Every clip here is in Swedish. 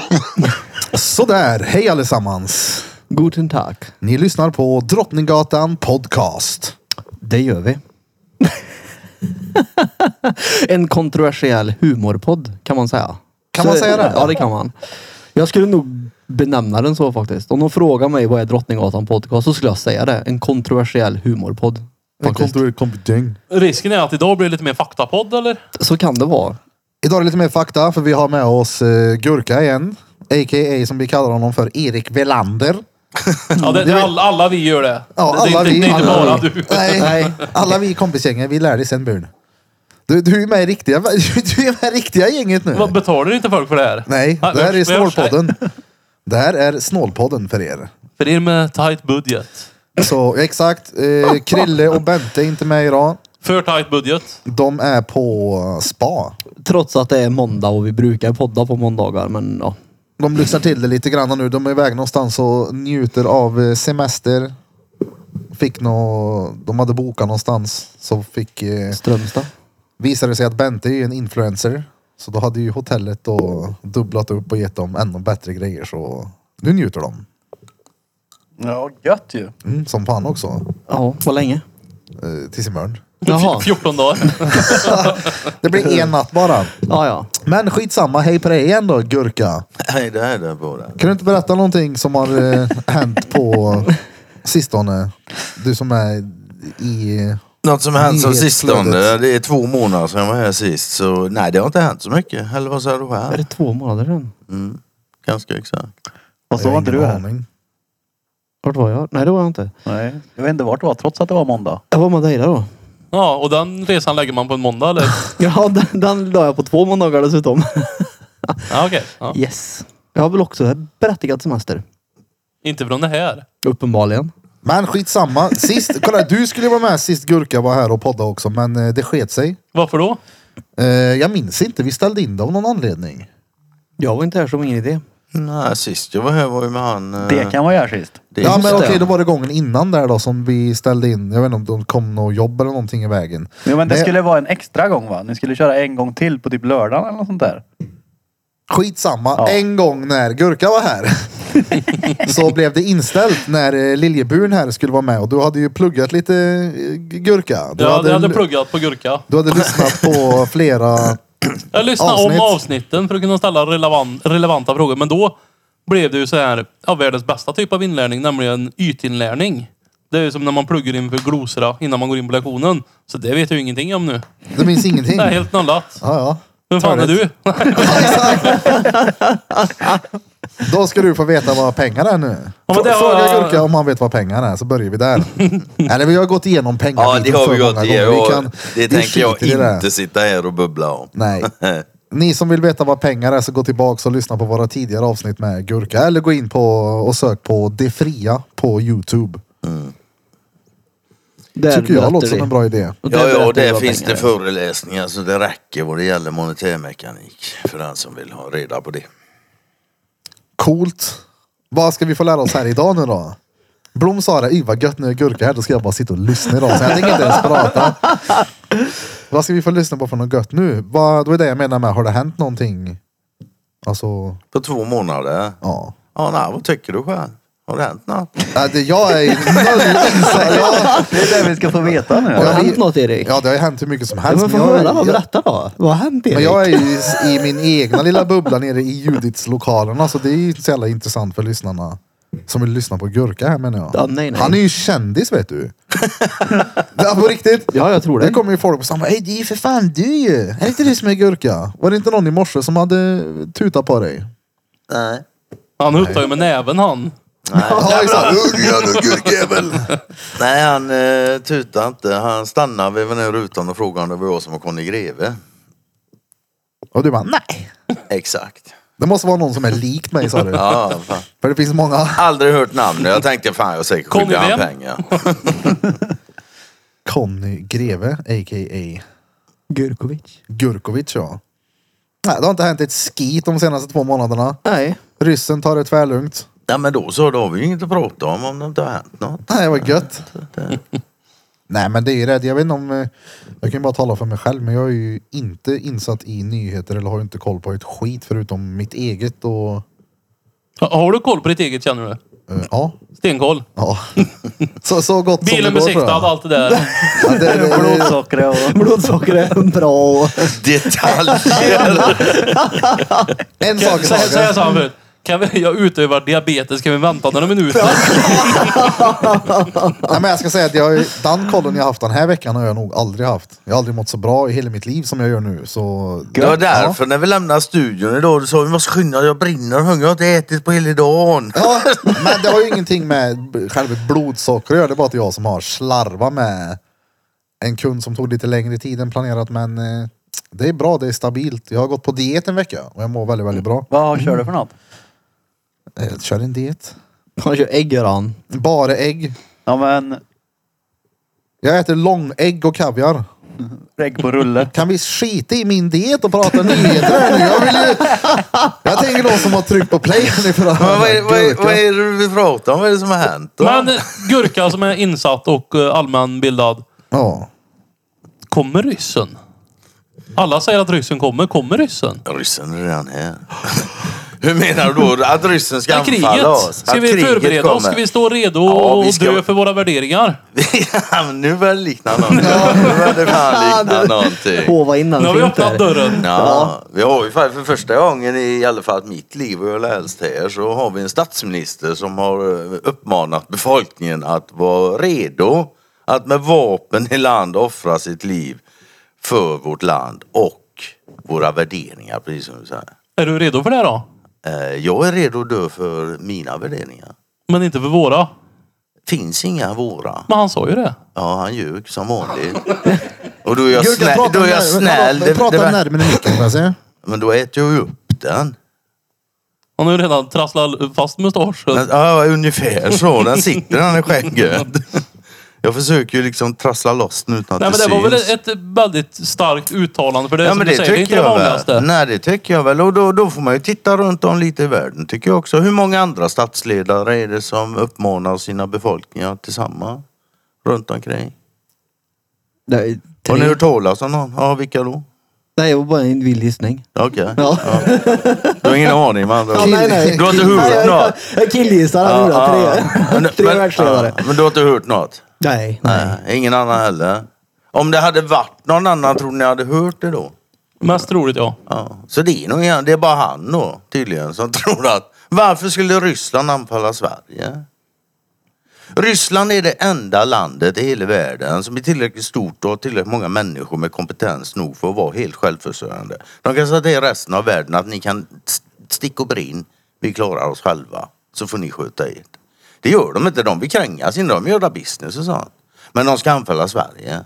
Sådär, hej allesammans. Guten Tag. Ni lyssnar på Drottninggatan podcast. Det gör vi. En kontroversiell humorpodd kan man säga. Kan man säga det? Ja, det kan man. Jag skulle nog benämna den så faktiskt. Om de frågar mig vad är Drottninggatan podcast så skulle jag säga det. En kontroversiell humorpodd. Risken är att idag blir det lite mer faktapodd, eller? Så kan det vara. Idag är det lite mer fakta för vi har med oss Gurka igen. A.k.a. som vi kallar honom för Erik Velander. Ja, alla vi gör det. Ja, det alla är inte vi. bara du. Nej, alla vi i kompisgänget, vi lärde sen burn. Du är med i riktiga, du är med i riktiga gänget nu. Vad betalar inte folk för det här? Nej, det här är Snålpodden. Det här är Snålpodden för er. För er med tight budget. Så exakt, Krille och Bente är inte med idag. För tight budget. De är på spa. Trots att det är måndag och vi brukar podda på måndagar, men ja. De lyssnar till det lite grann nu. De är iväg någonstans och njuter av semester. De hade bokat någonstans. Så fick... Strömstad. Visade sig att Bente är en influencer. Så då hade ju hotellet då dubblat upp och gett dem ännu bättre grejer. Så nu njuter de. Ja, gött ju. Som fan också. Ja, vad länge? Tills imorgon. Jaha. 14 dagar. Det blir en natt bara. Ja. Men skitsamma, hej på dig igen då, Gurka. Nej, det är det bara. Kan du inte berätta någonting som har hänt på sistone? Du som är i... Något som har hänt som sistone, nyhetsflödet. det är 2 månader sedan jag var här sist. Så nej, det har inte hänt så mycket. Eller vad säger du Är här? det 2 månader sedan? Ganska exakt. Och så var inte du här. Aning. Vart var jag? Nej, det var jag inte. Nej, jag vet inte vart det var, trots att det var måndag. Jag var med dig där då. Ja, och den resan lägger man på en måndag, eller? Ja, den la jag på 2 måndagar dessutom. Ja, okej. Ja. Yes. Jag har väl också berättigat semester. Inte från det här. Uppenbarligen. Men skitsamma. Sist, kolla, du skulle vara med sist Gurka var här och podda också, men det sket sig. Varför då? Jag minns inte, vi ställde in det av någon anledning. Jag var inte här som ingen idé. Nej, sist jag var här var ju med han... Det kan vara här sist. Ja, men det. okej, då var det gången innan där då som vi ställde in. Jag vet inte om det kom något jobb eller någonting i vägen. Jo, men det skulle vara en extra gång, va? Ni skulle köra en gång till på typ lördagen eller något sånt där. Skitsamma, Ja. en gång när Gurka var här så blev det inställt när Liljeburen här skulle vara med och du hade ju pluggat lite Gurka. Jag hade pluggat på Gurka. Du hade lyssnat på flera Jag lyssnade avsnitt. om avsnitten för att kunna ställa relevanta frågor. Men då blev det ju så här, världens bästa typ av inlärning, nämligen ytinlärning. Det är ju som när man pluggar inför glosora innan man går in på lektionen. Så det vet jag ju ingenting om nu. Det minns ingenting. Det är helt nollat. Ja. Vem fan är du? Då ska du få veta vad pengar är nu. Ja, men det Fråga var- Gurka om han vet vad pengar är, så börjar vi där. Eller vi har gått igenom pengar. Ja, det har vi gått gånger. igenom. Det tänker jag skiter i det. inte sitta här och bubbla om. Nej. Ni som vill veta vad pengar är så gå tillbaka och lyssna på våra tidigare avsnitt med Gurka. Eller gå in på och sök på Det Fria på YouTube. Där Tycker jag berättar låter som vi. en bra idé. Och där Ja, berättar och vi där vad finns pengar det är. föreläsningar så det räcker vad det gäller monetärmekanik. För den som vill ha reda på det. Coolt. Vad ska vi få lära oss här idag nu då? Blom sa det, vad gött nu är Gurka här, då ska jag bara sitta och lyssna idag. Så jag tänker inte ens prata. Vad ska vi få lyssna på för något gött nu? Då är det jag menar med, har det hänt någonting? Alltså, På 2 månader. ja. Ja, nej, vad tycker du själv? Har det hänt något? Jag är noll insatt. Det är det vi ska få veta nu. Har det Ja, hänt något, Erik? Ja, det har ju hänt hur mycket som Ja, helst. men få men jag- höra, vad jag- berätta då. Vad har hänt, Erik? Men jag är ju i min egna lilla bubbla nere i Judits lokalerna, så det är ju inte så jävla intressant för lyssnarna som vill lyssna på Gurka här, menar jag. Ja, nej. Han är ju kändis, vet du. Ja, på riktigt. Ja, jag tror det. Det kommer ju folk och säger, hej, det är ju för fan du ju. Är det inte du som är Gurka? Var det inte någon i morse som hade tutat på dig? Nej. Han huttar ju med näven han. Ja, exakt. Jävla gurkjävel. Nej, han tutade inte. Han stannade vid den här rutan och frågade om det var jag som var Conny Greve. Och du bara, nej. Exakt. Det måste vara någon som är likt mig, sa du. Ja, fan. För det finns många. Aldrig hört namnet. Jag tänkte fan jag är säkert Conny skyldig han vem? pengar. Conny Greve, a.k.a. Gurkovic. Gurkovic, ja. Nej, det har inte hänt ett skit de senaste 2 månaderna. Nej. Ryssen tar det tvärlugnt. Ja, men då så, då har vi ju inget att prata om det inte har hänt något. Nej, vad gött. Nej, men det är ju rätt. Jag vet inte om... Jag kan ju bara tala för mig själv, men jag är ju inte insatt i nyheter eller har inte koll på ett skit förutom mitt eget och Har du koll på ditt eget, känner du? Ja. Stenkoll. Ja. Så gott som Bilen det går, tror besiktad, jag. allt det där. Ja, det, Blodsocker och... Blodsocker är bra. Detaljer. en sak i Så här taget. sa han förut. Jag utövar diabetes, kan vi vänta några minuter? Nej, men jag ska säga att den kollen jag haft den här veckan har jag nog aldrig haft. Jag har aldrig mått så bra i hela mitt liv som jag gör nu. Så... Det var därför när vi lämnade studion idag, du sa vi måste skynda, jag brinner och hungrig, jag har inte ätit på hela dagen. Ja, men det har ju ingenting med själva blodsocker att göra. Det är bara att jag som har slarvat med en kund som tog lite längre tid än planerat. Men det är bra, det är stabilt. Jag har gått på diet en vecka och jag mår väldigt, väldigt bra. Vad kör du för något? Jag kör en diet. Han kör ägg, gör han. Bara ägg. Ja men, Jag äter långägg och kaviar. ägg på rulle. Kan vi skita i min diet och prata nyheter här nu? Jag tänker någon som har tryckt på play för att Men vad är det du vill prata om? Vad är det som har hänt då? Men Gurka som är insatt och allmänbildad. Ja. Kommer ryssen? Alla säger att ryssen kommer. Kommer ryssen? Ryssen är redan här. Hur menar du då? Att ryssen ska Ja, kriget. anfalla oss? Ska Att vi kriget förbereda oss? kommer? Ska vi stå redo Ja, och vi ska- dö för våra värderingar? Ja, men nu börjar det likna någonting. Nu börjar det fan likna någonting. Hova innan Nu har vi fint öppnat där. dörren. Ja, vi har ju för första gången i alla fall mitt liv och jag helst här så har vi en statsminister som har uppmanat befolkningen att vara redo att med vapen i land offra sitt liv för vårt land och våra värderingar, precis som du säger. Är du redo för det då? Jag är redo att dö för mina värderingar. Men inte för våra. Finns inga våra. Men han sa ju det. Ja, han ljög som vanligt. Och då är jag Gurka, snäll. prata Då är jag snäll. Prata närmare micken, får jag säga. Men då äter jag ju upp den. Han har ju redan trasslat fast mustaschen. Men, ja, ungefär så. Den sitter den i skägget. Jag försöker ju liksom trassla loss den utan Nej, att men det det var väl syns. ett väldigt starkt uttalande. För det är Ja, som men du det säger, det är inte tycker det jag vanligaste. väl. Nej, det tycker jag väl. Och då får man ju titta runt om lite i världen, tycker jag också. Hur många andra statsledare är det som uppmanar sina befolkningar tillsammans runt omkring? Nej, Har ni hört talas om någon? Ja, vilka då? Nej, det var bara en vild gissning. Okej. Ja. Du har ingen aning med andra ord. nej. Du har inte hört något? Jag killgissar, han gjorde tre världsledare. Men du har inte hört något? Nej. Nej, ingen annan heller. Om det hade varit någon annan, tror ni hade hört det då? Mest troligt ja. Ja. Så det är nog det är bara han då, tydligen, som tror att varför skulle Ryssland anfalla Sverige? Ryssland är det enda landet i hela världen som är tillräckligt stort och har tillräckligt många människor med kompetens nog för att vara helt självförsörjande. De kan säga till resten av världen att ni kan sticka och brin, vi klarar oss själva, så får ni sköta ert. Det gör de inte, de vill kränga sin, de gör business och sånt. Men de ska anfalla Sverige.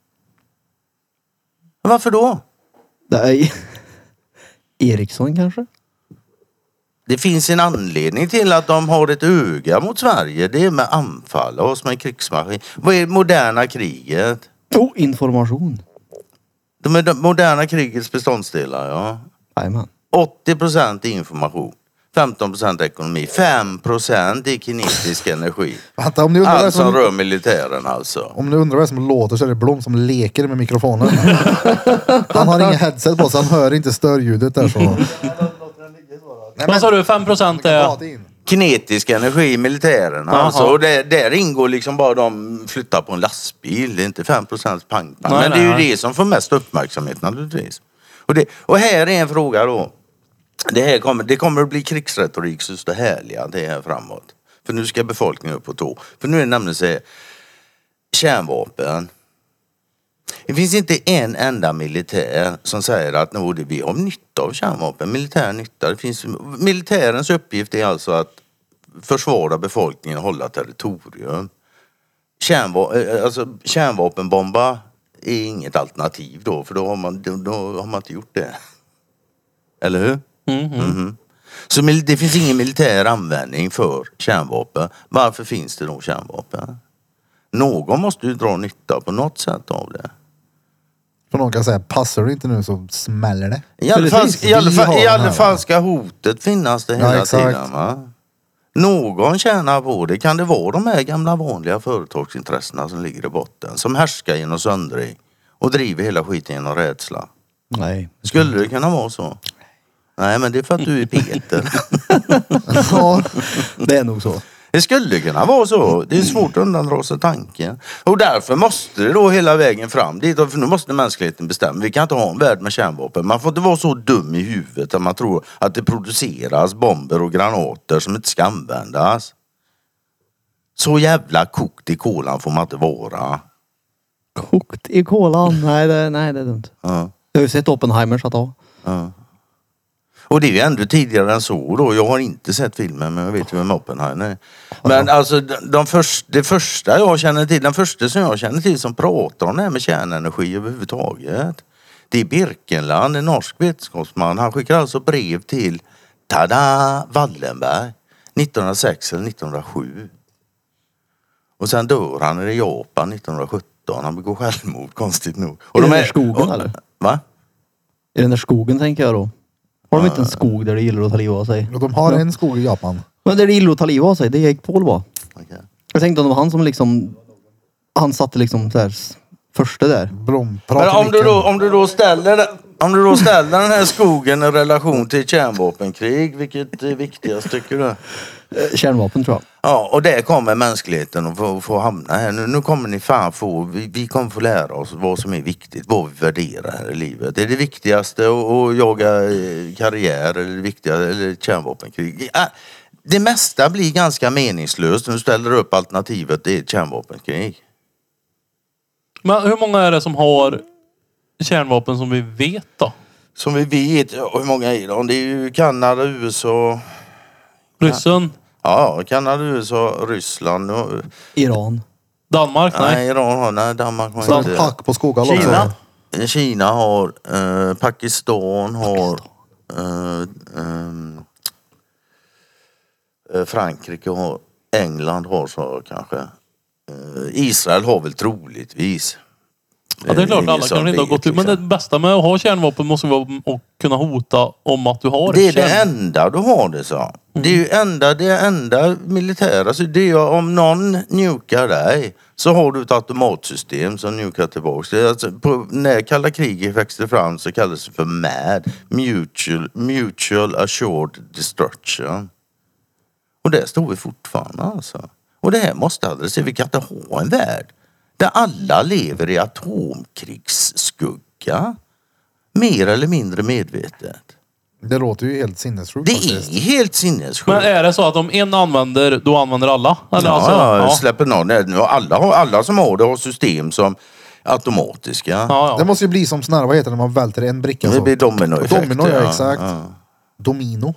Men varför då? Nej. Eriksson kanske? Det finns en anledning till att de har ett öga mot Sverige. Det är med anfalla oss med krigsmaskin. Vad är moderna kriget? Oh, information. De är det moderna krigets beståndsdelar, ja. Jajamän. 80% information. 15% ekonomi. 5% i kinetisk energi. Vänta, om ni undrar Allt som som, rör militären alltså. om ni undrar vad som låter så är det Blom som leker med mikrofonen. Han har ingen headset på så han hör inte störljudet där så. Nej, Vad sa du? 5% är... Kinetisk energi i militären alltså. Och där ingår liksom bara de flyttar på en lastbil. Det är inte 5% pang. Nej, Men det är ju nej. det som får mest uppmärksamhet naturligtvis. Och här är en fråga då. Det kommer att bli krigsretorik så det härliga det här framåt. För nu ska befolkningen upp på tå. För nu är det nämligen så här, kärnvapen. Det finns inte en enda militär som säger att vi har nytta av kärnvapen. Militär nytta. Militärens uppgift är alltså att försvara befolkningen och hålla territorium. Kärnvapenbomba är inget alternativ då. För då har man inte gjort det. Eller hur? Mhm. Så det finns ingen militär användning för kärnvapen. Varför finns det då kärnvapen? Någon måste ju dra nytta på något sätt av det. För någon kan säga, passar det inte nu så smäller det. I alla fall, Precis, i alla vi fall, har i den alla här, fall va? ska hotet finnas det Ja, hela exakt. tiden. Va? Någon tjänar på det. Kan det vara de här gamla vanliga företagsintressena som ligger i botten? Som härskar genom söndring och driver hela skiten genom rädsla. Nej. Skulle det kunna vara så? Nej, men det är för att du är Peter. Ja, Det är nog så. Det skulle kunna vara så. Det är svårt att undandra sig tanken. Och därför måste det då hela vägen fram dit. För nu måste mänskligheten bestämma. Vi kan inte ha en värld med kärnvapen. Man får inte vara så dum i huvudet att man tror att det produceras bomber och granater som inte ska användas. Så jävla kokt i kolan får man inte vara. Kokt i kolan. Nej, det är dumt. Ja. Jag har ju sett Oppenheimer så att ja. Ja. Och det är ju ändå tidigare än så då. Jag har inte sett filmen men jag vet ju vem Oppenheimer är. Men alltså det första jag känner till, den första som jag känner till som pratar om det här med kärnenergi överhuvudtaget. Det är Birkeland, en norsk vetenskapsman. Han skickar alltså brev till Wallenberg 1906 eller 1907. Och sen dör han i Japan 1917. Han begår självmord konstigt nog. Och I den där skogen eller? Va? I den där skogen tänker jag då. Har de inte en skog där det gillar att ta livet av sig? och de har en skog i Japan. Men där det gillar att ta livet av sig, det är Jake Paul var. Okay. Jag tänkte om det var han som liksom... Han satte liksom så här första där. Blom, Men om du då ställer den här skogen i relation till kärnvapenkrig, vilket är viktigast tycker du? Kärnvapen tror jag. Ja, och där kommer mänskligheten att få hamna här. Nu kommer ni fan vi kommer få lära oss vad som är viktigt, vad vi värderar här i livet. Är det viktigaste att jaga karriär eller det viktigaste eller kärnvapenkrig? Det mesta blir ganska meningslöst när du ställer upp alternativet det är ett kärnvapenkrig. Men hur många är det som har kärnvapen som vi vet då? Som vi vet, hur många är de? Det är ju Kanada, USA... Ryssen? Ja, Kanada, USA, Ryssland och... Iran. Danmark? Nej. Nej, Iran har... Nej, Danmark har Så inte... pack på skogar Kina. också. Kina har... Pakistan har... Frankrike har... England har så kanske. Israel har väl troligtvis. Ja, det är klart, ingen alla som kanske inte har vet, gått ut. Men liksom. det bästa med att ha kärnvapen måste vara att kunna hota om att du har Det är det enda du har det så. Det är ju det enda militära. Så det är om någon nukar dig så har du ett automatsystem som nukar tillbaka. Det är alltså, när kalla kriget växte fram så kallades det för MAD. Mutual Assured Destruction. Och det står vi fortfarande alltså. Och det här måste adresseras. Vi kan inte ha en värld där alla lever i atomkrigsskugga. Mer eller mindre medvetet. Det låter ju helt sinnessjukt Det faktiskt. är helt sinnessjukt. Men är det så att om en använder, då använder alla? Eller Släpper någon. Alla som har det har system som automatiska. Det måste ju bli som sån här, vad heter det när man välter en bricka? Det Så. blir dominoeffekt. Domino, ja, exakt. Domino.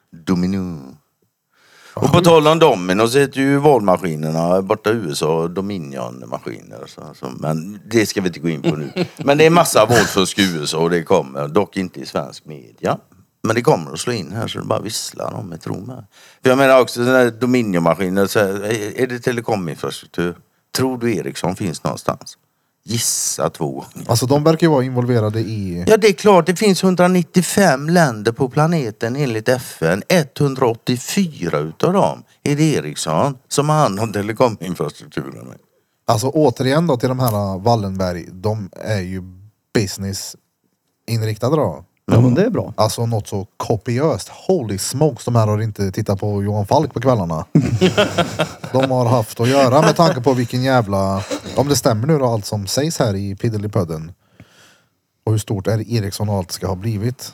Och på tal om domino så heter ju valmaskinerna borta i USA Dominion-maskiner. Men det ska vi inte gå in på nu. Men det är massa valfusk i USA och det kommer dock inte i svensk media. Men det kommer att slå in här så det bara visslar om mig, tror mig. För jag menar också den här Dominion-maskiner, så är det telekominfrastruktur? Tror du Ericsson finns någonstans? Gissa 2. Alltså de verkar ju vara involverade i... Ja, det är klart. Det finns 195 länder på planeten enligt FN. 184 utav dem är det Ericsson som har hand om telekominfrastrukturen. Alltså återigen då till de här Wallenberg. De är ju business inriktade då. Ja men det är bra. Alltså något så kopiöst. Holy smokes, de här har inte tittat på Johan Falk på kvällarna. De har haft att göra med tanke på vilken jävla... Om det stämmer nu då allt som sägs här i Piddelipudden. Och hur stort är Ericsson och allt ska ha blivit.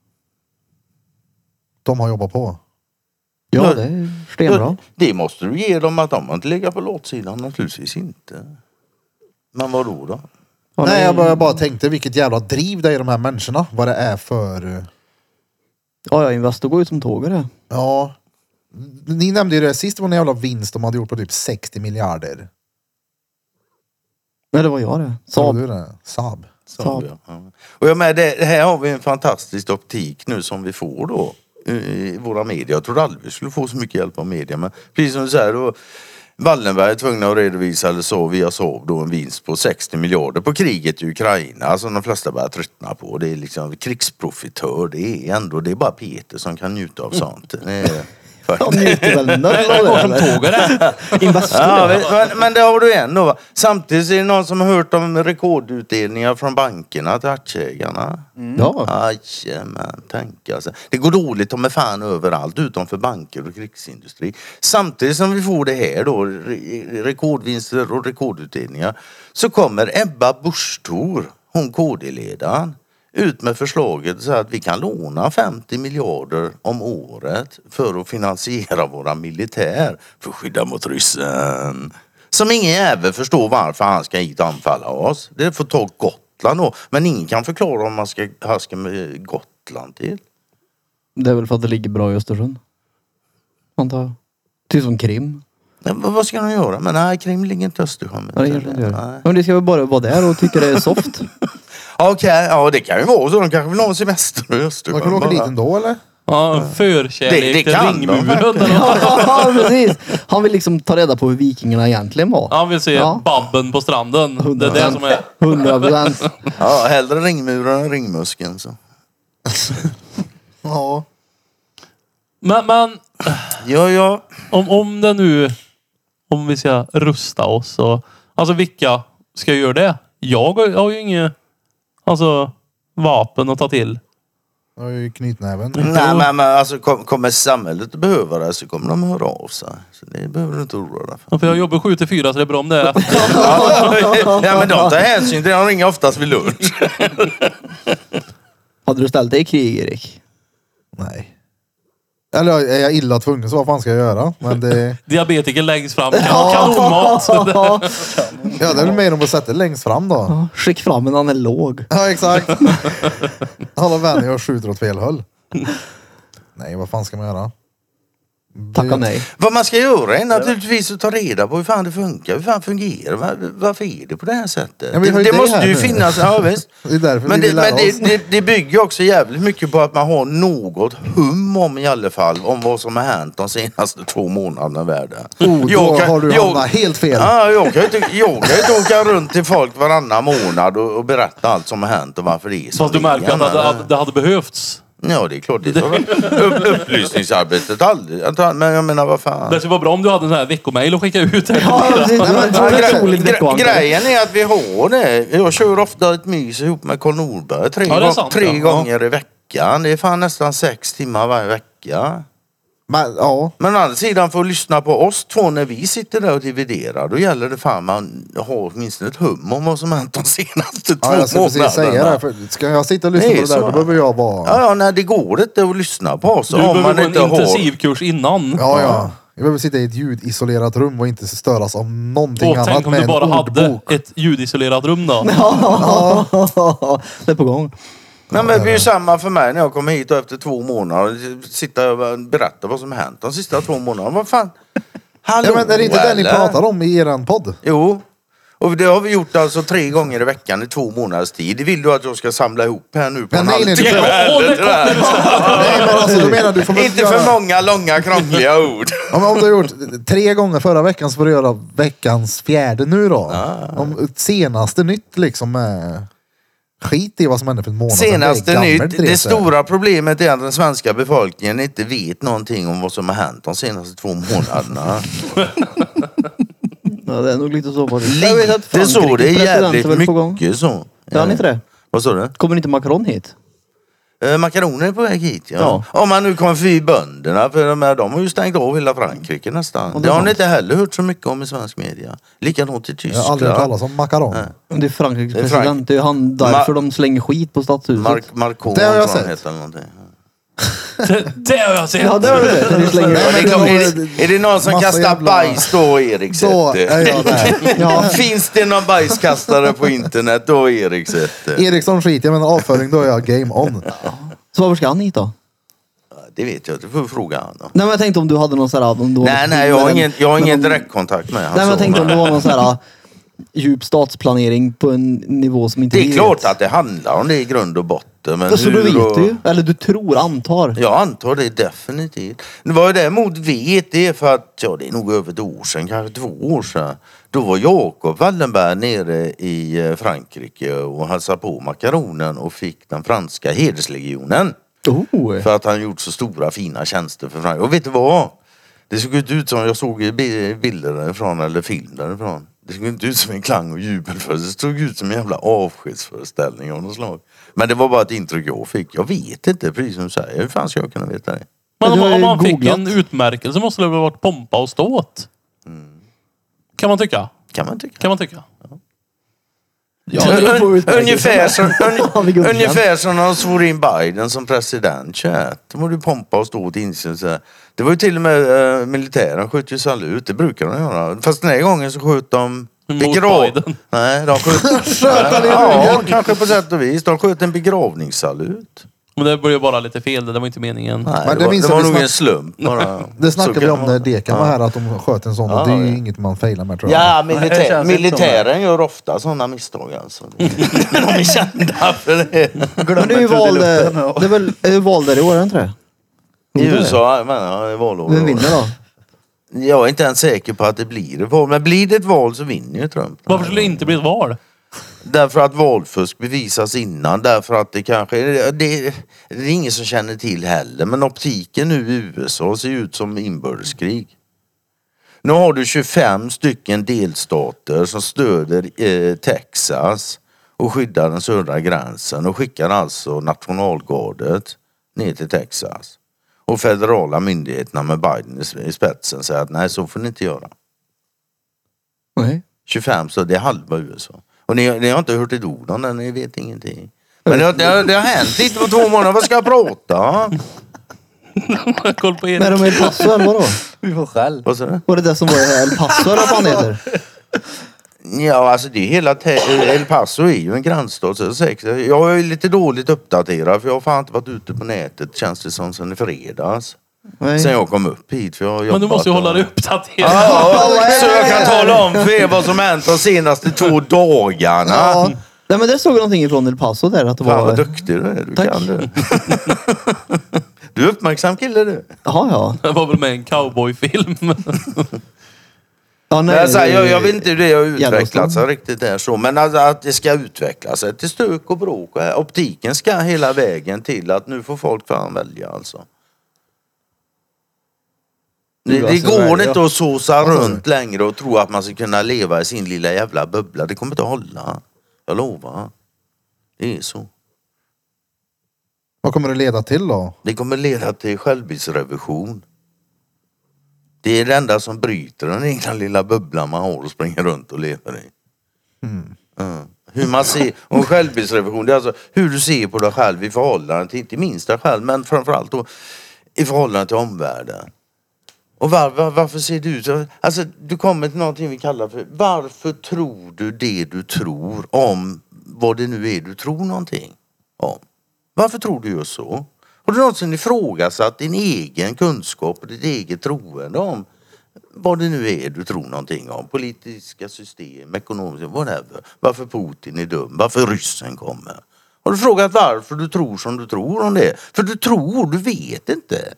De har jobbat på. Ja, det är stenbra. Det måste du ge dem att de har inte legat på låtsidan. Naturligtvis inte. Men vad då? Ja, Nej, jag bara tänkte vilket jävla driv det är i de här människorna. Vad det är för... Ja, Investor går ju som tågare. Ja. Ni nämnde ju det sist, det var en jävla vinst de hade gjort på typ 60 miljarder. Nej, det var jag det. Sa Saab. du det? Saab. Saab. Ja. Och jag med det här har vi en fantastisk optik nu som vi får då i våra media. Jag trodde aldrig vi skulle få så mycket hjälp av media, men precis som du säger då, Wallenberg är tvungna att redovisa eller så via Saab då en vinst på 60 miljarder på kriget i Ukraina. Alltså de flesta börjar tröttna på. Det är liksom krigsprofitör. Det är bara Peter som kan njuta av sånt. faktiskt. Njuter väl Det går som tågare. Investor. Ja, men det har du ändå. Va? Samtidigt är det någon som har hört om rekordutdelningar från bankerna till aktieägarna. Ja. Jajamän, tänk alltså. Det går dåligt med fan överallt utom för banker och krigsindustri. Samtidigt som vi får det här då, rekordvinster och rekordutdelningar, så kommer Ebba Busch Thor, hon KD-ledaren, ut med förslaget så att vi kan låna 50 miljarder om året för att finansiera våra militär för att skydda mot ryssen. Som ingen jävel förstår varför han ska hit och anfalla oss. Det får ta Gotland då. Men ingen kan förklara om man ska haska med Gotland till. Det är väl för att det ligger bra i Östersjön. Antar jag. Typ som Krim. Men vad ska de göra? Men nej, Krim ligger inte i Östersjön. Ja, det kanske inte gör. Nej. Men det ska väl bara vara där och tycka det är soft. Okej, ja det kan ju vara så. De kanske vill ha en semester i Östersjön. Man kan åka bara. dit ändå eller? Ja, förkärlek Det till kan ringmuren. Ja, precis. Han vill liksom ta reda på hur vikingarna egentligen var. Han vill se Ja. Babben på stranden. Det är det som är... 100%. Ja, hellre ringmuren än ringmuskeln. Så. Ja. Men Ja. om det nu... Om vi ska rusta oss och... Alltså vilka ska göra det? Jag har ju inget... Alltså vapen att ta till. Det var ju knytnäven. Nej men alltså kommer samhället att behöva det så kommer de höra av sig. Så det behöver du inte oroa dig för. Ja, för jag jobbar 7-4 så det är bra om det är. Ja men de tar hänsyn till det. De ringer oftast vid lunch. Hade du ställt dig i krig, Erik? Nej. Eller är jag illa tvungen så vad fan ska jag göra? Men det... Diabetiker längst fram. Kanonmat. Ja, det är väl mer om att sätta längst fram då. Ja, skick fram en analog. Ja, exakt. Alla vänner jag skjuter åt fel håll. Nej, vad fan ska man göra? Tacka nej. Vad man ska göra är naturligtvis att ta reda på hur fan det funkar. Hur fan fungerar varför är det på det här sättet? Ja, vi har ju det det måste här ju nu. finnas. Ja, visst. Det är därför Men, vi vill lära oss. det bygger också jävligt mycket på att man har något hum om i alla fall om vad som har hänt de senaste 2 månaderna i världen. Då har du hamnat helt fel. Ja, jag kan ju inte åka runt till folk varannan månad och berätta allt som har hänt och varför det är så. Fast du märker att det hade behövts. Ja, det är klart. Det är upplysningsarbetet aldrig. Men jag menar, vad fan. Det skulle vara bra om du hade en sån här veckomail och skicka ut. Ja, precis. Nej, men- Det är ett roligt veckoanka. Grejen är att vi har det. Jag kör ofta ett mys ihop med Karl Norberg. 3 Ja, det är sant, ja. gånger i veckan. Det är fan nästan 6 timmar varje vecka. Men, ja. Men å andra sidan får lyssna på oss 2 när vi sitter där och dividerar. Då gäller det fan man har åtminstone ett hum om vad som hänt de senaste 2 Ja, jag ska precis säga månaderna. det. För ska jag sitta och lyssna Det på är det där, så. då behöver jag vara... Ja, nej, det går inte att lyssna på oss. Du om behöver man gå en inte har... intensivkurs innan. Ja. Jag behöver sitta i ett ljudisolerat rum och inte störas av någonting Och annat tänk om med du bara en hade ordbok. ett ljudisolerat rum då. Det är på gång. Nej, men det är ju samma för mig när jag kommer hit och efter 2 månader sitta och berätta vad som har hänt de sista 2 månaderna. Vad fan? Hallå, Ja, men är det inte det ni eller? pratar om i eran podd? Jo. Och det har vi gjort alltså 3 gånger i veckan i 2 månaders tid. Det vill du att jag ska samla ihop här nu på Men en nej, nej, halvtimme? Håll det kort. Nej, men alltså du menar du får väl Inte göra... för många långa krångliga ord. Ja, men om du har gjort 3 gånger förra veckan så får du göra veckans 4:e nu då. Om senaste nytt liksom med... Skit i vad som hände för en månad sedan. Senaste Det är gammalt, nytt. Det Therese. stora problemet är att den svenska befolkningen inte vet någonting om vad som har hänt de senaste 2 månaderna. Ja, det är nog lite så faktiskt. Jag vet att Lite så. Frankrikes Det är president jävligt väl på gång. mycket så. Ja, inte det? Vad sa du? Kommer inte Macron hit? Makaroner är på väg hit, ja. Ja. Om man nu kommer förbi bönderna, för de har ju stängt av hela Frankrike nästan. Och Det har sant. ni inte heller hört så mycket om i svensk media. Likadant i Jag har aldrig hört Tyskland. talas om makaron. Det är Frankrikes Det är president. Det är han därför de slänger skit på stadshuset. Marcon Det har jag tror han sett. heter eller någonting. Det har jag sett. Ja, det har du sett. Ni slänger Nej, Ja, det är, men klart. det var- Är det någon som massa kastar jävla- bajs då, Erik Då sett är det? jag där. Ja. Finns det någon bajskastare på internet, då har Erik sett det. Eriksson skit, jag menar avföring, då är jag game on. Så varför ska han hit då? Det vet jag inte, du får fråga han då. Nej, men jag tänkte om du hade någon sån här... Om du Nej, jag har ingen direktkontakt med han. Nej, men jag så. tänkte om det var någon sån här djup statsplanering på en nivå som inte Det är vi klart vet. att det handlar om det i grund och botten. Men Så du hur vet och- du ju. Eller du tror, antar. Jag antar det definitivt. Vad jag däremot vet det är för att, ja det är nog över ett år sedan, kanske 2 år sedan. Då var Jakob Wallenberg nere i Frankrike och hälsade på makaronen och fick den franska hederslegionen. Oh. För att han gjort så stora fina tjänster för Frankrike. Och vet du vad? Det såg inte ut som, jag såg bilder därifrån eller film därifrån. Det såg inte ut som en klang och jubelföreställning. Det såg ut som en jävla avskedsföreställning av något slag. Men det var bara ett intryck jag fick. Jag vet inte, precis som du säger. Hur fan ska jag kunna veta det? Men Du har om ju man fick googlat. en utmärkelse måste det väl ha varit pompa och ståt? Kan man tycka? Kan man tycka. Kan man tycka? Ja, det får utmärkelsen. Ungefär som när de svor in Biden som president. Då var det pompa och stå till insyn. Det var ju till och med militären sköt ju salut. Det brukar de göra. Fast den här gången så sköt de Biden. Nej, de sköt... ja, kanske på sätt och vis. De sköt en begravningssalut. Men det blev ju bara lite fel. Det var inte meningen. Nej, Men det var, minns det jag var vi nog en slump bara. Det snackade Så vi kan om när man- Dekan var här, att de sköt en sån. Och det är ju inget man failar med, tror jag. Ja, Nej, det känns inte militären gör ofta sådana misstag alltså. De är kända för det. Men det är ju val, det är väl val där i år, är det inte det? I USA, jag menar, det är valår. Vem vinner då? Jag är inte ens säker på att det blir ett val. Men blir det ett val så vinner ju Trump. Varför skulle det inte bli ett val? Därför att valfusk bevisas innan. Därför att det kanske... Det är ingen som känner till heller. Men optiken nu i USA ser ut som inbördeskrig. Nu har du 25 stycken delstater som stöder Texas och skyddar den södra gränsen och skickar alltså nationalgardet ner till Texas. Och federala myndigheterna med Biden i spetsen säger att nej, så får ni inte göra. Nej. 25, så det är halva USA. Och ni har inte hört ett ord om det, ni vet ingenting. Men det har hänt lite på 2 månader, vad ska jag prata? Koll på Men er. de är El Paso eller vadå? Vi får skäll. Vad sa du? Var det som var i El Paso eller vad fan heter? Ja, alltså det är hela... El Paso är ju en grannstat. Så jag är lite dåligt uppdaterad för jag har fan inte varit ute på nätet, känns det som, sen i fredags. Nej. Sen jag kom upp hit, för jag har jobbat. Men du måste ju hålla dig uppdaterad. Ja, så jag kan tala om för er vad som hänt de senaste 2 dagarna. Ja. Nej, men det såg någonting ifrån El Paso där att det Fan vad var... duktig du är, du Tack. kan du. Du är uppmärksam kille du. Jaha, ja. Det var väl med en cowboyfilm. Ja, Men jag, säger, jag vet inte hur det har utvecklats Yellowstone. riktigt där så. Men alltså att det ska utvecklas till stök och bråk. Och optiken ska hela vägen till att nu får folk fan välja alltså. Det går inte att såsa runt längre och tro att man ska kunna leva i sin lilla jävla bubbla. Det kommer inte att hålla. Jag lovar. Det är så. Vad kommer det leda till då? Det kommer leda till självbildsrevision. Det är det enda som bryter den egna lilla bubblan man har och springer runt och lever i. Hur man ser, och självbildsrevision, det är alltså hur du ser på dig själv i förhållande till, inte minst dig själv, men framförallt då i förhållande till omvärlden. Och varför ser du ut så? Alltså du kommer till någonting vi kallar för, varför tror du det du tror om vad det nu är du tror någonting om? Varför tror du just så? Har du någonsin ifrågasatt din egen kunskap och ditt eget troende om vad det nu är du tror någonting om? Politiska system, ekonomiska, whatever. Varför Putin är dum, varför ryssen kommer. Har du frågat varför du tror som du tror om det? För du tror, du vet inte.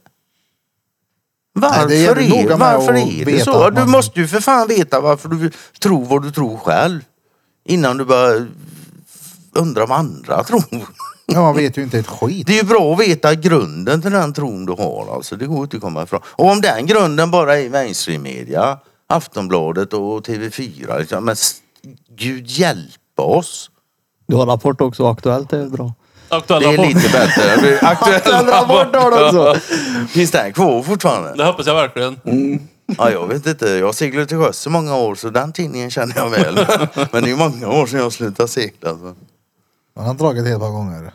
Varför, Nej, det är jävligt noga med varför att är det veta så? att man- Du måste ju för fan veta varför du tror vad du tror själv. Innan du börjar undra vad andra tror. Ja, man vet ju inte ett skit. Det är ju bra att veta grunden till den tron du har. Alltså. Det går inte att komma ifrån. Och om den grunden bara är mainstream-media, Aftonbladet och TV4. Liksom, men Gud hjälpa oss. Du har Rapport också, Aktuellt, det är bra. Aktuell Det är rapport. lite bättre. Det blir Aktuell Rapport har du också. Finns den kvar fortfarande? Det hoppas jag verkligen. Ja, jag vet inte. Jag har seglat till sjöss så många år så den tidningen känner jag väl. Men det är många år sedan jag slutade segla. Alltså. Man har dragit ett par gånger.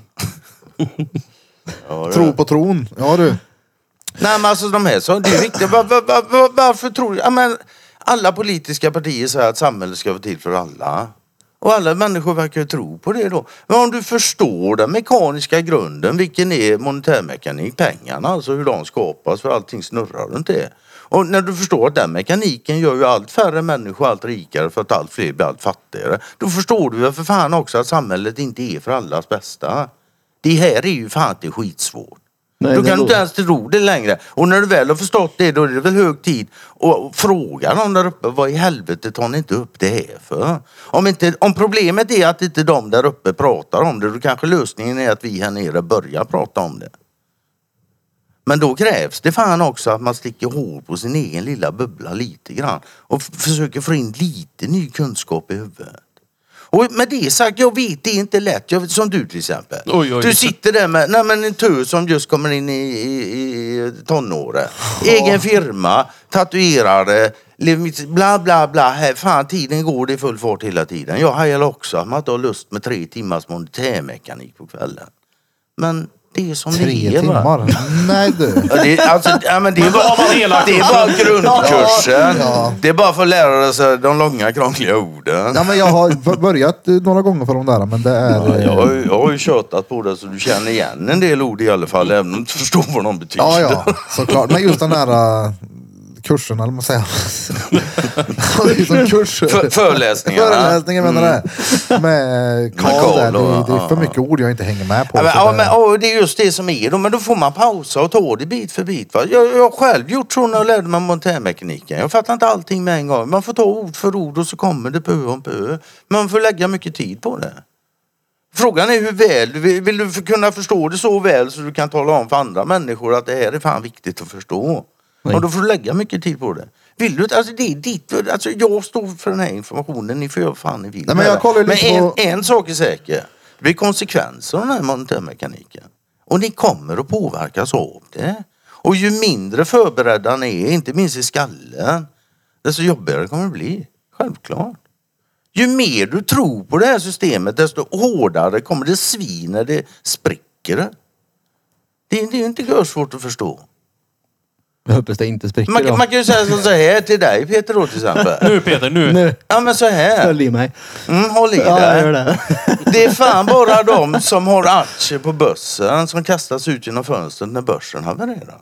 Ja, det- Tro på tron. Ja du. Nej men alltså de här så det är viktigt. Varför tror du? Ja, men alla politiska partier säger att samhället ska vara till för alla. Och alla människor verkar ju tro på det då. Men om du förstår den mekaniska grunden, vilken är monetärmekanik, pengarna, alltså hur de skapas för allting snurrar runt det. Och när du förstår att den mekaniken gör ju allt färre människor allt rikare för att allt fler blir allt fattigare. Då förstår du för fan också att samhället inte är för allas bästa. Det här är ju fan inte skitsvårt. Nej, Då det kan du är inte ens tro det längre. Och när du väl har förstått det, då är det väl hög tid att fråga dem där uppe, vad i helvete tar ni inte upp det här för? Om problemet är att inte de där uppe pratar om det, då kanske lösningen är att vi här nere börjar prata om det. Men då krävs det fan också att man sticker hål på sin egen lilla bubbla lite grann. Och försöker få in lite ny kunskap i huvudet. Och med det sagt, jag vet det är inte lätt. Som du till exempel. Oj. Du sitter där med en tös som just kommer in i tonåren. Egen firma, tatuerare, bla bla bla. Här, fan, tiden går i full fart hela tiden. Jag hajar också att man inte har lust med 3 timmars monetärmekanik på kvällen. Men det är som 3 det är, timmar? va? Nej du. Ja, det är bara grundkursen. Ja. Det är bara för att lära sig de långa krångliga orden. Ja, men jag har börjat några gånger för de där, men det är... Jag har ju tjötat på det så du känner igen en del ord i alla fall, även om du inte förstår vad de betyder. Ja, såklart. Men just den här kursen, eller vad man säger. Det är ju som kurser. Föreläsningarna. Föreläsningar menar det. Med Karl där. Det är för mycket ord jag inte hänger med på. Det är just det som är då. Men då får man pausa och ta det bit för bit. Va? Jag har själv gjort så när jag lärde mig montärmekaniken. Jag fattar inte allting med en gång. Man får ta ord för ord och så kommer det pö om pö. Man får lägga mycket tid på det. Frågan är hur väl, vill du kunna förstå det så väl så du kan tala om för andra människor att det här är fan viktigt att förstå. Och då får du lägga mycket tid på det. Vill du inte, alltså det är ditt, alltså jag står för den här informationen, ni får göra fan ni vill. Nej, men jag kollar lite men på... en sak är säker, det blir konsekvenser av den här montärmekaniken. Och ni kommer att påverkas av det. Och ju mindre förberedda ni är, inte minst i skallen, desto jobbigare kommer det bli. Självklart. Ju mer du tror på det här systemet, desto hårdare kommer det svina, det spricker. Det är inte svårt att förstå. Jag hoppas det inte spricker då. Man kan ju säga så här till dig Peter då till exempel. Nu Peter, nu. Ja men så här. Höll i mig. Håll i Ja, jag gör dig. det. Det är fan bara de som har aktier på börsen som kastas ut genom fönstret när börsen havererar.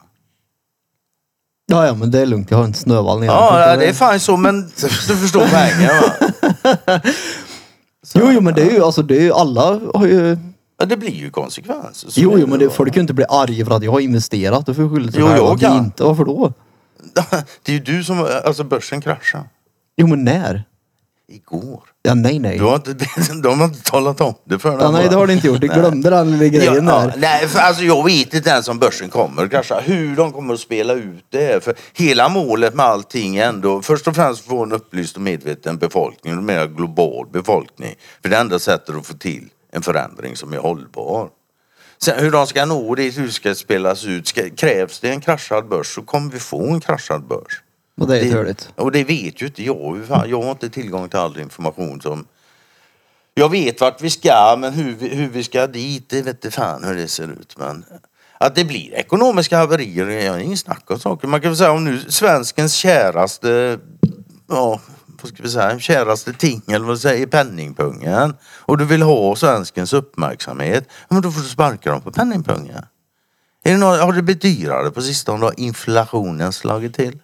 Ja, men det är lugnt. Jag har en snövall nere. Ja, det är fan så, men du förstår poängen va? Jo, men det är ju, alltså det är ju, alla har ju... Ja, det blir ju konsekvenser. Jo, men folk kan ju inte bli arga för att jag har investerat. Då får jag skylla sig Jo, själv jag att kan. inte. Varför då? Det är ju du som, alltså börsen kraschade. Jo, men när? Igår. Ja, nej. De har inte talat om det för Ja, nej, det har det inte gjort. Du glömde den lilla grejen där. Nej, för alltså jag vet inte ens om börsen kommer krascha. Hur de kommer att spela ut det här. För hela målet med allting är ändå först och främst få en upplyst och medveten befolkning. En mer global befolkning. För det enda sättet att få till en förändring som är hållbar. Sen hur de ska nå det, hur det ska spelas ut. Krävs det en kraschad börs så kommer vi få en kraschad börs. Och det är törligt. Och det vet ju inte jag. Jag har inte tillgång till all information som... Jag vet vart vi ska, men hur vi ska dit, det vet inte fan hur det ser ut. Men att det blir ekonomiska haverier är ingen snack om saker. Man kan väl säga om nu svenskens käraste... Ja, vad ska vi säga? Käraste ting, eller vad säger penningpungen. Och du vill ha svenskens uppmärksamhet. Men då får du sparka dem på penningpungen. Har det blivit dyrare på sistone? Har inflationen slagit till?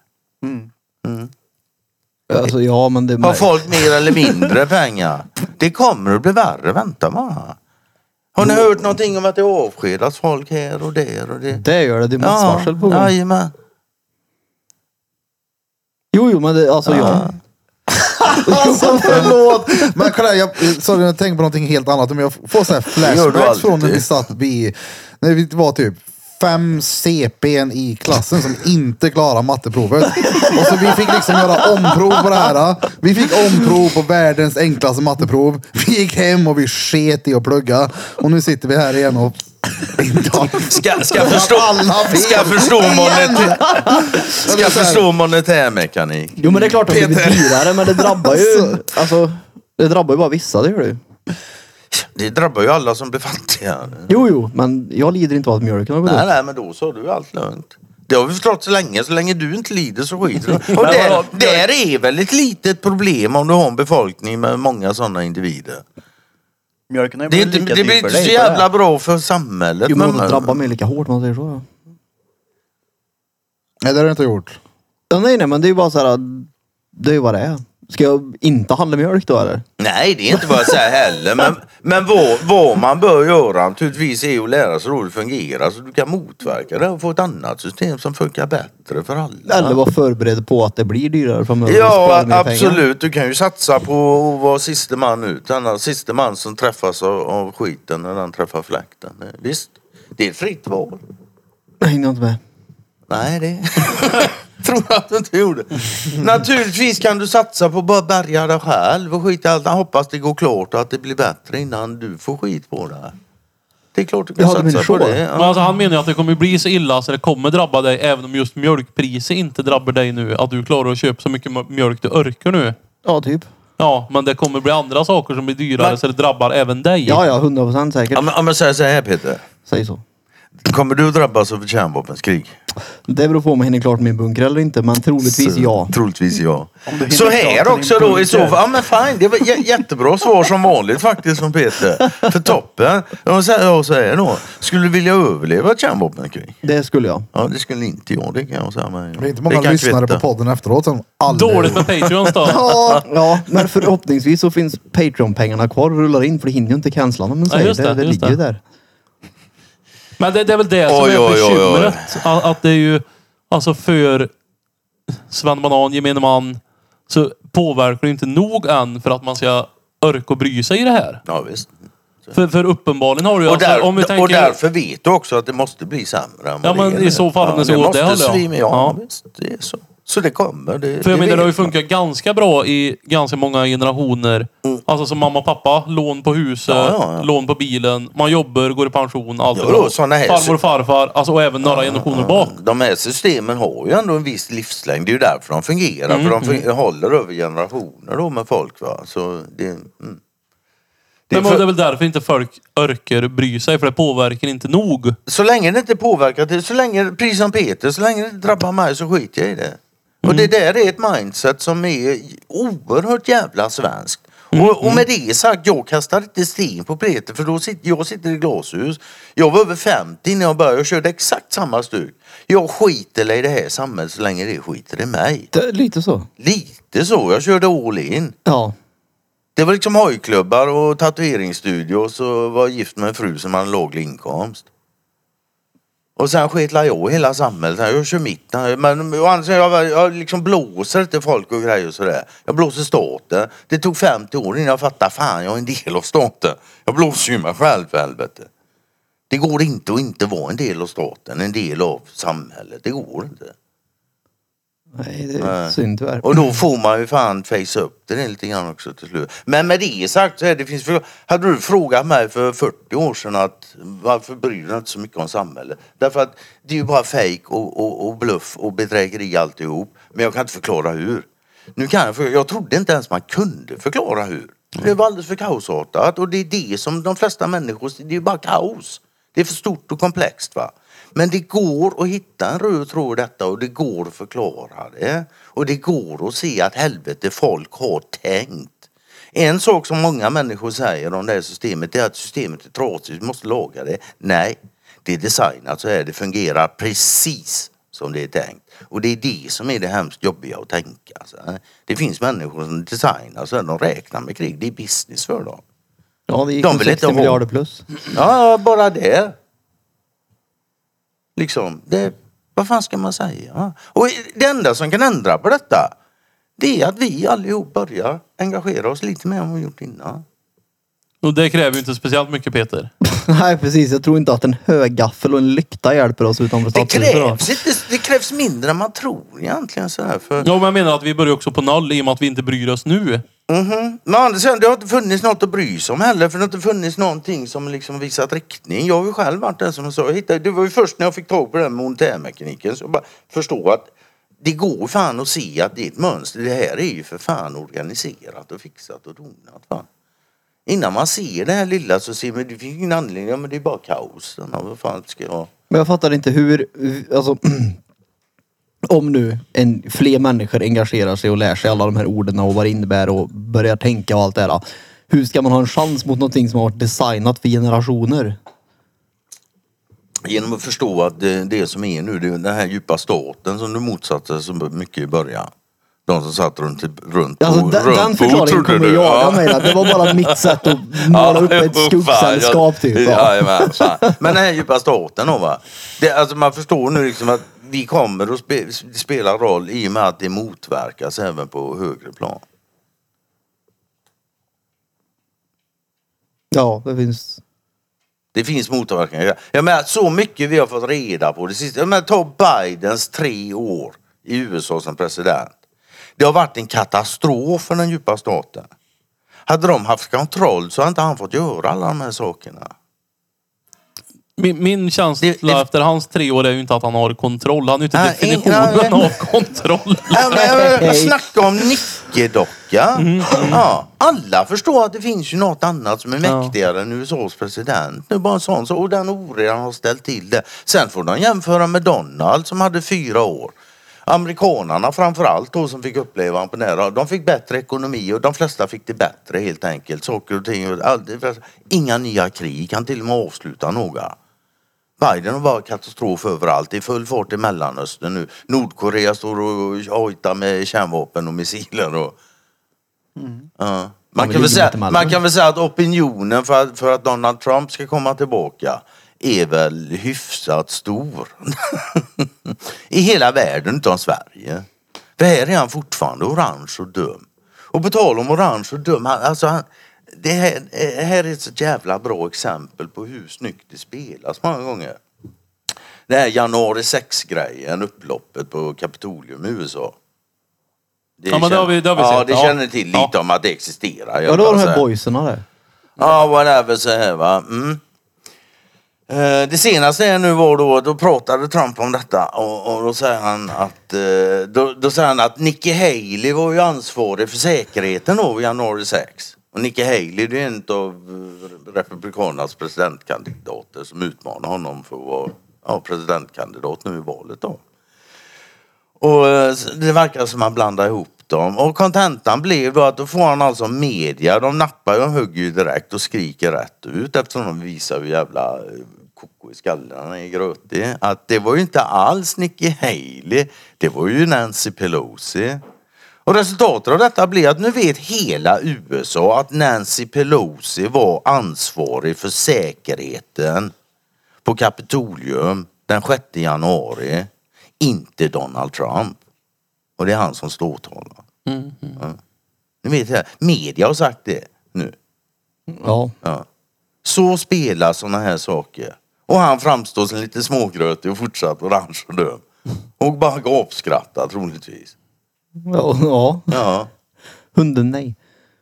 Alltså, ja, men det... Har folk mer eller mindre pengar? Det kommer att bli värre, vänta bara. Har ni hört någonting om att det avskedas folk här och där och det? Det gör det, det är massvarsel på gång. Jajamän. Jo, men det, alltså ja. Alltså förlåt. Men kolla, jag tänkte på någonting helt annat. Om jag får så här flashbacks från när vi satt när vi var typ 5 CP:n i klassen som inte klarade matteprovet. Och så vi fick liksom göra omprov på det här. Vi fick omprov på världens enklaste matteprov. Vi gick hem och vi sket i att plugga. Och nu sitter vi här igen och ska förstå monetärmekanik. Jo, men det är klart att det blir dyrare, men det drabbar ju... Alltså, det drabbar ju bara vissa, det gör det ju. Det drabbar ju alla som blir fattiga. Jo, men jag lider inte av att mjölken har gått upp. Nej, men då så har du allt lugnt. Det har vi förstått så länge du inte lider så skiter du. Och där är väl ett litet problem om du har en befolkning med många sådana individer. Mjölken är Det blir inte så jävla bra för samhället. Jo, men det drabbar mig lika hårt, man säger så. Nej, det har du inte gjort. Ja, nej, men det är ju bara så här. Det är ju vad det är. Ska jag inte handla mjölk då, eller? Nej, det är inte vad jag säger heller. Men vad man bör göra naturligtvis är att lära sig hur det fungerar. Så du kan motverka det och få ett annat system som funkar bättre för alla. Eller vara förberedd på att det blir dyrare framöver. Ja, absolut. Du kan ju satsa på att vara sista man ut. Den sista man som träffas av skiten när den träffar fläkten. Visst, det är ett fritt val. Jag hinner inte med. Nej, det tror jag att du inte gjorde. Naturligtvis kan du satsa på att bara bärga dig själv och skit i allt. Jag hoppas det går klart och att det blir bättre innan du får skit på det. Det är klart du kan satsa på det. Men alltså, han menar ju att det kommer bli så illa så det kommer drabba dig även om just mjölkpriset inte drabbar dig nu. Att du klarar att köpa så mycket mjölk du orkar nu. Ja, typ. Ja, men det kommer bli andra saker som blir dyrare så det drabbar även dig. Ja, 100% säkert. Om jag säger så här, Peter. Säg så. Kommer du drabbas av kärnvapenskrig? Det beror på om jag hinner klart min bunker eller inte, men troligtvis ja. Troligtvis ja. hinner Så här klart också din då i så bunker. fall. Ja men fine, det var jättebra svar som vanligt faktiskt från Peter. För toppen. Jag säger då. Skulle du vilja överleva ett kärnvapenkrig? Det skulle jag. Ja det skulle inte jag, det kan jag säga. Men Det är inte många lyssnare på podden efteråt som aldrig... Dåligt med Patreons då. Ja, men förhoppningsvis så finns Patreon-pengarna kvar och rullar in, för det hinner ju inte cancella dem. Men Ja, säger just det det, just ligger ju det. där. Men det är väl det som Oj, är oj, oj, oj. bekymret. Att det är ju, alltså för Sven Banan, gemene man, så påverkar det inte nog än för att man ska orka och bry sig i det här. Ja visst. För uppenbarligen har du ju, Och, alltså, om vi tänker... och därför vet du också att det måste bli sämre än Ja, vad men det är i så fall, nu. om det Ja, så det går åt måste det hållet, ja. svima, ja. Ja. Visst, det är så. Så det kommer. För jag menar, det har ju vet man. funkat ganska bra i ganska många generationer. Alltså som mamma och pappa, lån på huset, Ja. lån på bilen, man jobbar, går i pension, allt är Ja, bra. såna här- Farmor och farfar, alltså och även några generationer bak. De här systemen har ju ändå en viss livslängd. Det är ju därför de fungerar. För de håller över generationer då med folk. Va? Så det, det är Men för, det är väl därför inte folk orkar bry sig, för det påverkar inte nog. så länge det inte påverkar det, så länge, precis som Peter, så länge det inte drabbar mig så skiter jag i det. Och det där är ett mindset som är oerhört jävla svenskt. Och med det sagt, jag kastar inte sten på Peter, för då jag sitter i glashus. Jag var över 50 när jag började, jag körde exakt samma stuk. Jag skiter i det här samhället så länge det skiter i mig. Det är lite så. Lite så, jag körde all in. Ja. Det var liksom hojklubbar och tatueringsstudios och var gift med en fru som hade låg inkomst. Och sen sketlar jag hela samhället. Jag kör mitt. Men jag liksom blåser till folk och grejer och sådär. Jag blåser staten. Det tog 50 år innan jag fattade, fan jag är en del av staten. Jag blåser ju mig själv för helvete. Det går inte att inte vara en del av staten, en del av samhället. Det går inte. Nej, det är synd tyvärr. Och då får man ju fan face upp det lite grann också till slut. Men med det sagt så är det finns hade du frågat mig för 40 år sedan att varför bryr du dig inte så mycket om samhället? Därför att det är ju bara fake och bluff och bedrägeri alltihop. Men jag kan inte förklara hur. Nu kan jag trodde inte ens man kunde förklara hur. Det var alldeles för kaosartat och det är det som de flesta människor, det är ju bara kaos. Det är för stort och komplext va. Men det går att hitta en röd tråd i detta och det går att förklara det. Och det går att se att helvete folk har tänkt. En sak som många människor säger om det här systemet är att systemet är trasigt, vi måste laga det. Nej, det är designat så här, det fungerar precis som det är tänkt. Och det är det som är det hemskt jobbiga att tänka. Alltså. Det finns människor som designar så här, de räknar med krig, det är business för dem. Ja, det gick De på vill inte 60 ha- miljarder plus. Ja, bara det. Liksom, vad fan ska man säga? Och det enda som kan ändra på detta, det är att vi allihop börjar engagera oss lite mer än vad vi gjort innan. Och det kräver ju inte speciellt mycket, Peter. Nej, precis. Jag tror inte att en högaffel och en lykta hjälper oss utanför stadshuset. Det krävs mindre än man tror egentligen. Så här, för... Ja, men jag menar att vi börjar också på noll i och med att vi inte bryr oss nu. Men Anders, det har inte funnits något att bry sig om heller. För det har inte funnits någonting som liksom visat riktning. Jag har ju själv varit den som jag sa. Det var ju först när jag fick tag på den monetärmekaniken. Så jag bara förstod att det går fan att se att det är ett mönster. Det här är ju för fan organiserat och fixat och donat. Va? Innan man ser det här lilla så ser man, det finns ingen anledning. Ja, men det är bara kaos. Vad fan ska jag... Men jag fattar inte hur, alltså, om nu fler människor engagerar sig och lär sig alla de här orden och vad det innebär och börjar tänka och allt det där. Hur ska man ha en chans mot någonting som har varit designat för generationer? Genom att förstå att det som är nu, det är den här djupa staten som du motsatte så mycket i början. De som satt runt Alltså den förklaringen kommer jag jaga mig. Det var bara mitt sätt att måla upp ett skuggsällskap typ. Ja, men den här djupa staten då va. Alltså man förstår nu liksom att vi kommer att spela roll i och med att det motverkas även på högre plan. Ja, det finns Det finns motverkningar. Jag menar, så mycket vi har fått reda på det sista. Jag menar, ta Bidens 3 år i USA som president. Det har varit en katastrof för den djupa staten. Hade de haft kontroll så hade inte han fått göra alla de här sakerna. Min känsla efter hans 3 år är ju inte att han har kontroll. Han är ju inte definitionen av kontroll. Snacka om nickedocka. Ja, alla förstår att det finns ju något annat som är mäktigare än USAs president. Nu bara en sån så, och den oredan har ställt till det. Sen får de jämföra med Donald som hade 4 år. Amerikanerna framförallt då som fick uppleva på nära, de fick bättre ekonomi och de flesta fick det bättre helt enkelt. Saker och ting, inga nya krig, kan till och med avsluta några. Biden har varit katastrof överallt. Det är full fart i Mellanöstern nu. Nordkorea står och hojtar med kärnvapen och missiler. Och, man kan väl säga att opinionen för att Donald Trump ska komma tillbaka är väl hyfsat stor. I hela världen utom Sverige. För här är han fortfarande orange och dum. Och på tal om orange och dum, det här är ett så jävla bra exempel på hur snyggt det spelas många gånger. Det här januari 6-grejen, upploppet på Kapitolium i USA. Det har vi sett. Det känner till lite om att det existerar. Ja, då har de här boyserna där. Ja, whatever så här va. Det senaste är nu var då pratade Trump om detta och då säger han att då säger han att Nikki Haley var ju ansvarig för säkerheten då i januari 6. Och Nikki Haley, det är en av republikanernas presidentkandidater som utmanar honom för att vara presidentkandidat nu i valet då. Och det verkar som att man blandar ihop dem. Och kontentan blev då att då får han alltså media, de nappar ju och hugger ju direkt och skriker rätt ut eftersom de visar hur jävla koko i skallarna är grötig. Att det var ju inte alls Nikki Haley, det var ju Nancy Pelosi. Och resultatet av detta blir att nu vet hela USA att Nancy Pelosi var ansvarig för säkerheten på Kapitolium den 6 januari. Inte Donald Trump. Och det är han som står åtalad. Ja. Ni vet det, media har sagt det nu. Ja. Så spelar såna här saker. Och han framstår som lite smågrötig och fortsatt orange och dum. Och bara gapskrattar troligtvis. Ja. Hunden nej.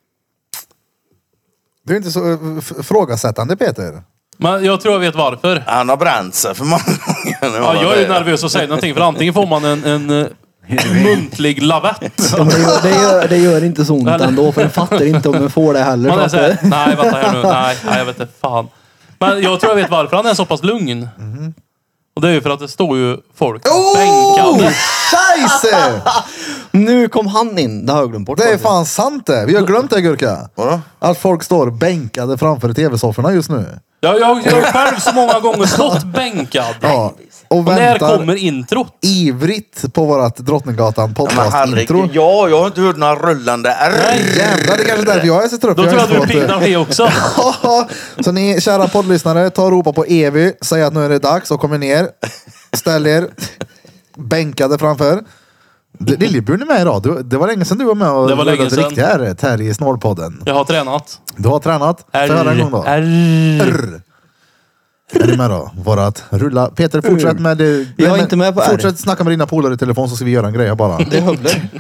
Du är inte så frågasättande, Peter. Men jag tror jag vet varför. Han har bränt sig för många gånger. Ja, jag är ju nervös att säga någonting. För antingen får man en muntlig lavett. Ja, det gör inte så ont ändå. För jag fattar inte om jag får det heller. Man är så här, nej, vänta här nu. Nej, jag vet inte. Fan. Men jag tror jag vet varför han är så pass lugn. Och det är ju för att det står ju folk bänkade. Scheisse! Nu kom han in. Det har jag glömt bort. Det är fan sant det. Vi har glömt det, Gurka. Vadå? Att folk står bänkade framför tv-sofforna just nu. Jag har själv så många gånger stått bänkad. Ja. Och När väntar kommer introt? ivrigt på vårat Drottninggatan podcast-intro. Ja, jag har inte hört några rullande Jävlar, det är kanske därför jag är så trött. Då tror jag att du pignar det också. Så ni kära poddlyssnare, ta och ropa på Evy. Säg att nu är det dags och kommer ner. Ställ er bänkade framför. Lillebjörn är med idag. Det var länge sedan du var med och det var länge sedan. riktigt här i Snålpodden. Jag har tränat. Du har tränat? Får jag höra en gång då? R. Är du med då? Vårat rulla. Peter, fortsätt med det. Jag är inte med på R. Fortsätt snacka med dina polare i telefon så ska vi göra en grej bara. Det högler.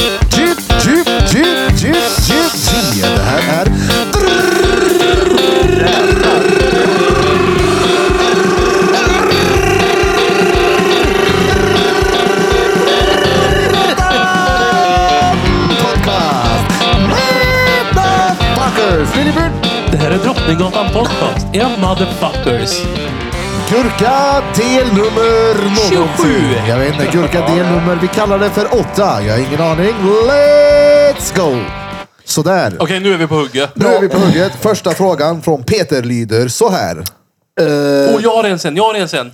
Det här är... Det här är Drottninggatan podcast. Motherfuckers. Gurka del nummer 27. Jag vet inte, Gurka del nummer. Vi kallar det för 8. Jag har ingen aning. Let's go! Sådär. Okej, nu är vi på hugget. Nu är vi på hugget. Första frågan från Peter lyder så här. Jag har en sen.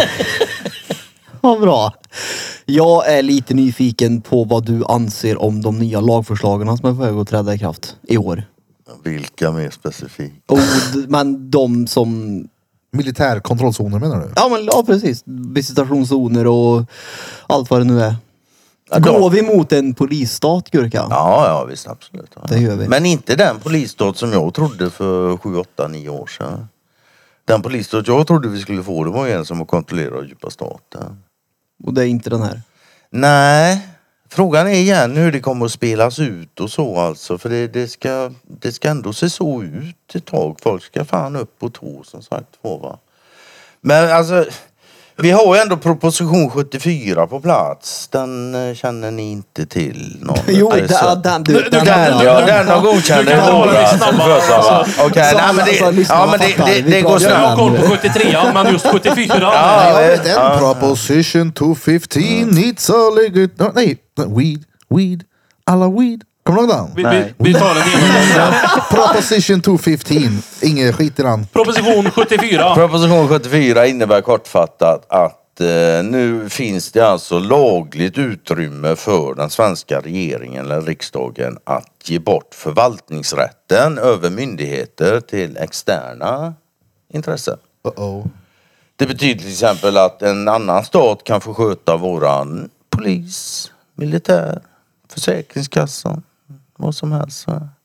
Vad bra. Jag är lite nyfiken på vad du anser om de nya lagförslagen som är på väg att träda i kraft i år. Vilka mer specifikt? Men de som... Militärkontrollzoner menar du? Ja, precis. Visitationszoner och allt vad det nu är. Går vi mot en polisstat, Gurka? Ja, visst absolut. Ja. Det gör vi. Men inte den polisstat som jag trodde för 7, 8, 9 år sedan. Den polisstat jag trodde vi skulle få, det var en som kontrollerar djupa staten. Och det är inte den här. Nej, frågan är igen hur det kommer att spelas ut och så alltså. För det ska ändå se så ut ett tag. Folk ska fan upp på tå som sagt va. Men alltså, vi har ju ändå proposition 74 på plats. Den känner ni inte till någon? Jo, Nej, så- den den har godkänt Du kan i ta det våras. snabba. Okej, nej men det går Jag har snabbt. koll på 73 men just 74. Ja, Jag vet en proposition 215 needs a legal... Nej, weed. Alla weed. Kommer du ihåg den? Vi tar en genomgång. Proposition 215. Ingen skit i den. Proposition 74. Proposition 74 innebär kortfattat att nu finns det alltså lagligt utrymme för den svenska regeringen eller riksdagen att ge bort förvaltningsrätten över myndigheter till externa intressen. Det betyder till exempel att en annan stat kan få sköta våran polis, militär, försäkringskassan, vad som helst.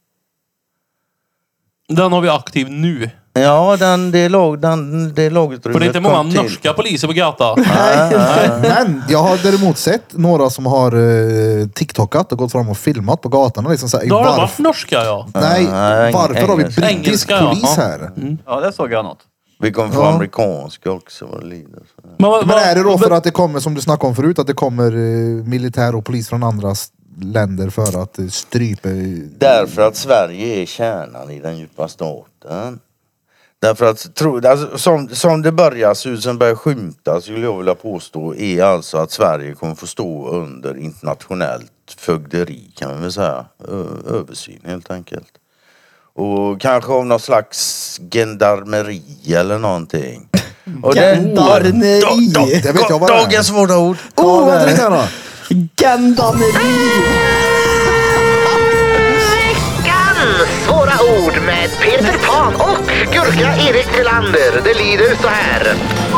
Den har vi aktiv nu. Ja, det lagutrymmet För det är inte många kom till. norska poliser på gata. Men jag har däremot sett några som har TikTokat och gått fram och filmat på gatan och liksom såhär, Då har de varit norska ja. Nej, varför har vi engelska. brittisk Engelska, ja. polis här? Ja, det såg jag något. Vi kommer få Ja. amerikanska också vad det lider. Men Men är det då för att det kommer, som du snackade om förut, att det kommer militär och polis från andra länder för att strypa... Därför att Sverige är kärnan i den djupa staten. Därför att som det börjar, som börjar skymta, skulle jag vilja påstå, är alltså att Sverige kommer få stå under internationellt fögderi, kan man väl säga. Översyn helt enkelt. Och kanske av någon slags gendarmeri eller någonting. Och Gendarmeri. Det vet jag vad det är. Dagens svåra ord. Vad är det här då? Gendarmeri. Veckans svåra ord med Peter Pan och Gurka Erik Tillander. Det lyder så här.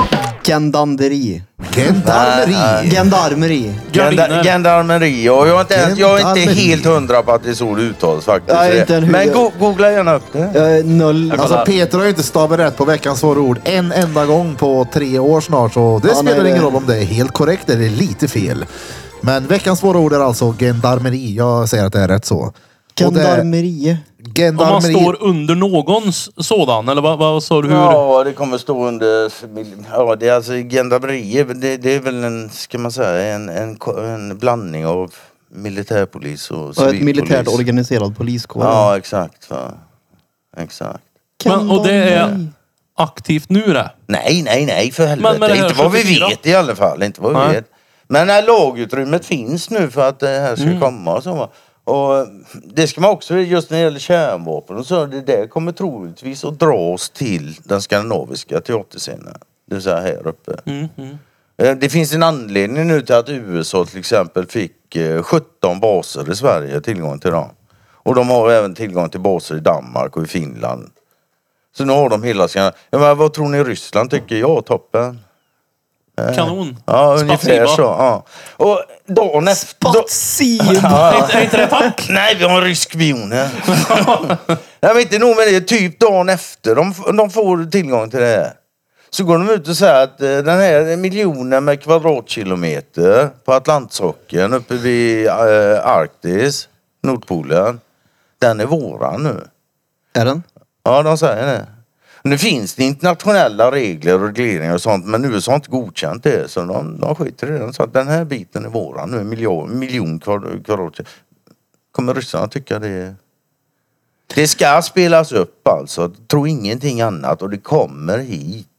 Gendarmeri. Gendarmeri. Gendarmeri. Gardiner. Gendarmeri. Och jag är inte Gendarmeri. helt hundra på att det är så det uttalas faktiskt. Nej, inte en Men huvud. googla gärna upp det. Noll. Alltså Peter har ju inte stavat rätt på veckans svåra ord en enda gång på 3 år snart, så det Ja, spelar nej, ingen det- roll om det är helt korrekt eller lite fel. Men veckans svåra ord är alltså gendarmeri. Jag säger att det är rätt så. Och det är Gendarmeri. Om man gendarmeri. står under någons sådan, eller vad sa du? Hur? Ja, det kommer stå under... Ja, det är alltså gendarmeri. Det är väl en, ska man säga, en blandning av militärpolis och Och ett civilpolis. militärt organiserad poliskår. Ja, exakt. Va? Exakt. Men, och det är aktivt nu det? Nej, för Men med helvete. det här Inte vad vi 74? vet i alla fall. Inte vad vi Nej. vet. Men när lagutrymmet finns nu för att det här ska komma och så. Va? Och det ska man också, just när det gäller kärnvapen och så, det där kommer troligtvis att dras till den skandinaviska teaterscenen. Det vill säga här uppe. Det finns en anledning nu till att USA till exempel fick 17 baser i Sverige, tillgång till dem. Och de har även tillgång till baser i Danmark och i Finland. Så nu har de hela sina... Ja, men vad tror ni Ryssland tycker? Ja, toppen. Kanon. Ja, ungefär Spasiba. så. Ja. Och dagen efter... Spasiba. Är inte det tack? Nej, vi har en rysk spion här. Jag vet inte nog med det. Typ dagen efter de får tillgång till det här. Så går de ut och säger att den här miljonen med kvadratkilometer på Atlantsockeln uppe vid Arktis, Nordpolen, den är våran nu. Är den? Ja, de säger det. Nu finns det internationella regler och regleringar och sånt, men USA har inte godkänt det. Så de skiter i det. De sa att den här biten är våran nu, miljon kvadrat. Kommer ryssarna tycka det? Det ska spelas upp alltså. Tro ingenting annat, och det kommer hit.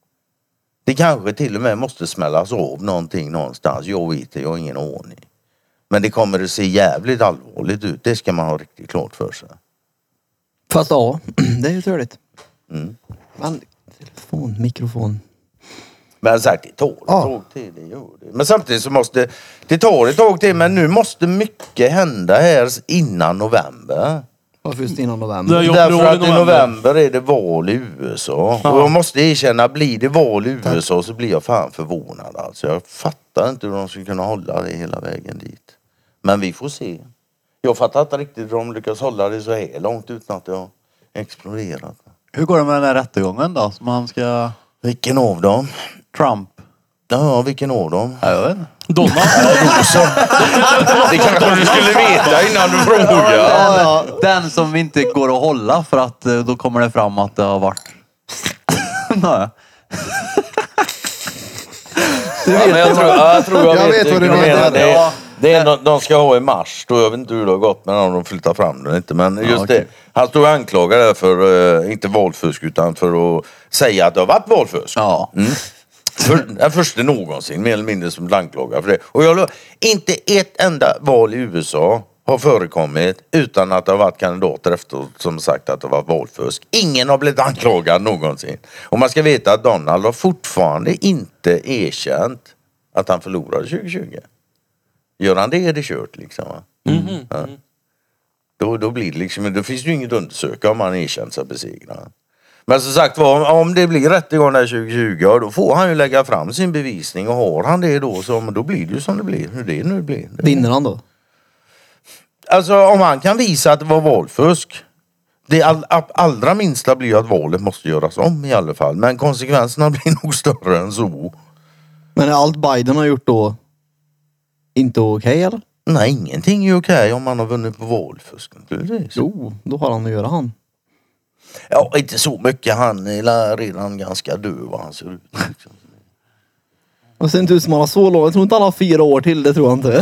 Det kanske till och med måste smällas av någonting någonstans. Jag vet det, jag har ingen aning. Men det kommer att se jävligt allvarligt ut. Det ska man ha riktigt klart för sig. Fast ja, det är ju törligt. Mm. Men mikrofon. Men sagt, det tar ett Ja. tag till, det gör det. Men samtidigt så måste det tar ett tag till, men nu måste mycket hända här innan november. Varför just innan Det är november? ju- Därför att i november. november är det val i USA. Ja. Och jag måste erkänna, blir det val i USA så blir jag fan förvånad. Alltså, jag fattar inte hur de ska kunna hålla det hela vägen dit. Men vi får se. Jag fattar inte riktigt hur de lyckas hålla det så här långt utan att det har exploderat. Hur går det med den här rättegången då? Som han ska... Vilken av dem? Trump. Ja, vilken av dem? Jag vet inte. Donald. Det kanske du skulle veta innan du frågar. Ja. Den som inte går att hålla för att då kommer det fram att det har varit... Nej. Ja, men jag tror jag vet vad du vilken menar. Det är de ska ha i mars. Då jag vet inte hur det har gått med om de flyttar fram den inte. Men just okej. det. Han stod anklagad för, inte valfusk utan för att säga att det har varit valfusk. Ja. Den första någonsin, mer eller mindre som anklagad för det. Och inte ett enda val i USA har förekommit utan att det har varit kandidater efter som sagt att det var valfusk. Ingen har blivit anklagad någonsin. Och man ska veta att Donald har fortfarande inte erkänt att han förlorade 2020. Gör han det är det kört liksom. Ja. Då blir det liksom, då finns det ju inget att undersöka om han erkänt sig besegrad. Men som sagt om det blir rättegång där 2020 då får han ju lägga fram sin bevisning och har han det då så då blir det ju som det blir. Hur det nu blir. Vinner han då? Alltså om han kan visa att det var valfusk. Det allra minsta blir ju att valet måste göras om i alla fall. Men konsekvenserna blir nog större än så. Men är allt Biden har gjort då inte okej eller? Nej, ingenting är ju okej om man har vunnit på valfusk. Jo, då har han att göra han. Ja, inte så mycket. Han är redan ganska död vad han ser ut. Liksom. Det ser inte ut som han har så långt. Jag tror inte han har 4 år till, det tror jag inte.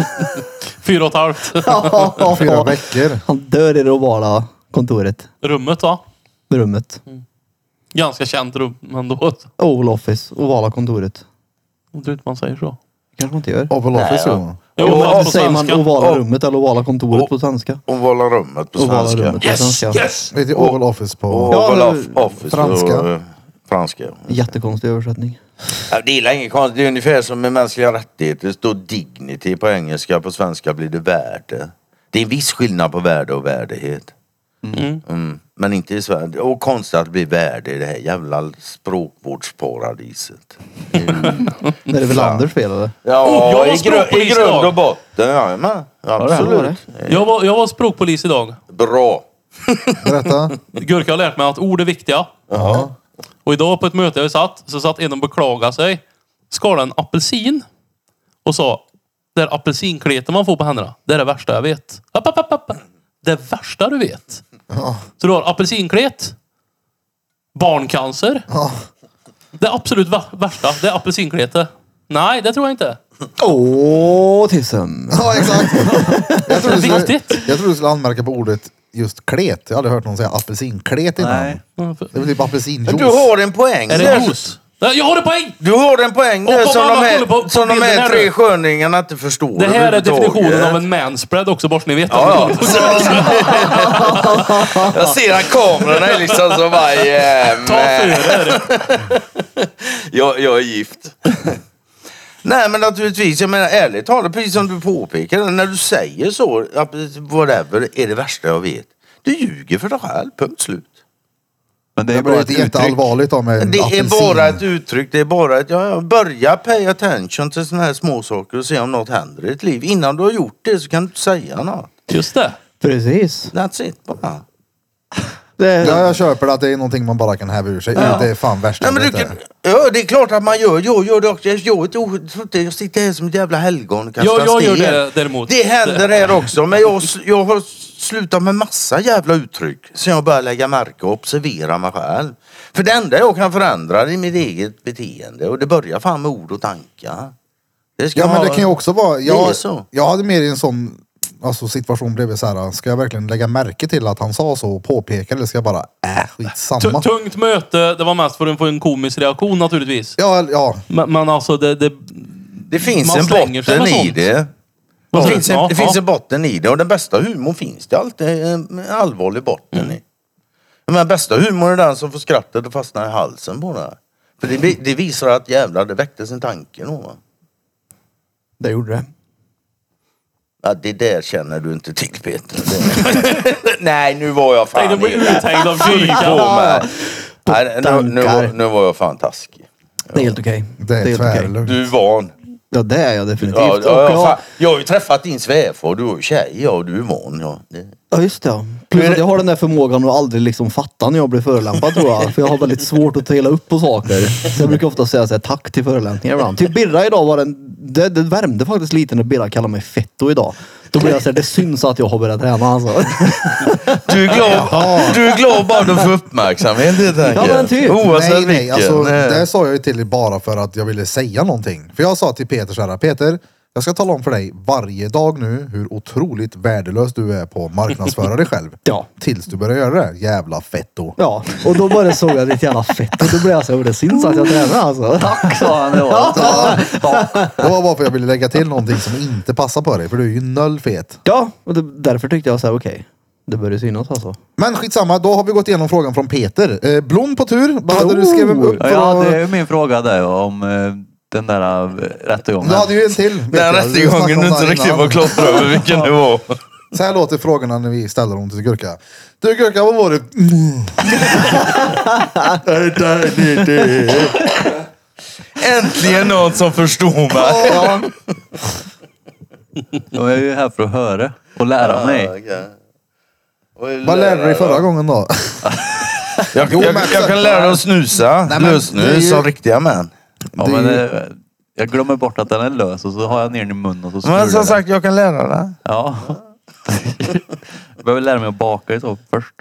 4,5. 4 veckor. Han dör i det ovala kontoret. Rummet va? Rummet. Ganska känt rum ändå. Oval Office, ovala kontoret. Jag tror inte man säger så. Kanske man inte gör. Oval Office ja. Jo, Jo, men på säger man svenska. ovala rummet eller ovala kontoret på svenska? Ovala rummet på Ovala svenska. rummet på svenska. Yes! Vet du, Oval Office på... Oval Ja, office franska. på franska. Jättekonstig översättning. Ja, det är länge konstigt. Det är ungefär som med mänskliga rättigheter. Det står dignity på engelska. På svenska blir det värde. Det är en viss skillnad på värde och värdighet. Men inte i Sverige. Och konstigt att det blir värde i det här jävla språkvårdsparadiset. När det väl Anders spelade. Ja, jag var i språkpolis grund idag. och botten. Ja, men, absolut. Jag var språkpolis idag. Bra. Berätta. Gurka har lärt mig att ord är viktiga. Ja. Och idag på ett möte jag satt en och beklagade sig. Skalade en apelsin. Och sa, det är apelsinkleten man får på händerna. Det är det värsta jag vet. App. Det värsta du vet. Så du har apelsinklet. Barncancer. Det absolut värsta, det är apelsinkletet. Nej, det tror jag inte. Autism. Ja, exakt. Jag tror Viktigt. du skulle anmärka på ordet just klet. Jag har aldrig hört någon säga apelsinklet innan. Nej. Det är väl typ apelsinjuice. Du har en poäng Är där. det juice? Jag har en poäng! Du har en poäng Och där om som alla de kollar på här, som de bilden här här 3 nu. sköningarna inte förstår. Det här är överhuvudtaget. definitionen av en manspread också, bara så ni vet. Ja. Jag ser att kamerorna är liksom så bara... Ta för er. Jag är gift. Nej men naturligtvis, jag menar ärligt talat, precis som du påpekar, när du säger så, att whatever är det värsta jag vet. Du ljuger för dig själv, punkt slut. Men det är Det bara är ett uttryck. jätteallvarligt om en Det är apelsin. bara ett uttryck, det är bara ett, börja pay attention till såna här små saker och se om något händer i ditt liv. Innan du har gjort det så kan du inte säga något. Just det. Precis. That's it bara. Det, Ja, jag köper att det är någonting man bara kan häva ur sig. Det är fan värsta. Nej, men du kan, ja, det är klart att man gör. Jag gör det också. Jag sitter här som ett jävla helgon och kastar Jag gör sten. det däremot. Det händer här också. Men jag har slutat med massa jävla uttryck. Så jag börjar lägga märke och observera mig själv. För det enda jag kan förändra är mitt eget beteende. Och det börjar fan med ord och tankar. Det ska Ja, men det kan ju också vara... Det är så. Jag hade mer i en sån situation blev så här. Ska jag verkligen lägga märke till att han sa så och påpeka eller ska jag bara skitsamma? Tungt möte, det var mest för att få en komisk reaktion naturligtvis. Ja. Men alltså Det finns man en slänger sig botten med i sånt. det. Vad Det säger finns, du? en, Ja, det finns en botten i det. Och den bästa humorn finns det alltid en allvarlig botten i. Men bästa humorn är den som får skrattet att fastna i halsen på det. För det visar att jävlar, det väcktes en tanke då, va? det gjorde det. Ja, det där känner du inte till, Peter. Nej, nu var jag fan Nej, du blir illa. uthängd av Fy kyrkan. på mig. Nej, Tankar. nu var jag fan taskig. Det är helt okej. Det är helt okej. tvärlugnt. Du är van. Ja, det är jag definitivt. Jag har ju träffat din svärfar, du är ju tjej och du är van. Ja. Ja, just det. Plus att jag har den där förmågan att aldrig liksom fatta när jag blir förolämpad, tror jag. För jag har väldigt svårt att dela upp på saker. Så jag brukar ofta säga så här, tack till förolämpningar ibland. Typ Birra idag var det värmde faktiskt lite när Birra kallade mig fetto idag. Då blir jag såhär, det syns att jag har börjat träna alltså. Du är glad bara du får uppmärksamhet, helt enkelt. Ja, men typ. Oavsett Nej, alltså, vilken. det sa jag ju till dig bara för att jag ville säga någonting. För jag sa till Peter så här, Peter, jag ska tala om för dig varje dag nu hur otroligt värdelös du är på att marknadsföra dig själv. Ja. Tills du börjar göra det. Jävla fetto. Ja, och då bara såg jag ditt jävla fett. Och då blev jag så här, det syns att jag tränar alltså. Tack, sa han då. Det var bara för att jag ville lägga till någonting som inte passar på dig. För du är ju noll fet. Ja, och därför tyckte jag så här, okej. Det börjar synas alltså. Men skitsamma, då har vi gått igenom frågan från Peter. Blom på tur. Vad hade du skrivit upp för Ja, att- det är min fråga där om den där rättegången. Du hade ju en till. vet Den jag. Vi snackade rättegången om du det inte här riktigt innan. var klar över vilken det var. Så här låter frågorna när vi ställer dem till Gurka. Du Gurka, vad var det? Äntligen någon som förstår mig. Ja, Jag är ju här för att höra och lära mig. Vad lärde du dig förra gången då? Jag kan lära dig att snusa. Nej, men Lösnus det är ju- som riktiga män. Ja, men jag glömmer bort att den är lös och så har jag ner den i munnen och så snurrar Men som den. sagt, jag kan lära dig. Ja. Jag behöver lära mig att baka i så först.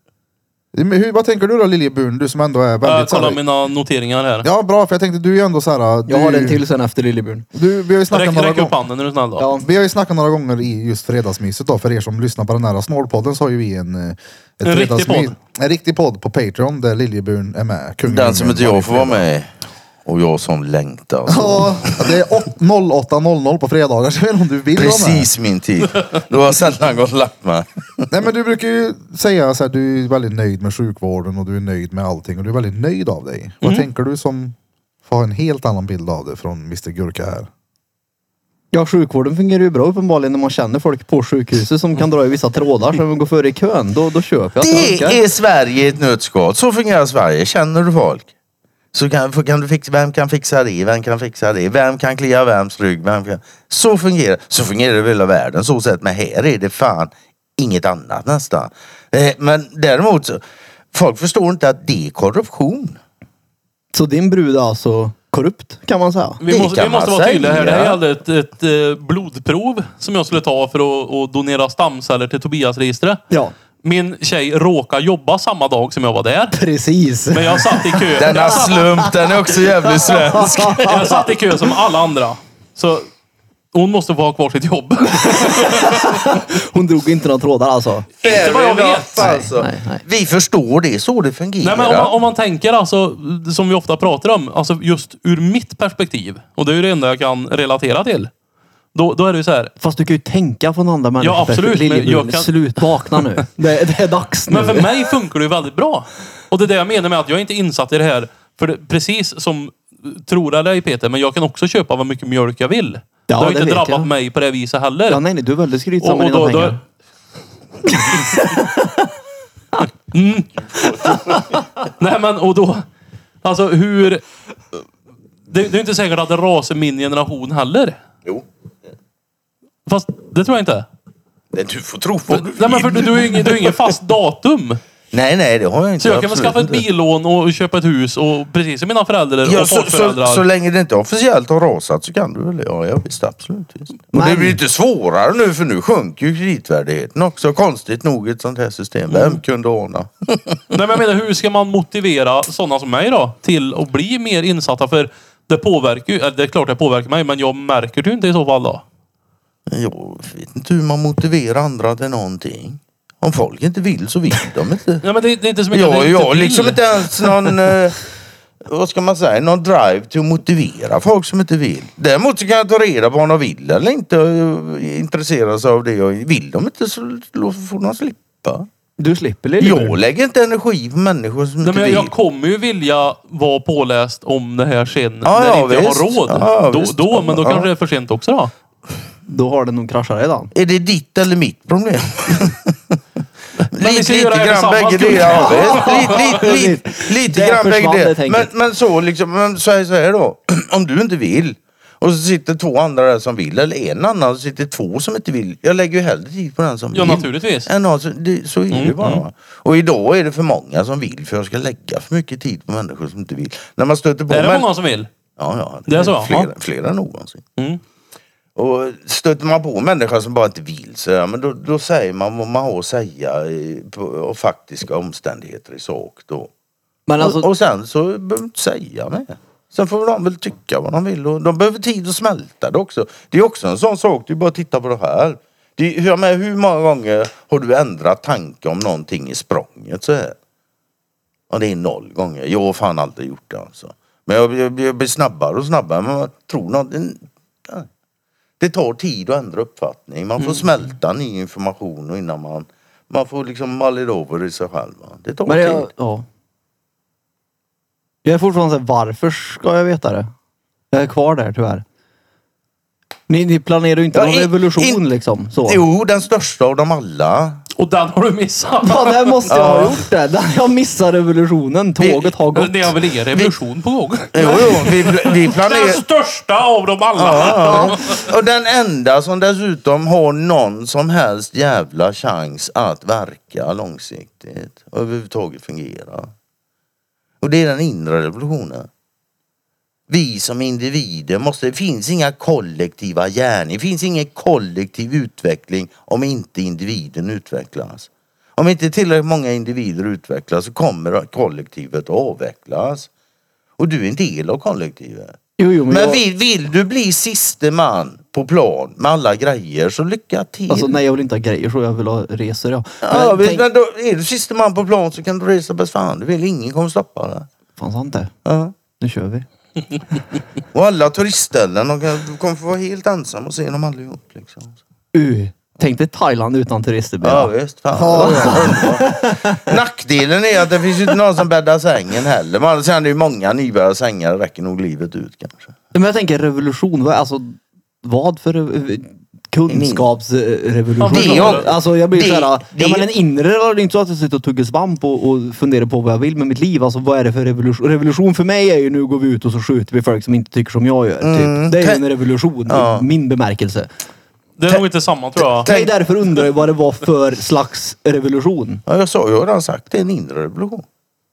Vad tänker du då Liljeburn? Du som ändå är väldigt... Kolla så här- mina noteringar här. Ja, bra, för jag tänkte du är ju ändå så här. jag har en till sen efter Liljeburn. Vi har ju snackat några Räck upp gånger. handen är du snäll då. Ja. Vi har ju snackat några gånger i just fredagsmyset då. För er som lyssnar på den här Snålpodden så har ju vi en riktig podd. En riktig podd på Patreon där Liljeburn är med. Kungen Den som inte varje jag får vara fredag. med. Och jag som längtar. Så. Ja, det är 08.00 på fredagar. Så jag vet inte om du vill vara med. Precis min tid. Då har jag sällan gått och lagt mig. Nej, men du brukar ju säga så här, du är väldigt nöjd med sjukvården och du är nöjd med allting och du är väldigt nöjd av dig. Vad tänker du som får ha en helt annan bild av det från Mr Gurka här? Ja, sjukvården fungerar ju bra uppenbarligen när man känner folk på sjukhuset som kan dra i vissa trådar som går före i kön. Då köper jag att det funkar. Det är Sverige i ett nötskal. Så fungerar Sverige. Känner du folk? Så kan du fixa, vem kan fixa det? Vem kan fixa det? Vem kan klia vems rygg? Så fungerar det i hela världen. Så sett, men här är det fan inget annat nästan. Men däremot, så, folk förstår inte att det är korruption. Så din brud är alltså korrupt kan man säga. Vi Det måste kan man vara tydliga här. Det här säga. gällde ett blodprov som jag skulle ta för att donera stamceller till Tobias-registret. Ja, Min tjej råkade jobba samma dag som jag var där. precis. Men jag satt i kö. Denna slump, den är också jävligt svensk. Jag satt i kö som alla andra. Så hon måste få ha kvar sitt jobb. Hon drog inte några trådar alltså. Inte vad jag vet. Alltså. Nej. Vi förstår det, så det fungerar. Nej, men om man tänker alltså, som vi ofta pratar om, alltså just ur mitt perspektiv. Och det är ju det enda jag kan relatera till. Då är det ju så här. Fast du kan ju tänka från andra människor. Ja, absolut, men Liljebrun, jag kan- Slut vakna nu. Det är dags nu. Men för mig funkar det ju väldigt bra. Och det är det jag menar med att jag är inte insatt i det här. För det, precis som, tror eller ej Peter, men jag kan också köpa vad mycket mjölk jag vill. Ja, det har det inte vet drabbat jag. mig på det viset heller. Ja, nej, du är väldigt skrytsam med dina pengar. Nej men och då, alltså hur... Det är inte säkert att det rasar min generation heller. Jo. Fast det tror jag inte. Du får tro på det. Nej men för du är ingen fast datum. Nej, det har jag inte. Så jag kan väl absolut skaffa ett inte. billån och köpa ett hus och precis som mina föräldrar Ja, och farföräldrar. så länge det inte officiellt har rasat så kan du väl? Ja, visst, absolut. Visst. Och Men- det blir inte svårare nu för nu sjunker ju kreditvärdigheten också. Konstigt nog i ett sånt här system. Vem kunde ordna? Nej men jag menar, hur ska man motivera sådana som mig då till att bli mer insatta? För det påverkar ju, det är klart det påverkar mig, men jag märker det ju inte i så fall då. Jag vet inte hur man motiverar andra till någonting. Om folk inte vill så vill de inte. Ja men det är inte så mycket att Jag jag inte har vill. liksom inte ens någon, vad ska man säga, någon drive till att motivera folk som inte vill. Däremot så kan jag ta reda på om de vill eller inte intressera sig av det. Och vill de inte så får de slippa. Du slipper Liljebrun. Jag lägger inte energi på människor som Nej, inte men vill. jag kommer ju vilja vara påläst om det här sen Ja, när ja, inte jag visst. har råd. Ja, visst. Men då Ja. kanske det är för sent också då. Då har det nog kraschat redan. Är det ditt eller mitt problem? vi ska göra det grann tillsammans, bägge det. Ja, lite Det grann bägge försvann det det. tänket. Men så liksom, men så här då. Om du inte vill Och så sitter 2 andra där som vill. Eller en annan, så sitter 2 som inte vill. Jag lägger ju hellre tid på den som Ja, vill. naturligtvis. Så är det ju bara. Va? Och idag är det för många som vill. För jag ska lägga för mycket tid på människor som inte vill. När man stöter på... Är det många som vill? Ja. Det är så? Flera än någonsin. Mm. Och stöter man på människor som bara inte vill så ja, men då säger man vad man har att säga och faktiska omständigheter i sak då. Men alltså, Och sen så behöver man inte säga med. Sen får de väl tycka vad de vill och de behöver tid att smälta det också. Det är också en sån sak, du bara titta på det här. Hur många gånger har du ändrat tanke om någonting i språnget så här? Och det är 0 gånger. Jag har fan aldrig gjort det alltså. Men jag blir snabbare och snabbare. Men man tror någonting. Det tar tid att ändra uppfattning. Man får smälta ny information och innan man får liksom mull over i sig själv. Det tar tid. Jag är fortfarande såhär, varför ska jag veta det? Jag är kvar där tyvärr. Ni planerar ju inte någon revolution liksom. Så. Jo, den största av dem alla. Och den har du missat. Ja, det måste jag ha gjort det. Jag missade revolutionen. Tåget har gått. Det har väl ingen revolution på gång? Jo, vi planerar... Den största av dem alla. Ja. Och den enda som dessutom har någon som helst jävla chans att verka långsiktigt och överhuvudtaget fungera. Och det är den inre revolutionen. Vi som individer måste... Det finns inga kollektiva gärningar. Det finns ingen kollektiv utveckling om inte individen utvecklas. Om inte tillräckligt många individer utvecklas så kommer kollektivet att avvecklas. Och du är en del av kollektivet. Jo, men vill du bli siste man på plan med alla grejer så lycka till. Alltså nej, jag vill inte ha grejer så jag vill ha resor. Ja. Men då är du siste man på plan så kan du resa bäst fan. Du vill, ingen kommer stoppa det. Fan sant det. Ja. Nu kör vi. Och alla turistställen, du kommer få vara helt ensam och se dem allihop liksom. Tänk dig Thailand utan turister. Ja visst, fan. Nackdelen är att det finns ju inte någon som bäddar sängen heller. Men sen är det ju många nybörjare sängar, räcker nog livet ut kanske. Men jag tänker revolution, vad för kunskapsrevolution? Alltså jag blir såhär, men en inre, det är inte så att jag sitter och tuggar svamp och funderar på vad jag vill med mitt liv. Alltså vad är det för revolution? Revolution för mig är ju nu går vi ut och så skjuter vi folk som inte tycker som jag gör. Typ. Det är ju en revolution, i min bemärkelse. Det är nog inte samma tror jag. Nej, därför undrar jag vad det var för slags revolution. Ja, jag har redan sagt, det är en inre revolution.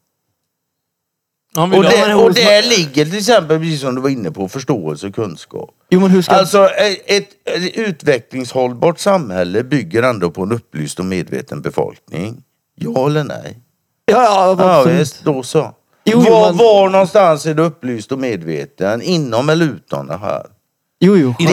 Och det ligger till exempel, precis som du var inne på, förståelse och kunskap. Jo, men hur ska... Alltså ett utvecklingshållbart samhälle bygger ändå på en upplyst och medveten befolkning. Ja eller nej? Ja, absolut. Visst, då så. Var någonstans är du upplyst och medveten? Inom eller utan det här? Jo. Men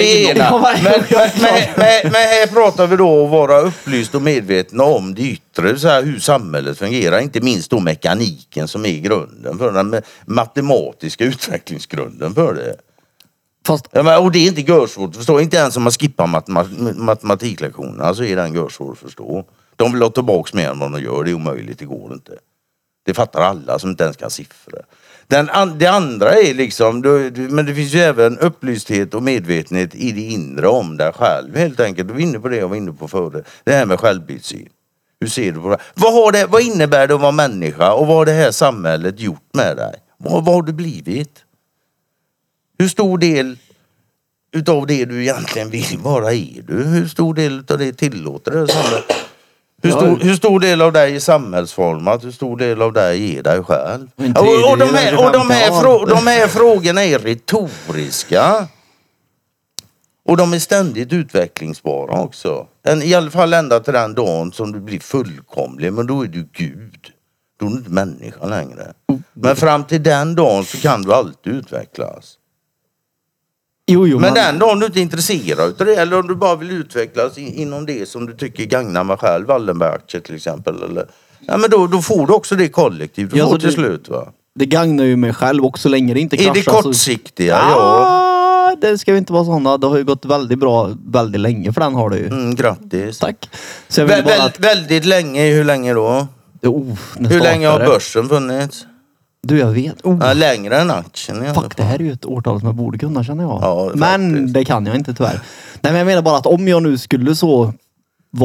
här pratar vi då om att vara upplyst och medvetna om det yttre, så här, hur samhället fungerar. Inte minst då mekaniken som är grunden för den matematiska utvecklingsgrunden för det. Fast... Och det är inte görsvårt att förstå. Inte ens om man skippar matematiklektionerna så är den görsvårt att förstå. De vill ha tillbaka mer än vad de gör. Det är omöjligt, det går inte. Det fattar alla som inte ens kan siffror. Det andra är liksom, men det finns ju även upplysthet och medvetenhet i det inre om dig själv helt enkelt. Du var inne på det jag var inne på förut. Det här med självbildsyn. Hur ser du på det? Vad innebär det att vara människa och vad har det här samhället gjort med dig? Vad har du blivit? Hur stor del utav det du egentligen vill vara är du? Hur stor del utav det tillåter det samhället? Hur stor del av dig är samhällsformat? Hur stor del av dig är dig själv? Och de här frågorna är retoriska. Och de är ständigt utvecklingsbara också. I alla fall ända till den dagen som du blir fullkomlig. Men då är du Gud. Då är du inte människa längre. Men fram till den dagen så kan du alltid utvecklas. Men den dagen du inte är intresserad av det, eller om du bara vill utvecklas inom det som du tycker gagnar mig själv, Wallenberg till exempel, eller, ja, men då får du också det kollektivt. Du får till slut, va? Det gagnar ju mig själv också länge det inte kraschar. Är det kortsiktiga? Ja. Det ska ju inte vara sådana. Det har ju gått väldigt bra väldigt länge för den har du ju. Grattis. Tack. Så jag vill väldigt länge, hur länge då? Hur länge har börsen funnits? Du, jag vet. Längre än aktien. Fuck, det här är ju ett årtal som jag borde kunna, känner jag. Ja, men det kan jag inte tyvärr. Nej, men jag menar bara att om jag nu skulle så vara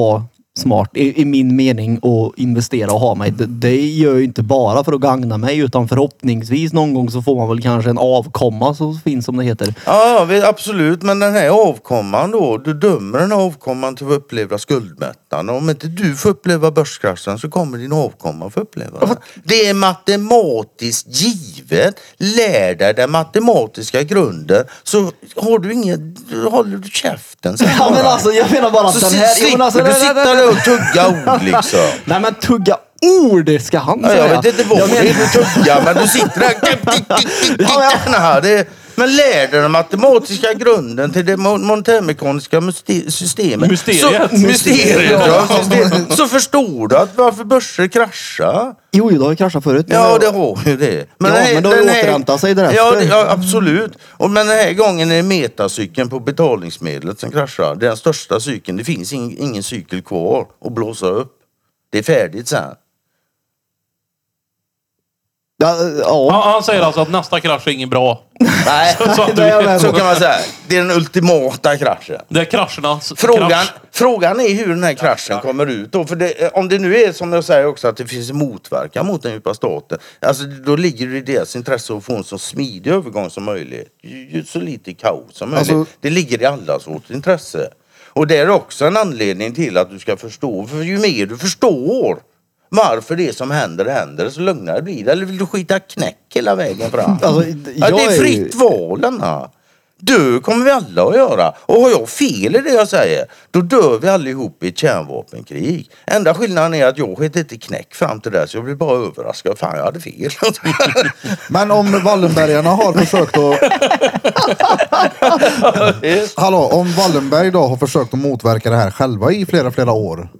smart i min mening att investera och ha mig. Det gör ju inte bara för att gagna mig utan förhoppningsvis någon gång så får man väl kanske en avkomma så finns som det heter. Ja, absolut. Men den här avkomman då, du dömer den här avkomman till att uppleva skuldmättnaden. Om inte du får uppleva börskraschen så kommer din avkomma få uppleva det. Det är matematiskt givet. Lär dig den matematiska grunden så har du håller du käften. Ja men alltså jag menar bara att Så den här... slipper du sitta där och tugga ord liksom. Nej men tugga ord, det ska han Ja, säga. jag vet inte vad det är för tugga, men du sitter där. Men lär dig den matematiska grunden till det monetärmekaniska systemet. Mysteriet. Så förstår du att varför börser kraschar. Jo, det har ju kraschat förut. Ja, det har ju det. Men då återhämtat sig därefter. Ja, absolut. Men den här gången är det metacykeln på betalningsmedlet som kraschar. Det är den största cykeln. Det finns ingen cykel kvar att blåsa upp. Det är färdigt sen. Ja. Han säger alltså att nästa krasch är inget bra. Nej, så kan man säga. Det är den ultimata kraschen. Det är kraschernas Frågan är hur den här kraschen kommer ut då. För om det nu är som jag säger också att det finns en motverkan mot den djupa staten. Alltså då ligger det i deras intresse att få en så smidig övergång som möjligt. Så lite kaos som möjligt. Alltså, det ligger i allas vårt intresse. Och det är också en anledning till att du ska förstå. För ju mer du förstår varför det som händer så lugnare blir det. Eller vill du skita knäck hela vägen fram? Alltså, det är fritt val denna. Dö kommer vi alla att göra. Och har jag fel i det jag säger, då dör vi allihop i ett kärnvapenkrig. Enda skillnaden är att jag sket inte knäck fram till det, så jag blir bara överraskad. Fan, jag hade fel. Men om Wallenbergarna har försökt att... Hallå, om Wallenberg då har försökt att motverka det här själva i flera år.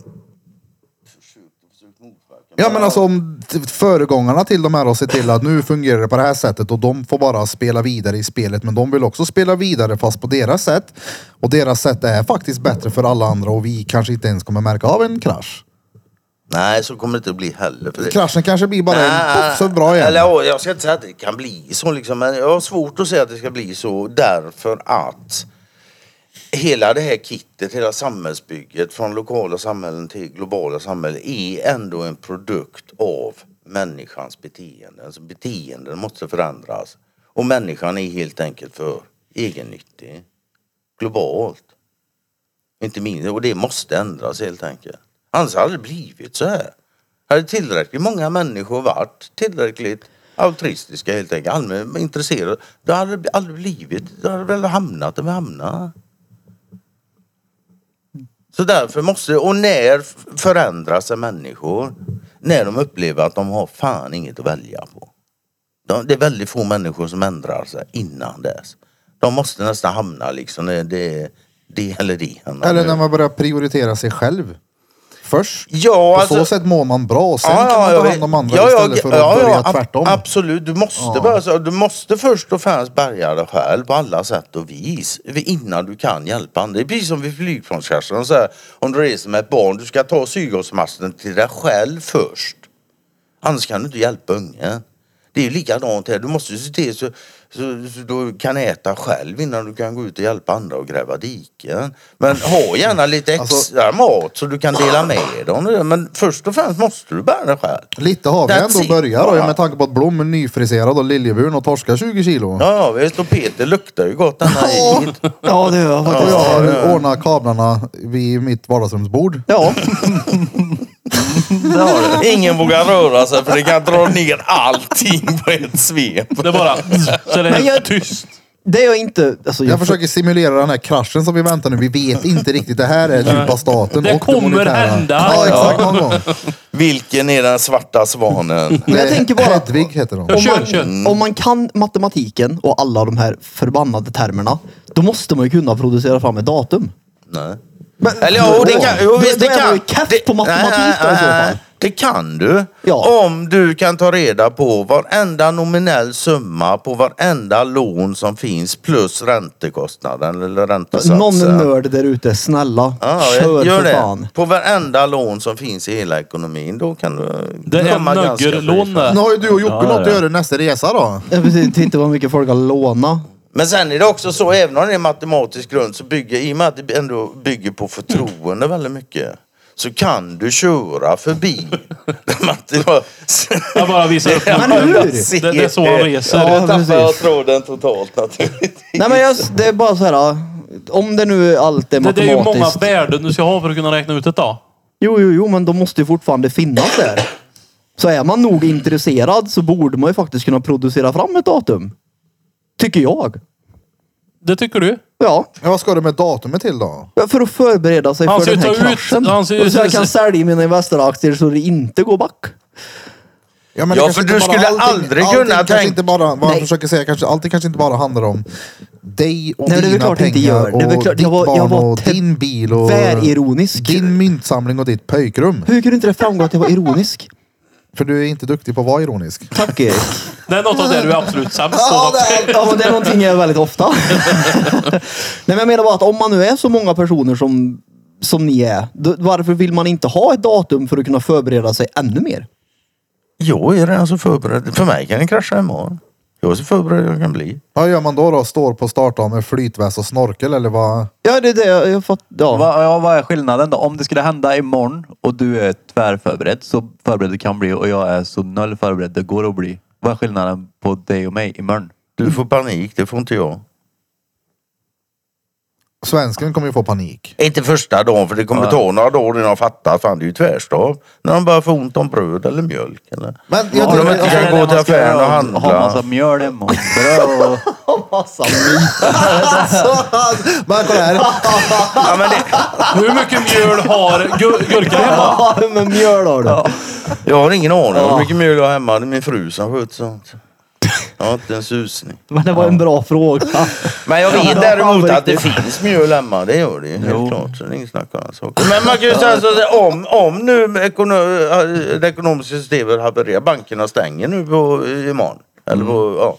Ja men alltså om föregångarna till de här och se till att nu fungerar det på det här sättet och de får bara spela vidare i spelet, men de vill också spela vidare fast på deras sätt, och deras sätt är faktiskt bättre för alla andra och vi kanske inte ens kommer märka av en krasch. Nej, så kommer det inte bli heller. För det... Kraschen kanske blir bara så bra igen. Eller jag ska inte säga att det kan bli så liksom, men jag har svårt att säga att det ska bli så därför att hela det här kittet, hela samhällsbygget från lokala samhällen till globala samhällen är ändå en produkt av människans beteende. Alltså beteenden måste förändras. Och människan är helt enkelt för egennyttig. Globalt. Inte mindre. Och det måste ändras helt enkelt. Annars hade det blivit så här. Hade tillräckligt många människor varit tillräckligt altruistiska helt enkelt. Allmänt intresserade. Det hade aldrig blivit. Det hade väl hamnat där vi hamnar. Så därför måste, och när förändras människor? När de upplever att de har fan inget att välja på. Det är väldigt få människor som ändrar sig innan dess. De måste nästan hamna liksom, det eller det. Eller när man börjar prioritera sig själv. Först. Ja, på så sätt mår man bra och sen kan man ta hand om andra istället för att börja tvärtom. Absolut, du måste först och främst bärga dig själv på alla sätt och vis innan du kan hjälpa andra. Det är precis som vid flygplanskraschen, så här, om du reser med ett barn, du ska ta syrgasmasken till dig själv först. Annars kan du inte hjälpa ungen. Det är ju likadant här. Du måste se till så du kan äta själv innan du kan gå ut och hjälpa andra och gräva diken. Men ha gärna lite extra mat så du kan dela med dem. Men först och främst måste du bära dig själv. Lite har vi ändå börjat då, med tanke på att Blom är nyfriserad och Liljeburen och torskar 20 kilo. Ja, visst. Och Peter luktar ju gott denna hit. Ja, det gör jag faktiskt. Jag har ordnat kablarna vid mitt vardagsrumsbord. Ja. Ingen vågar röra sig för det kan dra ner allting på ett svep. Det är bara så är det tyst. Det är jag inte... Alltså, jag försöker simulera den här kraschen som vi väntar nu. Vi vet inte riktigt. Det här är djupa staten. Det och kommer hända. Ja, exakt. Någon gång. Vilken är den svarta svanen? Men jag tänker bara... Hedvig heter de. Om man kan matematiken och alla de här förbannade termerna, då måste man ju kunna producera fram ett datum. Nej. Men, eller ja, det kan, jo, visst, det kan. Det på matematik då, i så fall. Det kan du. Ja. Om du kan ta reda på varenda nominell summa på varenda lån som finns plus räntekostnaden eller räntesatsen. Någon nörd där ute, snälla. Kör gör för det. fan. På varenda lån som finns i hela ekonomin. Då kan du det är en nöggerlån. Nu har ju du och Jocke något att göra nästa resa då. Jag vet inte vad mycket folk har lånat. Men sen är det också så, även om det är matematisk grund, så i och med att det ändå bygger på förtroende väldigt mycket, så kan du köra förbi. Jag bara visar upp. Men hur? Det är så han reser. Ja, Jag tappar precis. tråden totalt naturligtvis. Nej men det är bara så här. Om det nu allt är Det är ju många matematiskt. värden du ska ha för att kunna räkna ut det då. Jo, men de måste ju fortfarande finnas där. Så är man nog intresserad så borde man ju faktiskt kunna producera fram ett datum. Tycker jag. Det tycker du? Ja, Ja, vad ska du med datumet till då? för att förbereda sig Han för ska den ju här ta ut- kraschen. han ska ju- Och så jag kan sälja mina Investoraktier så det inte går back. Ja, men Ja, det kanske för inte du bara- skulle aldrig allting kunna kanske tänka- inte bara, vad Nej. jag försöker säga, allting kanske inte bara handlar om dig och Nej, det är väl dina klart det inte pengar gör. Det är väl och klart- ditt jag var barn och din bil och Tvärironisk. din myntsamling och ditt pöjkrum. Hur kunde inte det framgå att jag var ironisk? För du är inte duktig på att vara ironisk. Tack Erik. Det är något av det du är absolut sämst på. Ja, men det är någonting jag gör väldigt ofta. Nej, men jag menar bara att om man nu är så många personer som ni är, varför vill man inte ha ett datum för att kunna förbereda sig ännu mer? Jag är redan så förberedd. För mig kan det krascha imorgon. Jag är så förberedd jag kan bli. Vad gör man då? Står på startdagen med flytväst och snorkel eller vad? Ja, det är det jag fått. Ja. Vad är skillnaden då? Om det skulle hända imorgon och du är tvärförberedd, så förberedd du kan bli, och jag är så noll förberedd det går att bli. Vad är skillnaden på dig och mig imorgon? Du får panik, det får inte jag. Svensken kommer ju få panik. Inte första dagen, för det kommer ta några dagar innan de fattar. Fan, det är ju tvärstav. När de börjar få ont om bröd eller mjölk. Eller... Men Ja, jag de tycker, inte alltså, kan gå till affären och Ha handla. massa mjöl hemma och bröd och... Massa myter. men kolla här. Ja, men det... Hur mycket mjöl har gurka hemma? Ja, men mjöl har du. Jag har ingen aning om hur mycket mjöl jag har hemma. Det är min fru som sköter sånt. Jag har inte en susning. Men det var en bra fråga. Men jag vet Ja, däremot ja, att det riktigt. finns mjöl hemma. Det gör det ju, helt klart. Så det är inget snack om den saken. Men man kan ju säga så att om nu det ekonomiska systemet havererar, bankerna stänger nu på imorgon. Eller på, ja.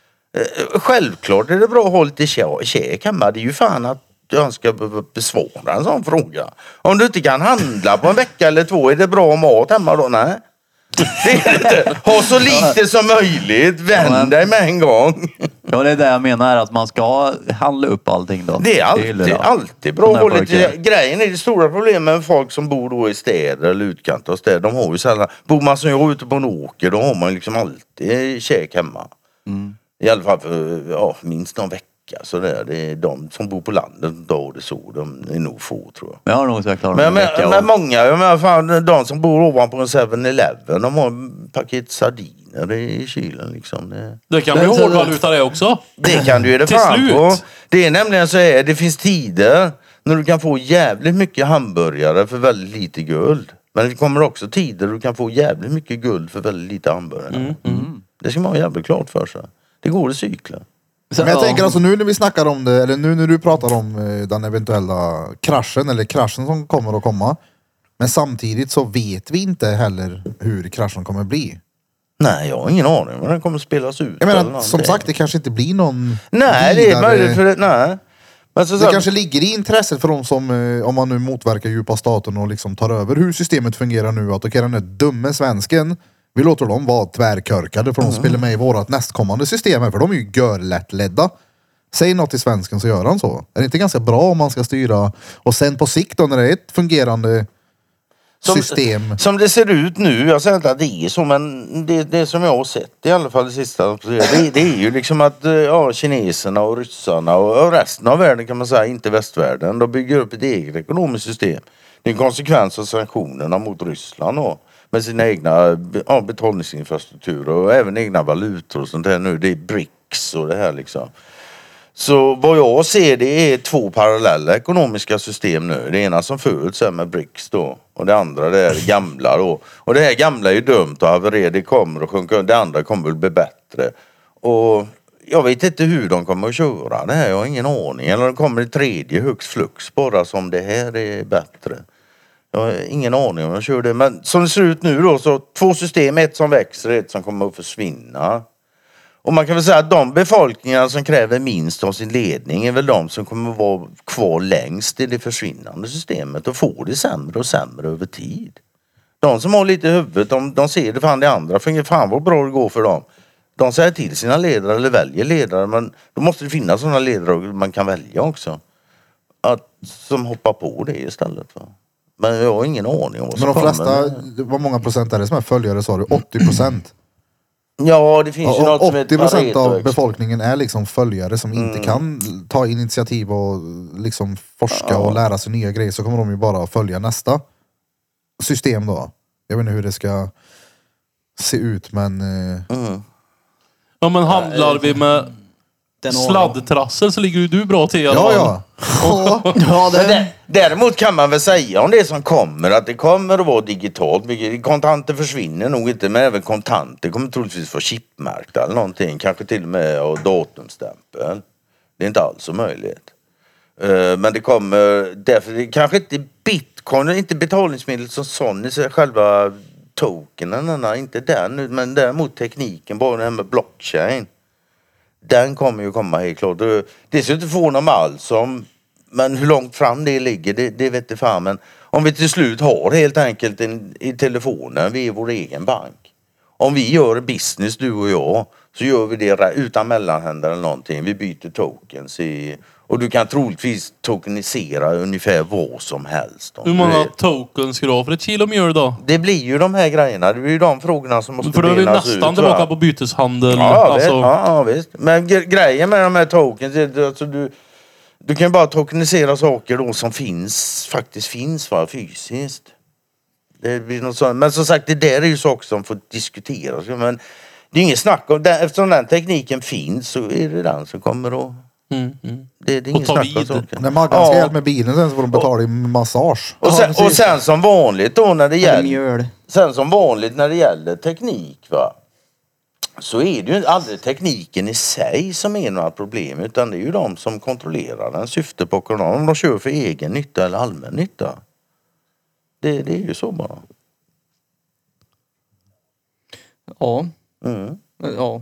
Självklart är det bra att ha lite käk hemma. Det är ju fan att jag ska besvara en sån fråga. Om du inte kan handla på en vecka eller två, är det bra mat hemma då? Nej. Det är inte. Ha så lite som möjligt. Vänd dig med en gång. Ja, det är det jag menar, att man ska handla upp allting då. Det är alltid bra att ha lite. Grejen är det stora problemet med folk som bor då i städer eller utkant av städer. De har ju sällan, bor man som jag ute på en åker, då har man ju liksom alltid käk hemma. I alla fall för minst någon vecka. Så det är de som bor på landet, då är det så. De är nog få, tror jag. Jag har nog så jag klarar Men många, jag menar, fan, de som bor ovanpå en 7-Eleven, de har en paket sardiner i kylen liksom. Det kan bli hårdvaluta det också. Det kan du ge det Till fan slut. på. Det är nämligen så här, det finns tider när du kan få jävligt mycket hamburgare för väldigt lite guld. Men det kommer också tider där du kan få jävligt mycket guld för väldigt lite hamburgare. Det ska man ha jävligt klart för sig. Det går i cykler. Men jag tänker alltså nu när vi snackar om det, eller nu när du pratar om den eventuella kraschen eller kraschen som kommer att komma. Men samtidigt så vet vi inte heller hur kraschen kommer bli. Nej, jag har ingen aning men den kommer spelas ut. Jag eller menar, som någonting. sagt, det kanske inte blir någon Nej, det är vidare- möjligt för det. Nej. Men så Det kanske ligger i intresset för de som, om man nu motverkar djupa staten och liksom tar över hur systemet fungerar nu, att okej, den här dumme svensken, vi låter dem vara tvärkörkade för de spelar med i vårat nästkommande system här, för de är ju görlättledda. Säg något till svensken så gör han så. Är det inte ganska bra om man ska styra och sen på sikt då när det är ett fungerande system? Som det ser ut nu, jag säger inte att det är så, men det som jag har sett i alla fall det sista, det är ju liksom att kineserna och ryssarna och resten av världen kan man säga, inte västvärlden, de bygger upp ett eget ekonomiskt system. Det är en konsekvens av sanktionerna mot Ryssland och med sina egna betalningsinfrastrukturer och även egna valutor och sånt där nu. Det är BRICS och det här liksom. Så vad jag ser det är två parallella ekonomiska system nu. Det ena som förut så med BRICS då. Och det andra det är gamla då. Och det här gamla är ju dumt och haverera, det kommer att sjunka. Det andra kommer väl bli bättre. Och jag vet inte hur de kommer att köra det här. Jag har ingen aning. Eller det kommer det tredje högst flux bara som det här är bättre. Jag har ingen aning om jag kör det. Men som det ser ut nu då så två system. Ett som växer och ett som kommer att försvinna. Och man kan väl säga att de befolkningar som kräver minst av sin ledning är väl de som kommer att vara kvar längst i det försvinnande systemet och få det sämre och sämre över tid. De som har lite i huvudet, de ser det fan det andra. För fan vad bra det går för dem. De säger till sina ledare eller väljer ledare, men då måste det finnas sådana ledare man kan välja också. Som hoppar på det istället. Va? Men jag har ingen aning om vad som Men de kommer. flesta, vad många procent är det som är följare sa du? 80%. Ja, det finns ju något som heter 80% av Pareto. befolkningen är liksom följare som inte kan ta initiativ och liksom forska och lära sig nya grejer. Så kommer de ju bara följa nästa system då. Jag vet inte hur det ska se ut men... Ja men handlar vi med sladdtrassel så ligger ju du bra till i alla fall. Ja. Ja, Däremot kan man väl säga om det som kommer att det kommer att vara digitalt. Kontanter försvinner nog inte, men även kontanter kommer troligtvis vara chipmärkta eller någonting. Kanske till och med och datumstämpel. Det är inte alls så möjligt. Men det kommer därför det kanske inte bitcoin, inte betalningsmedel som sån i sig, själva tokenen, inte den, men däremot tekniken, bara det här med blockchain. Den kommer ju komma helt klart. Det ska inte få någon alls om, men hur långt fram det ligger, det vet jag fan. Men om vi till slut har helt enkelt i telefonen, vi är vår egen bank. Om vi gör business, du och jag, så gör vi det utan mellanhänder eller någonting. Vi byter tokens och du kan troligtvis tokenisera ungefär vad som helst. Hur många tokens ska du ha för ett kilo mjöl då? Det blir ju de här grejerna. Det blir ju de frågorna som måste För då är vi benas ut, nästan tillbaka på byteshandel. Ja, alltså. ja, visst. Men grejen med de här tokens är att alltså, du kan bara tokenisera saker då som faktiskt finns fysiskt. Det blir något sånt. Men som sagt, det där är ju saker som får diskuteras. Men det är inget snack om det. Eftersom den tekniken finns så är det den som kommer att... Det är inget snack om saker. När Maggan ska hjälpa med bilen sen så får de betala i massage. Och sen som vanligt då när det gäller... mjöl. Sen som vanligt när det gäller teknik, va, så är det ju aldrig tekniken i sig som är några problem, utan det är ju de som kontrollerar den, syfte på om de kör för egen nytta eller allmän nytta. Det är ju så bara. Ja. Ja.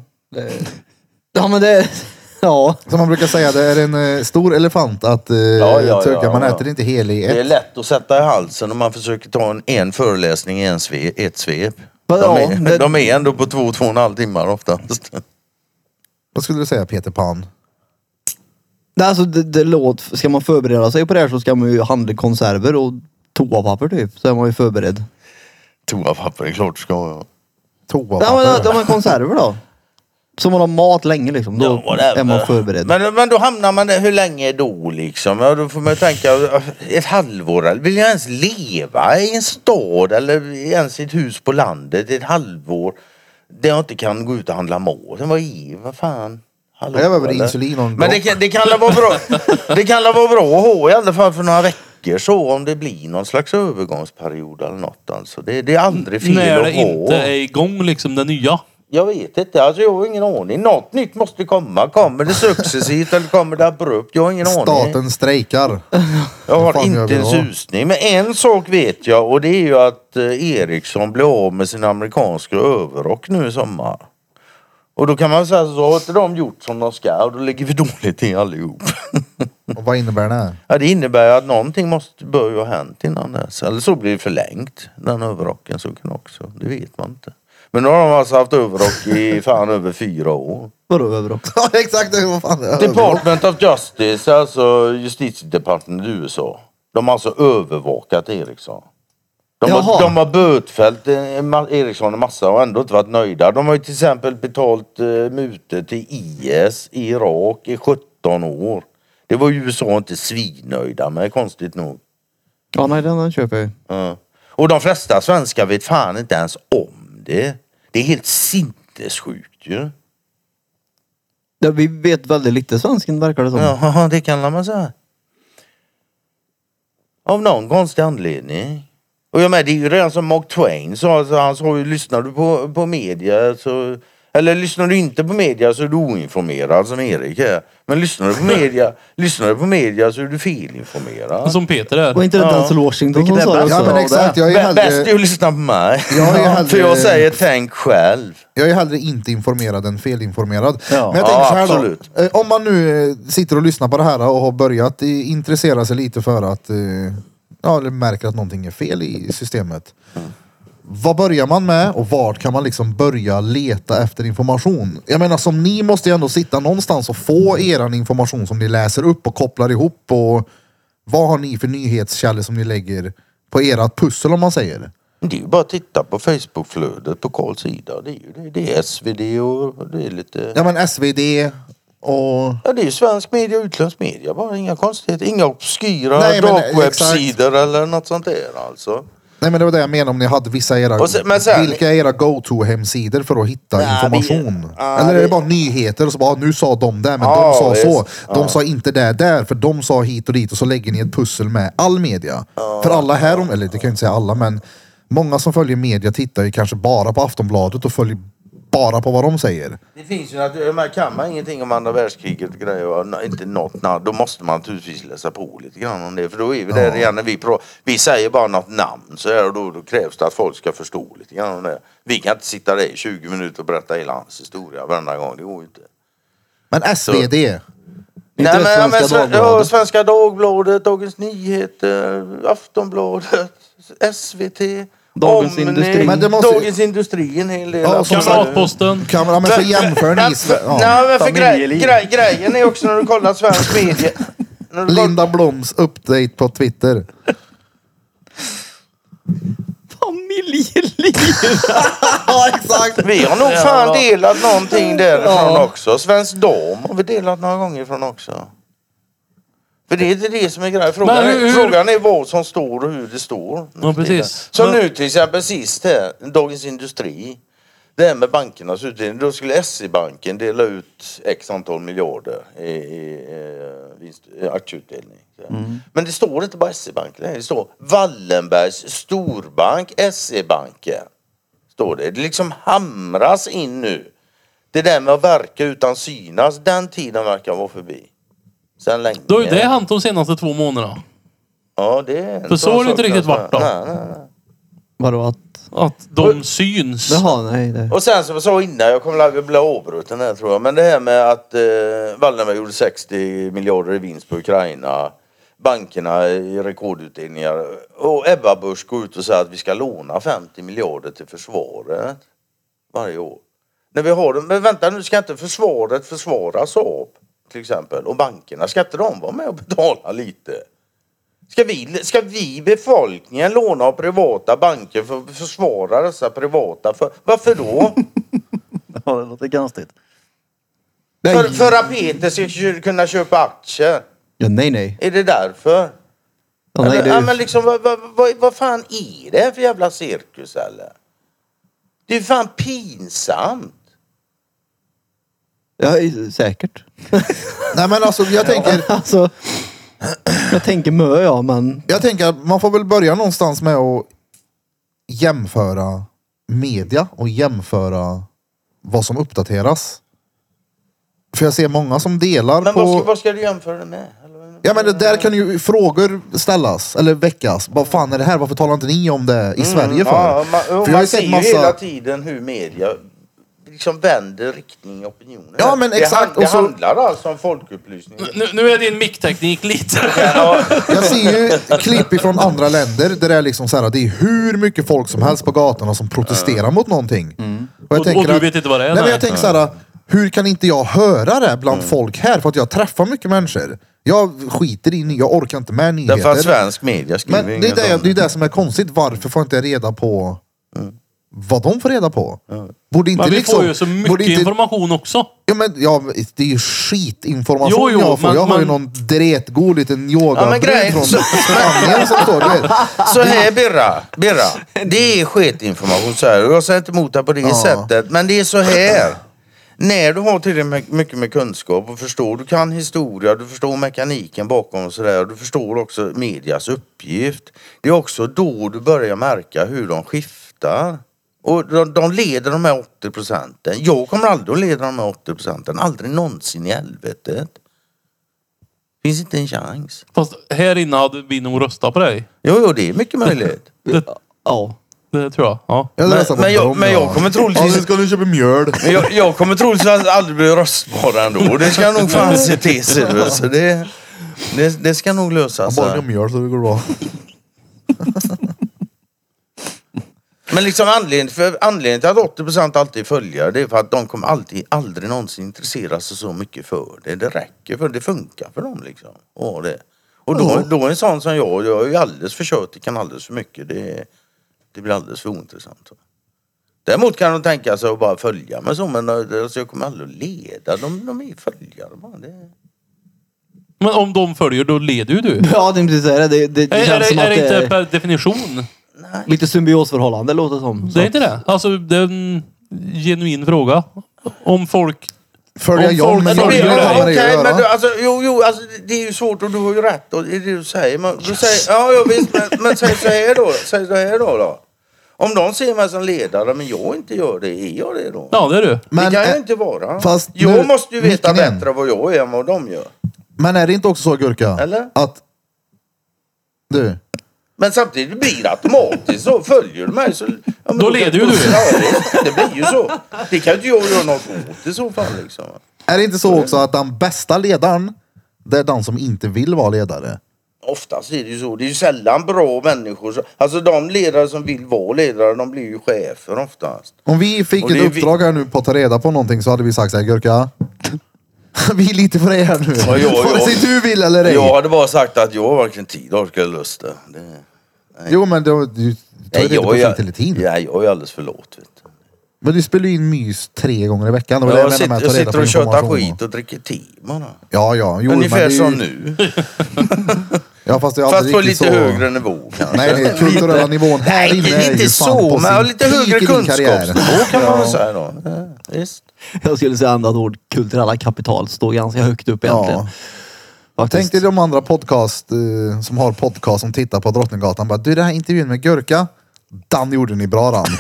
Ja men det... Ja. Som man brukar säga, det är en stor elefant att tugga. Man äter inte hel i ett. Det är lätt att sätta i halsen om man försöker ta en föreläsning i ett svep. De är ändå på 2,5 timmar oftast. Vad skulle du säga, Peter Pan? Alltså ska man förbereda sig på det här så ska man ju handla konserver och toapapper typ. Så är man ju förberedd. Toapapper är klart ska jag. Toapapper? Ja men de har konserver då. Så man har mat länge liksom. Då är man förberedd. Men då hamnar man där, hur länge då liksom? Ja, då får man tänka, ett halvår. Vill jag ens leva i en stad eller ens i ett hus på landet ett halvår där jag inte kan gå ut och handla mat? Vad fan? Hallå, jag behöver insulin och en men det kan vara bra. Det kan vara bra att ha i alla fall för några veckor så, om det blir någon slags övergångsperiod eller något. Alltså. Det är aldrig fel när att det ha. inte är igång liksom det nya. Jag vet inte, alltså jag har ingen aning. Något nytt måste komma. Kommer det successivt eller kommer det abrupt? Jag har ingen aning. Staten strejkar. Jag har Fan, inte en susning. Men en sak vet jag, och det är ju att Ericsson blir av med sin amerikanska överrock nu i sommar. Och då kan man säga så, har inte de gjort som de ska och då ligger vi dåligt till allihop. Och vad innebär det? Ja, det innebär att någonting bör ju ha hänt innan dess. Eller så blir det förlängt, den överrocken, så kan också. Det vet man inte. Men nu har de alltså haft överrock i fan över 4 år. Vadå överrock? Ja exakt, vad fan är det? Department of Justice, alltså justitiedepartementet i USA. De har alltså övervakat Ericsson. De har bötfällt Ericsson en massa och ändå inte varit nöjda. De har ju till exempel betalt mutor till IS i Irak i 17 år. Det var ju USA inte svinnöjda med, konstigt nog. Ja nej, den köper jag ju. Ja. Och de flesta svenskar vet fan inte ens om det. Det är helt sinnessjukt ju. Ja, vi vet väldigt lite svensken verkar det som. Ja, det kan man säga. Av någon konstig anledning. Och jag med, det är ju redan som Mark Twain sa, alltså, han sa ju, lyssnar du på media så... Eller lyssnar du inte på media så är du oinformerad som Erik är. Men lyssnar du på media så är du felinformerad. Som Peter är. Och inte det Denzel Washington som sa det också? Ja men exakt, jag är Bäst är hellre, att lyssna på mig. Jag är hellre- För jag säger tänk själv. jag är hellre inte informerad än felinformerad. Ja. Men jag tänker så här absolut. då. Om man nu sitter och lyssnar på det här och har börjat intressera sig lite för att eller märker att någonting är fel i systemet. Vad börjar man med och vart kan man liksom börja leta efter information? Jag menar, som ni måste ju ändå sitta någonstans och få eran information som ni läser upp och kopplar ihop. Och vad har ni för nyhetskällor som ni lägger på ert pussel om man säger. Det är ju bara att titta på Facebookflödet på Karls sida. Det är ju det är SvD och det är lite... Ja men SvD och... Ja, det är ju svensk media och utländsk media. Bara inga konstigheter. Inga obskyra Nej, men dark-websidor eller något sånt där alltså. Nej men det var det jag menade om ni hade vissa era... vilka är era go-to-hemsidor för att hitta information? Eller är det bara nyheter och så bara nu sa de där men de sa så. De sa inte det där för de sa hit och dit och så lägger ni ett pussel med all media. För alla här, eller det kan jag inte säga alla men många som följer media tittar ju kanske bara på Aftonbladet och följer bara på vad de säger. Det finns ju kan man ingenting om andra världskriget och grejer, inte något namn, då måste man naturligtvis läsa på lite grann om det. För då är vi där igen när vi säger bara något namn så här, och då krävs det att folk ska förstå lite grann om det. Vi kan inte sitta där i 20 minuter och berätta hela hans historia varenda gång, det går ju inte. Men SvD? Nej men Svenska Dagbladet, Dagens Nyheter, Aftonbladet, SVT. Dagens Industri. Men det måste... Dagens Industri en hel del. Ja, Kamratposten. Men för jämför ni... Nej, men för grejen är också när du kollar svensk media. Linda Bloms update på Twitter. Familjeliv. Ja, exakt. Vi har nog fan delat någonting därifrån också. Svensk Dam har vi delat några gånger ifrån också. För det är inte det som är grejen. Frågan är vad som står och hur det står. Ja, precis. Så nu till exempel sist här, Dagens Industri. Det här med bankernas utdelning. Då skulle SE-banken dela ut x antal miljarder i aktieutdelning. Men det står inte bara SE-banken. Det står Wallenbergs storbank, SE-banken. Står det. Det liksom hamras in nu. Det där med att verka utan synas. Den tiden verkar vara förbi. Sen länge. Då är det hänt de senaste 2 månaderna. Ja, det är... För så har det inte riktigt varit då. Nej. Vadå att de syns. Jaha, nej. Det. Och sen som jag sa innan, jag kommer att bli avbruten här tror jag. Men det här med att Wallenberg gjorde 60 miljarder i vinst på Ukraina. Bankerna i rekordutdelningar. Och Ebba Busch går ut och säger att vi ska låna 50 miljarder till försvaret. Varje år. När vi har det, men vänta nu, ska inte försvaret försvara Saab till exempel? Och bankerna, ska inte de vara med och betala lite? Ska vi befolkningen låna av privata banker för att försvara dessa privata? Varför då? Ja, det låter konstigt. För att Peter ska kunna köpa aktier. Ja, nej. Är det därför? Ja, nej, ja, men liksom, vad fan är det för jävla cirkus eller? Det är ju fan pinsamt. Ja, säkert. Nej men alltså jag tänker... Alltså, jag tänker men... Jag tänker att man får väl börja någonstans med att jämföra media och jämföra vad som uppdateras. För jag ser många som delar men på... vad ska du jämföra det med? Ja men det där kan ju frågor ställas eller väckas. Vad fan är det här? Varför talar inte ni om det i Sverige för? Ja, för man ser ju hela tiden hur media liksom vänder riktning i opinionen. Ja men exakt. Det handlar alltså om folkupplysning. Nu är din mickteknik lite... Jag ser ju klipp ifrån andra länder där det är liksom så här, det är hur mycket folk som helst på gatorna som protesterar mot någonting. Och du vet inte vad det är? Nej men jag tänker så här, hur kan inte jag höra det bland folk här? För att jag träffar mycket människor. Jag skiter i, jag orkar inte med nyheter. Därför att svensk media skriver men det är det som är konstigt. Varför får inte jag reda på vad de får reda på? Borde inte men vi liksom, får ju så mycket information också. Ja, men det är ju skitinformation jag får. Jag har ju någon dretgod liten yogabrud från Spanien som står där. Så här Birra. Det är skitinformation så här. Jag säger inte emot det på det sättet. Men det är så här. När du har tillräckligt mycket med kunskap och förstår, du kan historia, du förstår mekaniken bakom och sådär. Du förstår också medias uppgift. Det är också då du börjar märka hur de skiftar. Och de leder de här 80%. Jag kommer aldrig att leda de här 80%. Aldrig någonsin i helvetet. Finns inte en chans. Fast här inne hade vi nog röstat på dig. Jo, det är mycket möjligt. Ja. Det tror jag. Ja. Men jag kommer troligtvis... Ja, ska du köpa mjöl? Jag kommer troligtvis aldrig bli röstbar ändå. Det ska nog fan se till sig. Så det ska nog lösas. Bara mjöl så det går bra. Men liksom anledningen till att 80% alltid följer, det är för att de kommer aldrig någonsin intressera sig så mycket för det. Det räcker för det funkar för dem liksom. Och Och då en sån som jag är ju alldeles för tjötig, kan alldeles för mycket. Det blir alldeles för ointressant. Däremot kan de tänka sig att bara följa mig så, men alltså, jag kommer aldrig att leda. De är följare bara. Men om de följer, då leder ju du. Ja, det är precis det. Det känns som att Är det det inte är per definition? lite symbiosförhållande, låter som. Det är inte det. Alltså, det är en genuin fråga. Om folk... Följa Om John folk med följer John. dig. Vad det Okej, gör, men va? du, alltså, alltså, det är ju svårt och du har ju rätt och det är det du säger. Men du säger, ja visst, men säg så här då. Om de ser mig som ledare men jag inte gör det, är jag det då? Ja, det är du. Men, det kan jag inte vara. fast jag nu- måste ju veta micken igen. bättre vad jag är än vad de gör. Men är det inte också så, Gurka? Eller? Att... Du. Men samtidigt blir det automatiskt så. Följer du mig så... Ja, men Då leder ju du. Ja, det blir ju så. Det kan ju inte jag göra något åt i så fall liksom. Är det inte så också att den bästa ledaren, det är den som inte vill vara ledare? Oftast är det ju så. Det är ju sällan bra människor. Alltså de ledare som vill vara ledare, de blir ju chefer oftast. Om vi fick Och ett det är uppdrag här nu på att ta reda på någonting så hade vi sagt så här, Gurka. Vi litar på dig här nu. Ja, Vare sig du vill eller ej. Jag hade bara sagt att jag har varken tid, orkar eller lust. Jo, men du tar ju reda på fertilitet. Ja, jag är alldeles för låt. Vet du. Men du spelar ju in mys 3 gånger i veckan. Det var det Jag menar med att ta sitter reda på och tjötar information. skit och dricker te bara. Ja. Jo, men Ungefär det är ju- som nu. Ja, fast det är Fast aldrig på riktigt lite så... högre nivå kanske. Nej, kulturella nivån här Nej, inne är ju inte fan så, på men sin lite peak högre i din karriär. kunskapsnivå kan man väl säga då. Ja, visst. Jag skulle säga ändå att vårt kulturella kapital står ganska högt upp egentligen. Ja. Faktiskt. Tänk dig de andra podcast som har podcast som tittar på Drottninggatan. Bara, du, det här intervjun med Gurka, den gjorde ni bra den.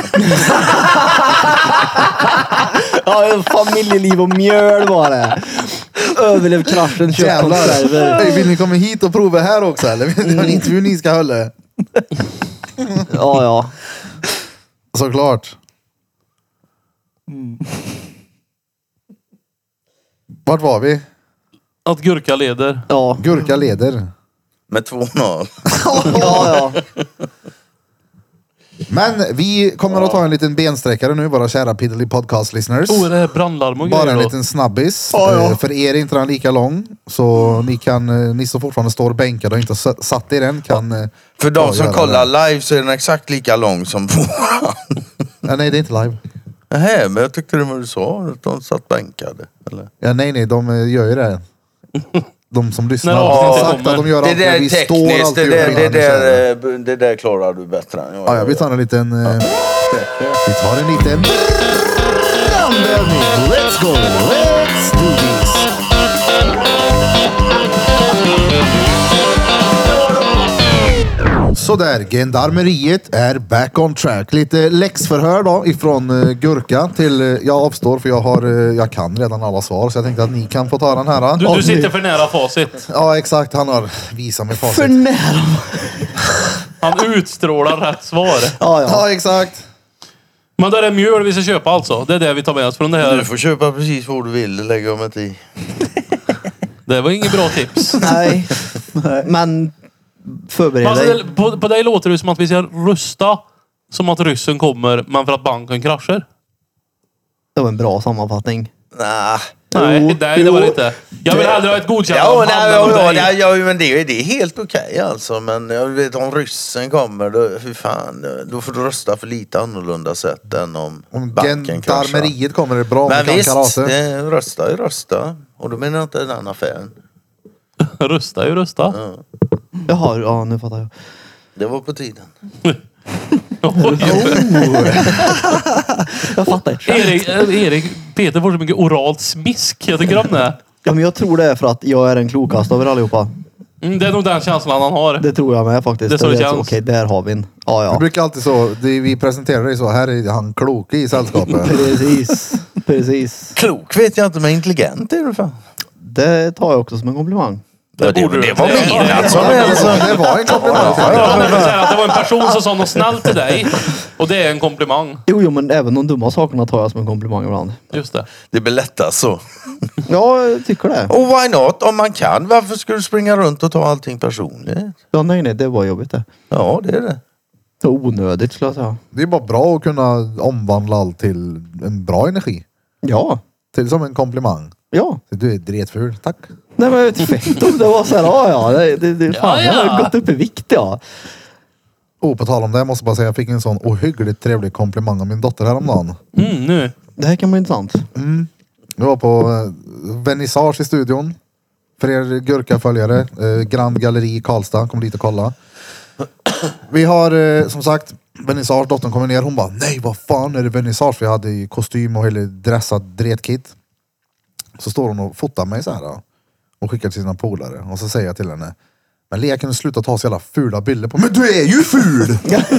Ja, familjeliv och mjöl var det. Överlev kraschen, köp Jävlar. konserver. Hey, vill ni komma hit och prova här också eller? Vill ni ha en intervju ni ska hålla? Ja. Såklart. Vart var vi? Att Gurka leder. Ja. Gurka leder. Med 2-0. Ja. Men vi kommer att ta en liten bensträckare nu, våra kära Piddly podcast listeners. Det är brandlarm och Bara grejer en då. liten snabbis. Ja. För er är inte den lika lång. Så ni som fortfarande står bänkade och inte har satt er än kan... För de som göra kollar det. live så är den exakt lika lång som våran. Nej, det är inte live. Nej, men jag tyckte det var du sa. Att de satt bänkade. Eller? Ja, nej, de gör ju det. De som lyssnar När har avsnittet sagt kommer. att de gör Det alltid. där är Vi står tekniskt. alltid Det upp innan vi kör. det där klarar du bättre än jag. Ja, vi tar en liten... vi tar en liten... Landövning. Let's go! Let's do this! Sådär, gendarmeriet är back on track. Lite läxförhör då ifrån Gurka till... jag avstår för jag kan redan alla svar så jag tänkte att ni kan få ta den här. Du sitter för nära facit. Ja, exakt. Han har visat mig facit. För nära. Han utstrålar rätt svar. Ja. Ja, exakt. Men där är mjöl vi ska köpa alltså. Det är det vi tar med oss från det Du här. får köpa precis vad du vill. Det lägger jag mig inte i. Det var inget bra tips. Nej. Men förbered Alltså, dig. på dig låter det som att vi ska rusta som att ryssen kommer, men för att banken kraschar. Det var en bra sammanfattning. Nej. Nej, det var det inte. Jag vill hellre ha ett godkännande Ja, av handen av dig. men det är helt okej alltså. Men jag vet om ryssen kommer, då, hur fan, då får du rösta för lite annorlunda sätt än om banken kraschar. Gendarmeriet kommer det bra Men med kan visst, karate. rösta. Och då menar jag inte den affären. Rösta är ju rösta. Jaha, ja nu fattar jag. Det var på tiden. Jag fattar. Erik, Peter får så mycket oralt smisk. Jag tycker om det. Ja, men jag tror det är för att jag är den klokaste av er allihopa. Det är nog den känslan han har. Det tror jag med faktiskt. Det är så det känns. Okej, där har vi en. Vi Ja. brukar alltid så, vi presenterar det så, här är han klok i sällskapet. Precis. Klok vet jag inte, men intelligent är du fan. Det tar jag också som en komplimang. Det var menat som Det var en komplimang. Ja, men jag säger att det var en person som sa något snällt till dig. Och det är en komplimang. Jo, men även de dumma sakerna tar jag som en komplimang ibland. Just det. Det blir lättast så. Ja, jag tycker det. Och why not? Om man kan, varför ska du springa runt och ta allting personligt? Ja, nej, det var jobbigt det. Ja, det är det. Det var onödigt skulle jag säga. Det är bara bra att kunna omvandla allt till en bra energi. Ja. Till som en komplimang. Ja. Du är dretful, tack. Nej men jag vet fett om det var så här, fan, jag har gått upp i vikt ja. På tal om det, jag måste bara säga, jag fick en sån ohyggligt trevlig komplimang av min dotter häromdagen. Nu. Det här kan bli intressant. Vi var på vernissage i studion. För er Gurka-följare, Grand Galleri i Karlstad, kom dit och kolla. Vi har som sagt vernissage, dottern kommer ner, hon bara nej vad fan är det vernissage? Vi hade i kostym och hela dressad dretkit. Så står hon och fotar mig så här och skickar till sina polare. Och så säger jag till henne, men Lea, kan du sluta ta så jävla fula bilder på. Men du är ju ful!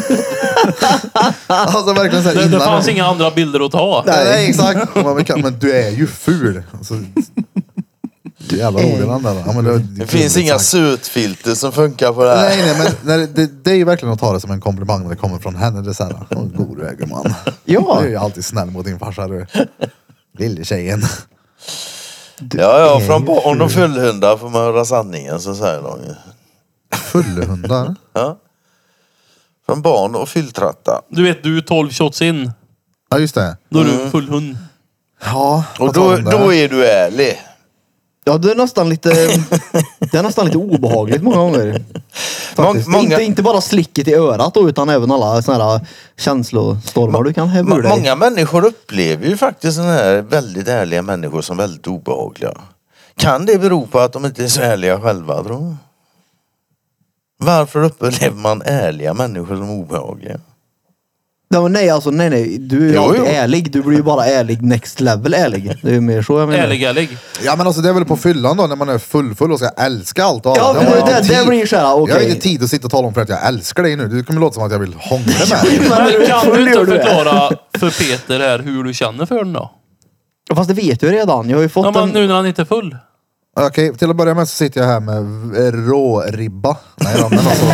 Alltså verkligen så här Det fanns inga andra bilder att ta. Nej exakt. Men du är ju ful. Alltså, det är jävla rolig den där. Ja, men Det finns inga sutfilter som funkar på det här. Nej, men det är ju verkligen att ta det som en komplimang när det kommer från henne. Det är såhär, god du är gumman. Ja. Du är ju alltid snäll mot din farsa du. Lille tjejen. Ja, från barn och fullhundar får man höra sanningen, så säger de ju. Fullhundar? Ja. Från barn och fylltratta. Du vet, du är 12 shots in. Ja just det. Då är du full hund. Ja. Och då är du ärlig. Ja, det är nästan lite obehagligt många gånger. Faktiskt. Inte bara slicket i örat då, utan även alla såna här känslostormar du kan häva ur dig. Många människor upplever ju faktiskt såna här väldigt ärliga människor som väldigt obehagliga. Kan det bero på att de inte är så ärliga själva, tror du? Varför upplever man ärliga människor som obehagliga? Ja, men nej. Du är ju alltid ärlig. Du blir ju bara ärlig next level ärlig. Det är ju mer så jag menar. Ärlig. Ja men alltså det är väl på fyllan då när man är full och ska älska allt och Ja, allt. det blir såhär, okej. Jag har inte tid att sitta och tala om för att jag älskar dig nu. Det kommer låta som att jag vill hångla med dig. Men kan du inte förklara för Peter här hur du känner för den då? Fast det vet du redan. Jag har ju fått Ja, men nu när han inte är full. Okej, till att börja med så sitter jag här med råribba. Nej då, men alltså.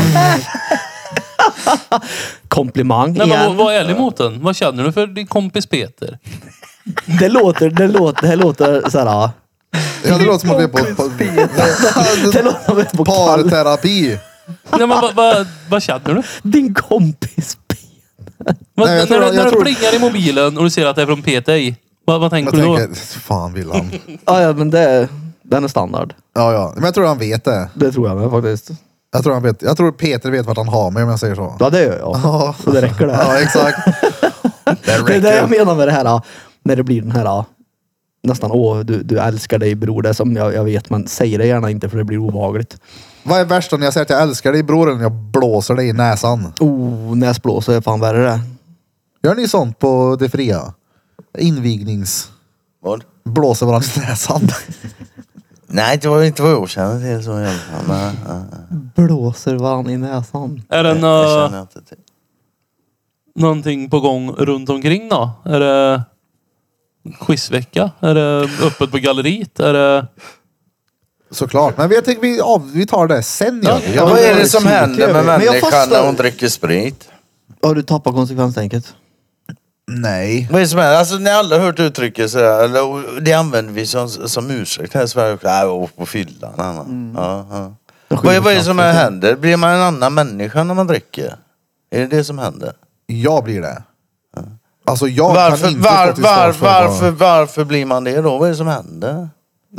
komplimang Nej, igen. men var ärlig mot den. Vad känner du för din kompis Peter? Det låter såhär. Ja, det låter som att vi är på Det låter som att vi är på parterapi. Nej, men vad känner du? Din kompis Peter. Nej, jag tror- När jag du tror- plingar i mobilen och du ser att det är från Peter i. Vad tänker Jag du då? tänker, fan vill han? Ja, men den är standard. Ja. Men jag tror han vet det. Det tror jag med faktiskt. Jag tror Peter vet vart han har mig om jag säger så. Ja, det gör jag. Ja. Så det räcker det. Ja, exakt. Det är det jag menar med det här. När det blir den här nästan, du älskar dig bror. Det är som jag vet, men säg det gärna inte för det blir obehagligt. Vad är värst om jag säger att jag älskar dig bror eller jag blåser dig i näsan? Näsblås är fan värre det. Gör ni sånt på det fria? Invignings... Vad? Blåser varandra i näsan. Nej, det var inte vad jag känner till så i alla fall. Nej. Blåser varandra i näsan. Är det Det känner jag inte till. någonting på gång runt omkring då? Är det quizvecka? Är det öppet på galleriet? Är det... Såklart. Men jag tänker vi tar det sen. Ja, Ja, Vad är det som händer med Men jag människan fastnar- när hon dricker sprit? Har du tappat konsekvenstänket? Nej. Vad är det som händer? Alltså ni har alla hört uttrycket sådär, eller det använder vi som ursäkt här i Sverige också. Jag åker på fyllan. Ja. Vad är det som händer? Blir man en annan människa när man dricker? Är det som händer? Jag blir det. Alltså jag kan inte stå till svars för Varför blir man det då? Vad är det som händer?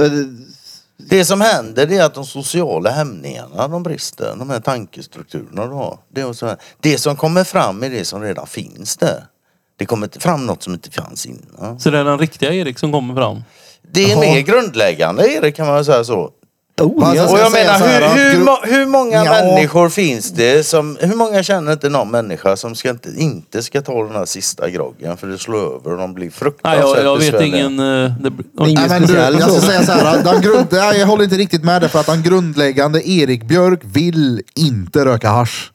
Det som händer det är att de sociala hämningarna de brister. De här tankestrukturerna du har. Det som kommer fram är det som redan finns där. Det kommer inte fram något som inte fanns innan. Så det är den riktiga Erik som kommer fram? Det är Jaha. mer grundläggande Erik, kan man säga så. Alltså, Och jag säga menar, så här, hur många Ja. människor finns det som... Hur många känner inte någon människa som inte ska ta den här sista groggen för det slår över och de blir Nej, fruktansvärt jag vet besvärliga. ingen... Ingen Nej, men speciell jag ska så. säga så här. Jag håller inte riktigt med det för att den grundläggande Erik Björk vill inte röka hasch.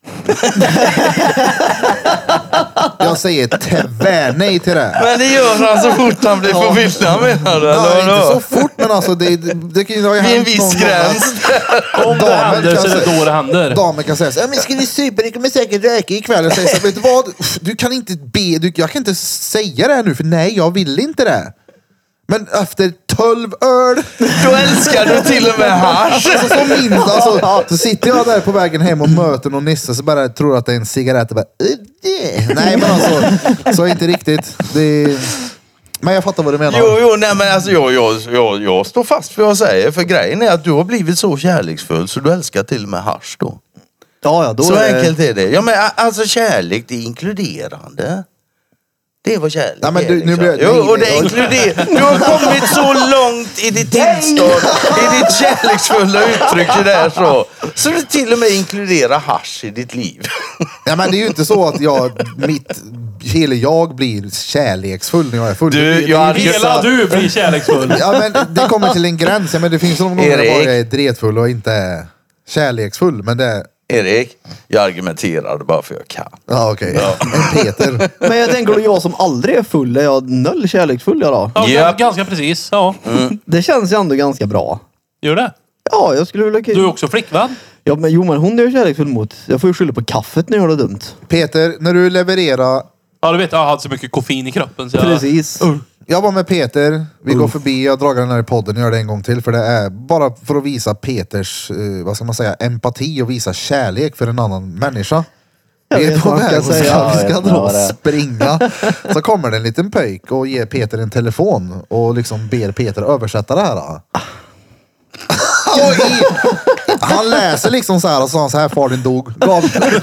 Jag säger tvärnej till det. Men det gör han så fort han blir på fyllan, menar du? Ja, Eller inte vadå? så fort men alltså det kan ju ha Vid en hänt viss någon gång gräns. Om det Damen händer kan så är det säga- då det händer. Damen kan säga så här, men ska vi supa? Det kommer säkert röka ikväll. Jag säger så här, vet du vad? Du kan inte jag kan inte säga det här nu för nej, jag vill inte det. Men efter 12 öl Då älskar du till och med hasch. alltså, så sitter jag där på vägen hem och möter någon nisse så bara tror att det är en cigarett och bara, nej men alltså så inte riktigt. Men jag fattar vad du menar. Jo, nej men alltså jag står fast för vad jag säger. För grejen är att du har blivit så kärleksfull så du älskar till och med hasch då. Ja, då Så är enkelt är det. Ja men alltså kärlek, det är inkluderande. Det är vad kärlek Nej, men är. du, nu blir, Jo, och det inkluderar. Du har kommit så långt i ditt tillstånd, i ditt kärleksfulla uttryck där så det till och med inkluderar hasch i ditt liv. Ja, men det är ju inte så att hela jag blir kärleksfull när jag är full. Hela du blir kärleksfull. Ja, men det kommer till en gräns. Ja, men det finns någon gånger där jag är dretfull och inte är kärleksfull. Men det... Erik, jag argumenterar bara för jag kan. Ja, okej. En Peter. Men jag tänker då, jag som aldrig är full, är jag noll kärleksfull då? Ja, Japp. ganska precis. Ja. Det känns ju ändå ganska bra. Gör det? Ja, jag skulle vilja... Du är också flickvän. Ja, men men hon är ju kärleksfull mot. Jag får ju skylla på kaffet när jag gör det dumt. Peter, när du levererar... Ja, du vet, jag hade så mycket koffein i kroppen så jag... Precis. Jag var med Peter, vi går förbi, jag drar den här i podden och gör det en gång till. För det är bara för att visa Peters, vad ska man säga, empati och visa kärlek för en annan människa. Vi är på väg och vi ska dra och springa. Så kommer det en liten pöjk och ger Peter en telefon och liksom ber Peter översätta det här. Han läser liksom så här och sa så här, far din dog. Gav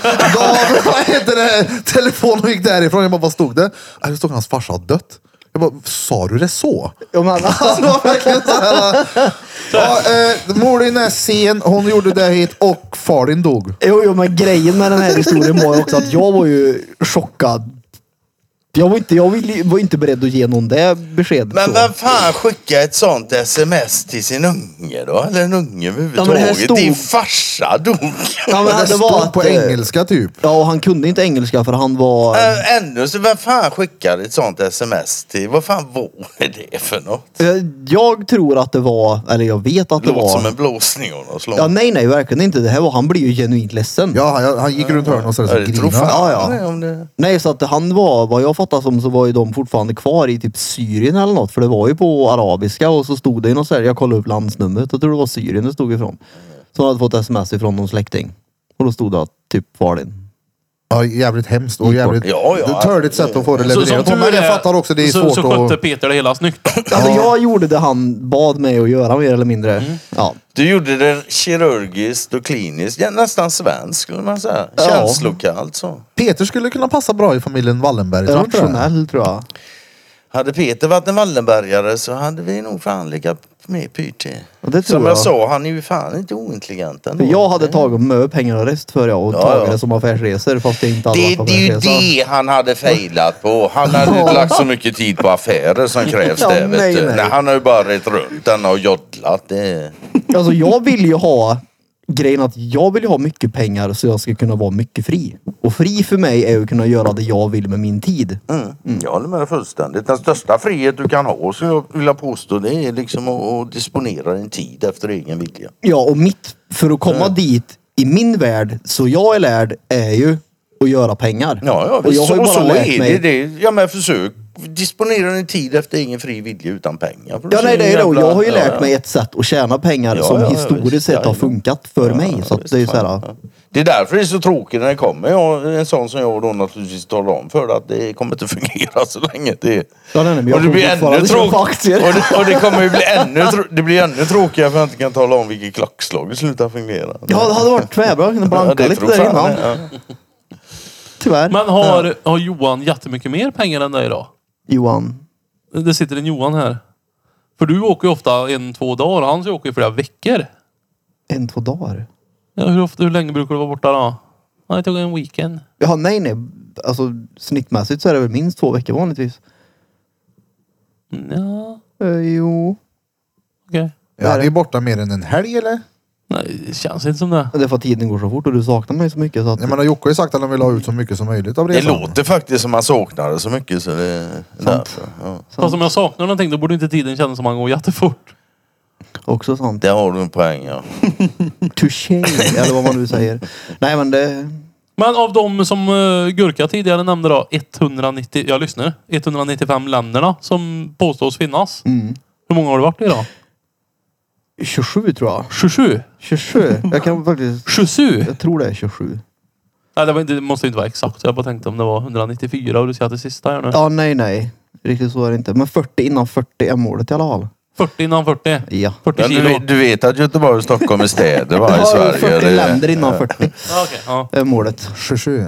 vad heter det, telefonen och gick därifrån. Jag bara, vad stod det? Det stod hans farsa har dött. Jag bara, sa du det så? Ja, men, Han var verkligen så här. Ja, mor din är sen, hon gjorde det hit och far din dog. Jo, men grejen med den här historien var ju också att jag var ju chockad. Jag var inte beredd att ge någon det beskedet. Men så. vem fan skickar ett sånt sms till sin unge då? Eller en unge Ja, men det överhuvudtaget? här stod- Din farsa dog. Ja, men Det det var stod att, på engelska typ. Ja, och han kunde inte engelska för han var... Ännu så vem fan skickar ett sånt sms till? Vad fan var det för något? Jag tror att det var, eller jag vet att det Låter var... som en blåsning av något slag. Ja, nej, verkligen inte. Det här var, han blev ju genuint ledsen. Ja, han gick runt hörnet och så Jag tror grinade. fan Ja. om det. Nej, så att han var, vad jag fattar som, så var ju de fortfarande kvar i typ Syrien eller något. För det var ju på arabiska och så stod det i något så här, jag kollade upp landsnumret, jag tror det var Syrien det stod ifrån. Så han hade fått sms ifrån någon släkting. Och då stod det att typ var din. Ja, jävligt hemskt och jävligt tördigt sätt att få det Så som levererat på. tur Men jag är, fattar också, det är så svårt skötte att... Peter det hela snyggt. Alltså jag gjorde det han bad mig att göra mer eller mindre. Ja. Du gjorde det kirurgiskt och kliniskt. Ja, nästan svensk skulle man säga. Ja. Känslokallt så. Peter skulle kunna passa bra i familjen Wallenberg. tror du inte det? Rationell tror jag. Hade Peter varit en Wallenbergare så hade vi nog fan lika med pyrt till. Ja, det tror Som jag jag. sa, han är ju fan inte ointelligent ändå. För jag hade tagit med pengar och rest för jag och tagit det som affärsresor fast det inte hade varit Det är ju affärsresa. det han hade failat på. Han hade inte lagt så mycket tid på affärer som krävs Ja, det. Vet du. nej. Nej, han har ju bara rätt runt den och joddlat. Det... Alltså jag vill ju ha grejen att jag vill ju ha mycket pengar så jag ska kunna vara mycket fri. Och fri för mig är ju att kunna göra det jag vill med min tid. Jag håller med dig fullständigt. Den största frihet du kan ha, så jag vill påstå, det är liksom att disponera din tid efter egen vilja. Ja, och för att komma dit i min värld, så jag är lärd, är ju att göra pengar. Ja, och jag har ju bara så lärt är mig... det. Ja, men försök disponera din tid efter egen fri vilja utan pengar. För Ja, nej, det är det. Och jag har ju lärt Ja. mig ett sätt att tjäna pengar Ja, som ja, historiskt visst, sett har ja, funkat för mig. Så att visst, det är ju så här, fan, ja. Det är därför det är så tråkigt när det kommer en sån som jag då naturligtvis talar om för att det kommer inte fungera så länge. Ja, nej, men jag och det tror blir ännu fortfarande köpa tråkigt. aktier. Och det kommer ju bli det blir ännu tråkigare för att jag inte kan tala om vilket klackslag det slutar fungera. Ja, det hade varit tvärbra. Jag kunde blanka det lite tror där fan innan. det, ja. Tyvärr. Men har Johan jättemycket mer pengar än dig då? Johan. Det sitter en Johan här. För du åker ju ofta 1-2 dagar. Han åker ju flera veckor. 1-2 dagar. Ja, hur länge brukar du vara borta då? Ja, jag tog en weekend. Ja, nej. Alltså snittmässigt så är det väl minst 2 veckor vanligtvis. Ja, Jo. okej. Ja, det är borta mer än en helg eller? Nej, det känns inte som det. Det är för att tiden går så fort och du saknar mig så mycket så att... Jag menar, Jocke har ju sagt att han vill ha ut så mycket som möjligt av Det resan. låter faktiskt som man saknar det så mycket så det är därför. Ja. Fast om jag saknar någonting då borde inte tiden kännas som att han går jättefort. Också sant. Det har du en poäng, ja. Touché, eller vad man nu säger. Nej, men det... Men av de som Gurka tidigare nämnde då, 195 länderna som påstås finnas. Hur många har du varit i då? 27 tror jag. 27? 27. Jag kan faktiskt... 27? Jag tror det är 27. Nej, det måste inte vara exakt. Jag bara tänkte om det var 194 och du säger att det sista här nu. Ja, nej. Riktigt så är det inte. Men 40 innan 40 är målet i alla fall. 40 innan 40. Ja. 40 Men kilo. du vet att Göteborg och Stockholm är städer va, i Ja, Sverige? 40 Det- länder innan 40 Ja, okej. Ja. är målet. 27.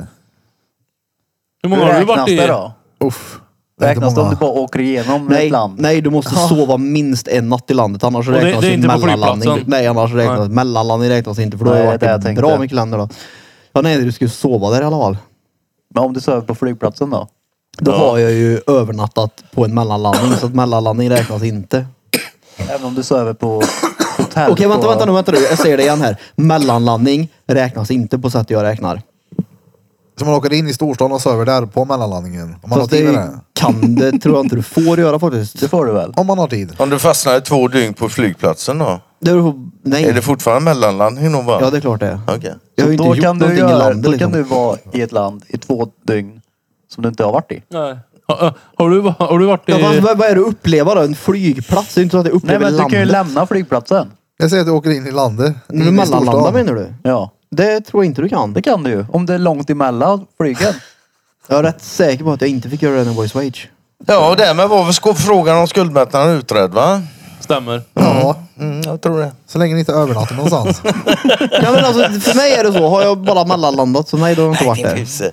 Hur många har du varit i? det då? Uff. Det är inte Räknas det om många. du bara åker igenom Nej, ett land? nej, du måste sova minst en natt i landet. Annars det- räknas det är inte på mellanlandning. flygplatsen? Nej, annars räknas mellanlandning räknas inte. För då har Nej, jag det jag varit i tänkte. bra mycket länder då. Ja, nej, du ska ju sova där i alla fall. Men om du sover på flygplatsen då? Då har jag ju övernattat på en mellanlandning. Så att mellanlandning räknas inte. Även om du sover på hotell? Okej, på... vänta nu. Jag säger det igen här. Mellanlandning räknas inte på sätt jag räknar. Så man åker in i storstan och söver där på mellanlandningen. Om man har Fast tid med det det. kan det, tror jag inte du får göra faktiskt. Det får du väl? Om man har tid. Om du fastnar i 2 dygn på flygplatsen då? Nej. Är det fortfarande mellanlandning då va? Ja, det är klart det är. Okej. Jag har ju inte Då gjort kan, du någonting i göra, landet då liksom. kan du vara i ett land i 2 dygn som du inte har varit i. Nej. Har du varit i... Ja, vad är det att uppleva då? En flygplats? Det är inte så att jag Nej upplever men du kan ju landet. lämna flygplatsen. Jag säger att du åker in i landet. När du in i mellanlandar storstan. menar du? Ja, Det tror jag inte du kan. det kan du ju. Om det är långt emellan flygen. Jag är rätt säker på att jag inte fick göra det när jag var i Schweiz. Ja, och därmed var väl frågan om skuldmättnaden utredd va? Stämmer. Ja, Jag tror det. så länge ni inte övernattar någonstans. Ja, men alltså, för mig är det så. Har jag bara mellanlandat så nej, då har jag inte varit där.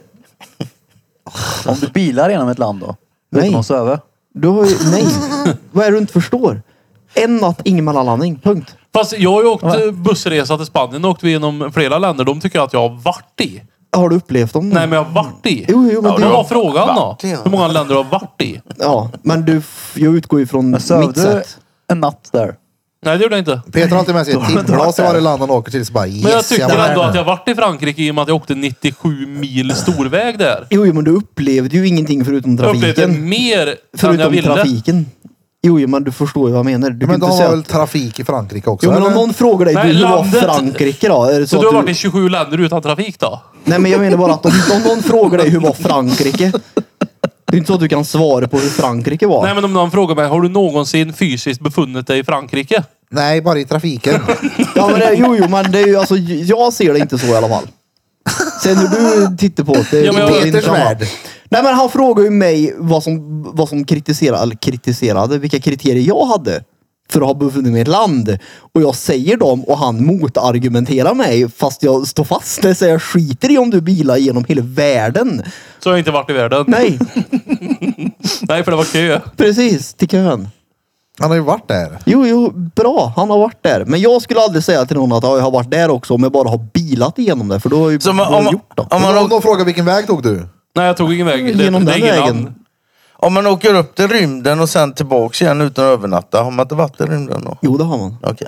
Om du bilar genom ett land då? Nej. Utan att sova? Du har ju, nej. Vad är det du inte förstår? En natt, ingen mellanlandning. Punkt. Fast jag har ju åkt bussresa till Spanien och åkte vi genom flera länder. De tycker att jag har varit i. Har du upplevt dem? Nej, men jag har varit i. Jo, men Vad du... var frågan då? varit i, ja. Hur många länder du har varit i? Ja, men jag utgår ju från Men sov mitt du sätt. en natt där? Nej, det gjorde jag inte. Peter har alltid med sig ett timglas i varje land han åker till. Så bara, yes, Men jag tycker var ändå där. att jag har varit i Frankrike i och med att jag åkte 97 mil storväg där. Jo, men du upplevde ju ingenting förutom Jag upplevde trafiken. mer än jag Förutom ville. trafiken. Jo, men du förstår ju vad jag menar. Du Ja, kan men inte de säga har väl att... trafik i Frankrike också? Jo, men om eller? någon frågar dig, Nej, du, hur var landet. Frankrike då? Är det Så så du har att varit i 27 länder utan trafik då? Nej, men jag menar bara att om någon frågar dig, hur var Frankrike? Det är inte så att du kan svara på hur Frankrike var. Nej, men om någon frågar mig, har du någonsin fysiskt befunnit dig i Frankrike? Nej, bara i trafiken. Ja, men jo, men det är ju alltså, jag ser det inte så i alla fall. Sen hur du tittar på det. Ja, men jag- det är Peters inte- värld. Nej, men han frågade ju mig vad som kritiserade, vilka kriterier jag hade för att ha befunnit mig i ett land. Och jag säger dem och han motargumenterar mig fast jag står fast. Det säger jag skiter i om du bilar genom hela världen. Så har jag inte varit i världen. Nej, Nej, för det var kö. precis, till kön. Han har ju varit där. Jo, bra. Han har varit där. Men jag skulle aldrig säga till någon att jag har varit där också om jag bara har bilat igenom det. För då har jag ju Så vad har jag gjort då. om Om man, de frågar vilken väg tog du? Nej, jag tog ingen väg. Genom det är den ingen vägen. land. om man åker upp till rymden och sen tillbaks igen utan att övernatta, har man inte varit i rymden då? Jo, det har man. Okej.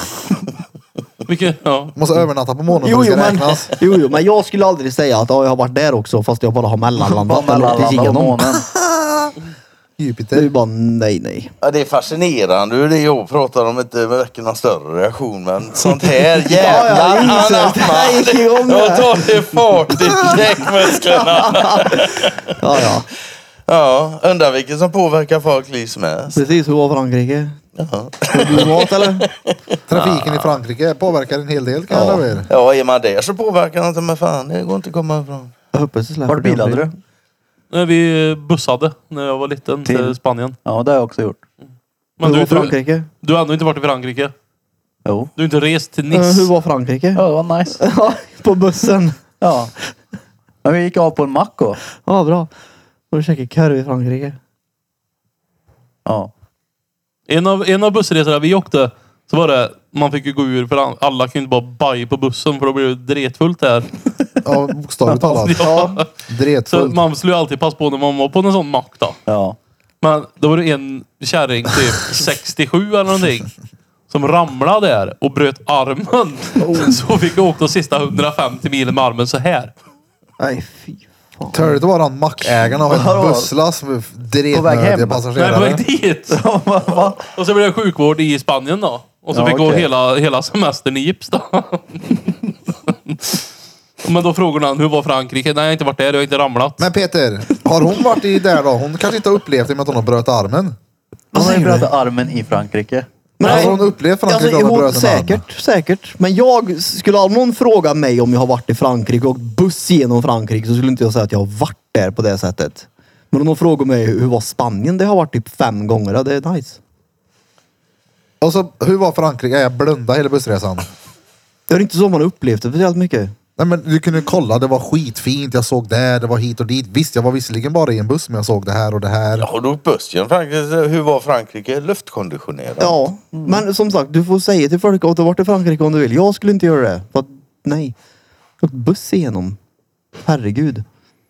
Ja. Måste övernatta på månen för det ska räknas. Men jag skulle aldrig säga att jag har varit där också fast jag bara har mellanlandat. Bara eller åkt mellanlanda på igenom. månen. Det är ju Jupiter. bara nej. Ja, det är fascinerande hur det jag pratar om inte väcker någon större reaktion. Men sånt här jävlar jag inser. Nej, om det. Då tar det fart i käkmusklerna. Ja. Ja, undrar vilket som påverkar folk liv som helst. Precis, hur var Frankrike? Ja. Har du mat eller? Trafiken i Frankrike påverkar en hel del kan jag lova er. Ja, är man där så påverkar det inte, men fan det går inte att komma ifrån. Jag hoppas det släpper. Vart bilade du? Nej, vi bussade när jag var liten till Spanien. Ja, det har jag också gjort. Men Hur var du Frankrike? har ändå inte varit i Frankrike. Jo. Du har inte rest till Hur Nice. var Frankrike? Ja, det var nice. Ja, på bussen. Ja. Men vi gick av på en mack då. Ja, bra. Och du käkade korv i Frankrike. Ja. En av bussresorna vi åkte så var det, man fick ju gå ur för alla kunde inte bara baj på bussen för då blev det dretfullt där. Ja, bokstavligt talat. Ja. Så Dretfullt. man skulle ju alltid passa på när man var på en sån mack då. Ja. Men då var det en kärring typ 67 eller någonting. Som ramlade där och bröt armen. Så fick jag åka de sista 150 milen med armen så här. Nej, fy fan. Törligt att vara en mackägaren av en busslast med På väg hem. dretnödiga Nej, på passagerare. väg dit. Och så blev det sjukvård i Spanien då. Och så Ja, fick gå okej. hela semestern i gips då. Men då frågade han, hur var Frankrike? Nej, jag har inte varit där, jag har inte ramlat. Men Peter, har hon varit i där då? Hon kanske inte har upplevt det med att hon har bröt armen. Hon har ju säger du? brutit armen i Frankrike. Men har hon upplevt Frankrike om hon bröt en arm? Säkert. Men jag skulle om någon fråga mig om jag har varit i Frankrike och buss genom Frankrike så skulle inte jag säga att jag har varit där på det sättet. Men om de frågar mig hur var Spanien? Det har varit typ 5 gånger. Ja, det är nice. Och så, hur var Frankrike? Jag blundade hela bussresan. Det är inte så man upplevt det speciellt mycket. Nej men du kunde kolla, det var skitfint. Jag såg det var hit och dit. Visst, jag var visserligen bara i en buss, men jag såg det här och det här. Ja, och då bussen Frankrike. Hur var Frankrike? Luftkonditionerat. Ja, men som sagt, du får säga till folk att du har varit i Frankrike om du vill. Jag skulle inte göra det. För att, nej. Åkt buss igenom. Herregud.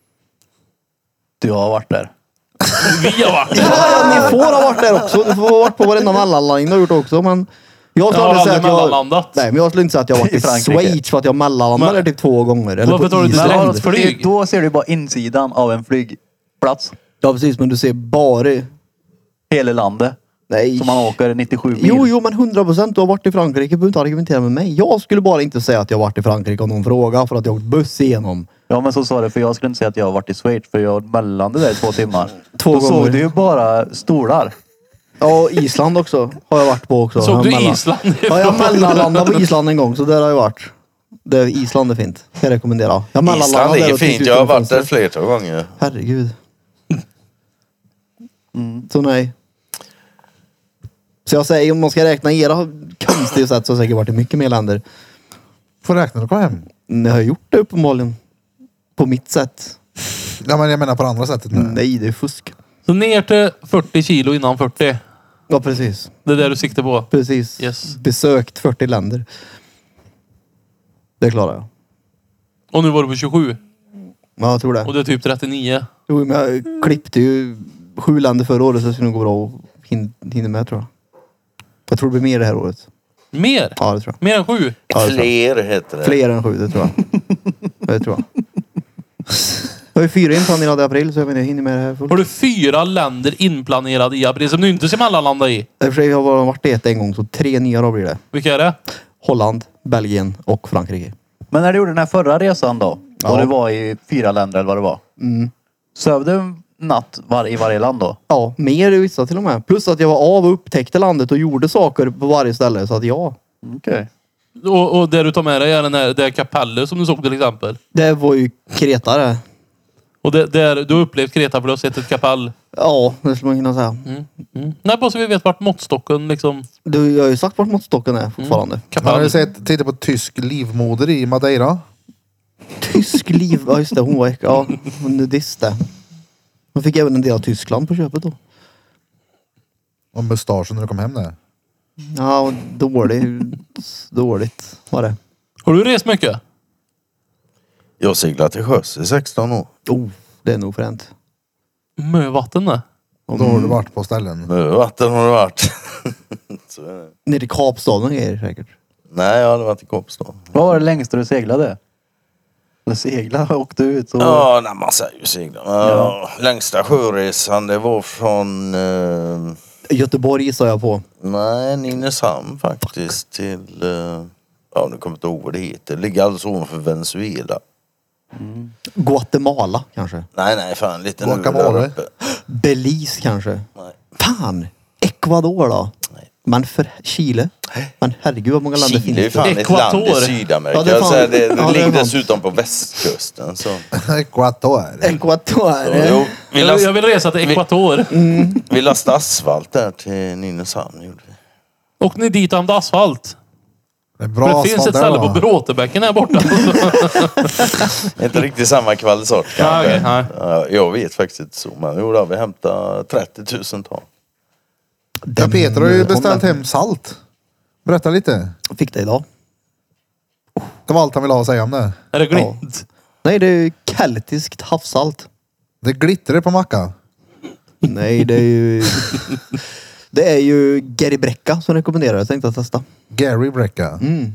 Du har varit där. Vi har varit. Ja, ni får ha varit där också. Du får ha varit på varenda mellanlandning och gjort också, men jag skulle Jag har aldrig säga aldrig att mellanlandat. Nej, men jag skulle inte säga att jag har varit I i Frankrike. Schweiz för att jag mellanlandade Men- typ 2 gånger. Eller Varför på tar du inte Island. direkt flyg? Då ser du bara insidan av en flygplats. Ja, precis, men du ser bara... Hela landet. Nej. Som man åker 97 mil. Jo, men 100% du har varit i Frankrike. Du behöver inte argumentera med mig. Jag skulle bara inte säga att jag har varit i Frankrike om någon frågar för att jag har åkt buss igenom. Ja, men så sa det, för jag skulle inte säga att jag har varit i Schweiz, för jag mellande där i 2 timmar. 2 Då gånger. såg du ju bara stolar. Ja, Island också har jag varit på också. Såg Jag du mellan- Island? Ja, jag mellanlandade på Island en gång, så där har jag varit. Island är fint. Kan jag rekommendera. Jag mellanlandade Island där är och fint. tittade Jag har ut genom varit där fönstret. flertal gånger. Herregud. Så nej. Så jag säger, om man ska räkna era konstiga sätt så har jag säkert varit i mycket mer länder. Får räkna när du kom hem. Ni har gjort det uppenbarligen. På mitt sätt. Ja men jag menar på det andra sättet. Nej, det är fusk. Så ner till 40 kilo innan 40. Ja, precis. Det är det du siktar på. Precis. Yes. Besökt 40 länder. Det klarar jag. Och nu var du på 27. Ja, jag tror det. Och det är typ 39. Jo, men jag klippte ju 7 länder förra året så det skulle nog gå bra att hinna med, tror jag. Jag tror det blir mer det här året. Mer? Ja, det tror jag. Mer än 7? Ja, det tror jag. Fler heter det. Fler än 7, det tror jag. Det tror jag. Jag har ju 4 inplanerade i april så jag vet inte, jag hinner med det här fullt. Har du 4 länder inplanerade i april som du inte ska mellanlanda i? I och för sig har jag bara varit i ett en gång så 3 nya då blir det. Vilka är det? Holland, Belgien och Frankrike. Men när du gjorde den här förra resan då? Ja. Och du var i 4 länder eller vad det var. Söv du en natt i varje land då? Ja, mer i vissa till och med. Plus att jag var av och upptäckte landet och gjorde saker på varje ställe. Så att ja, Okej. Och det du tar med dig är den här, det här kapellet som du såg till exempel. det var ju Kreta det. Och du har upplevt Kreta för du har sett ett kapell. Ja, det skulle man kunna säga. Nej, bara så vi vet vart måttstocken liksom... Jag har ju sagt vart måttstocken är fortfarande. Har Kapell. du sett, titta på tysk livmoder i Madeira? Tysk liv, ja just det, hon var ja, nudist det. Hon fick även en del av Tyskland på köpet då. Och mustaschen när du kom hem där. Ja, dåligt var det. Har du rest mycket? Jag seglat till sjöss i 16 år. Oh, det är nog fränt. Mövatten där. Och då har du varit på ställen. Vatten har det varit. Så är det. Nere i Kapstaden och grejer säkert. Nej, jag hade varit i Kapstaden. Vad var det längsta du seglade? Eller segla, åkte ut och... Ja, nej, man säger ju segla. Ja. Längsta sjöresan det var från Göteborg gissar jag på. Nynäshamn faktiskt till ja, nu kommer jag inte ihåg vad det heter. Det ligger alldeles ovanför Venezuela. Guatemala kanske. Nej, fan lite nu Guacamole. där uppe. Belize kanske. Nej. Fan! Ecuador då? Nej. Men för Chile? Men herregud vad många länder Chile är finns det? fan ett land i Ekvator. Sydamerika. Ja, det är fan- Så det ja, det är ligger fan. dessutom på västkusten. Så. Ecuador. Ecuador. Jo, vi, Jag vill resa till Ekvator. vi lastade asfalt där till Nynäshamn. Gjorde vi. Och ni dit och hämtade asfalt. Det är bra Det finns asfalt ett där, ställe på va? Bråtebäcken här borta. Inte riktigt samma kvalitet. Ja, okej, nej. Ja, jag vet faktiskt inte så. Men jo, då, vi hämtade 30 000 ton. Ja, Peter har ju beställt hem salt. Berätta lite. Fick det idag. Det var allt han ville ha att säga om det. Är det glint? Nej, det är keltiskt havssalt. Det glittrar på macka. Nej, det är ju... Det är ju Gary Brecka som rekommenderar. Jag tänkte att testa. Gary Brecka.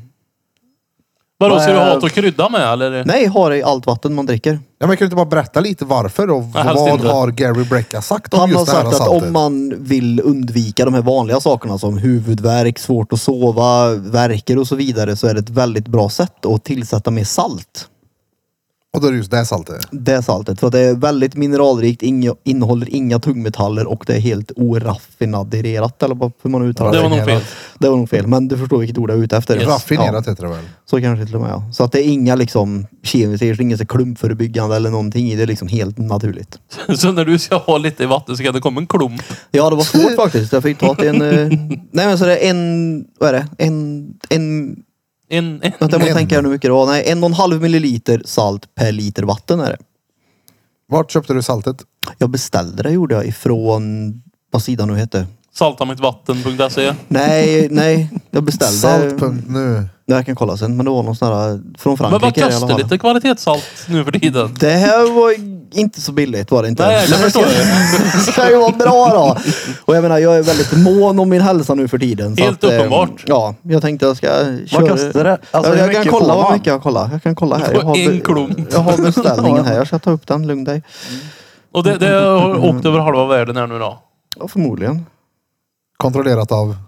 Vadå, ska du ha något att krydda med eller? Nej, har i allt vatten man dricker. Ja, men kan du inte bara berätta lite varför och Nej, helst vad inte. har Gary Brecka sagt om Han har just det här sagt att saltet? om man vill undvika de här vanliga sakerna som huvudvärk, svårt att sova, värker och så vidare så är det ett väldigt bra sätt att tillsätta mer salt. Och då är det just det saltet. Det saltet. För att det är väldigt mineralrikt, innehåller inga tungmetaller och det är helt oraffinerat eller vad man uttalar Det var nog fel. Det var nog fel, men du förstår vilket ord jag är ute efter. Yes. Raffinerat heter det väl? Så kanske till och med, ja. Så att det är inga liksom kemiska, inget klumpförebyggande eller någonting i det. Det är liksom helt naturligt. Så när du ska ha lite i vatten så kan det komma en klump. Ja, det var svårt faktiskt. Jag fick ta till en... nej men så det är vad är det? Vänta, jag måste tänka här nu mycket det var. Nej, 1,5 milliliter salt per liter vatten är det. Vart köpte du saltet? Jag beställde det gjorde jag ifrån, vad sidan nu hette. Saltamittvatten.se. Nej, jag beställde. Salt.nu. Jag kan kolla sen, men det var någon sån här från Men Frankrike vad i alla kostar fall. lite kvalitetssalt nu för tiden? Det här var inte så billigt var det inte. Nej, jag förstår det. ska ju vara bra då. Och jag menar, jag är väldigt mån om min hälsa nu för tiden. Så Helt att, uppenbart. Ja, jag tänkte jag ska köra. Vad kostar det? Alltså, hur jag kan mycket kolla får vad man? mycket jag kollar. Jag kan kolla här. Du får en klump. Jag har beställningen här. Jag ska ta upp den, lugn dig. Och det har åkt över halva världen här nu då. Ja, förmodligen. Kontrollerat av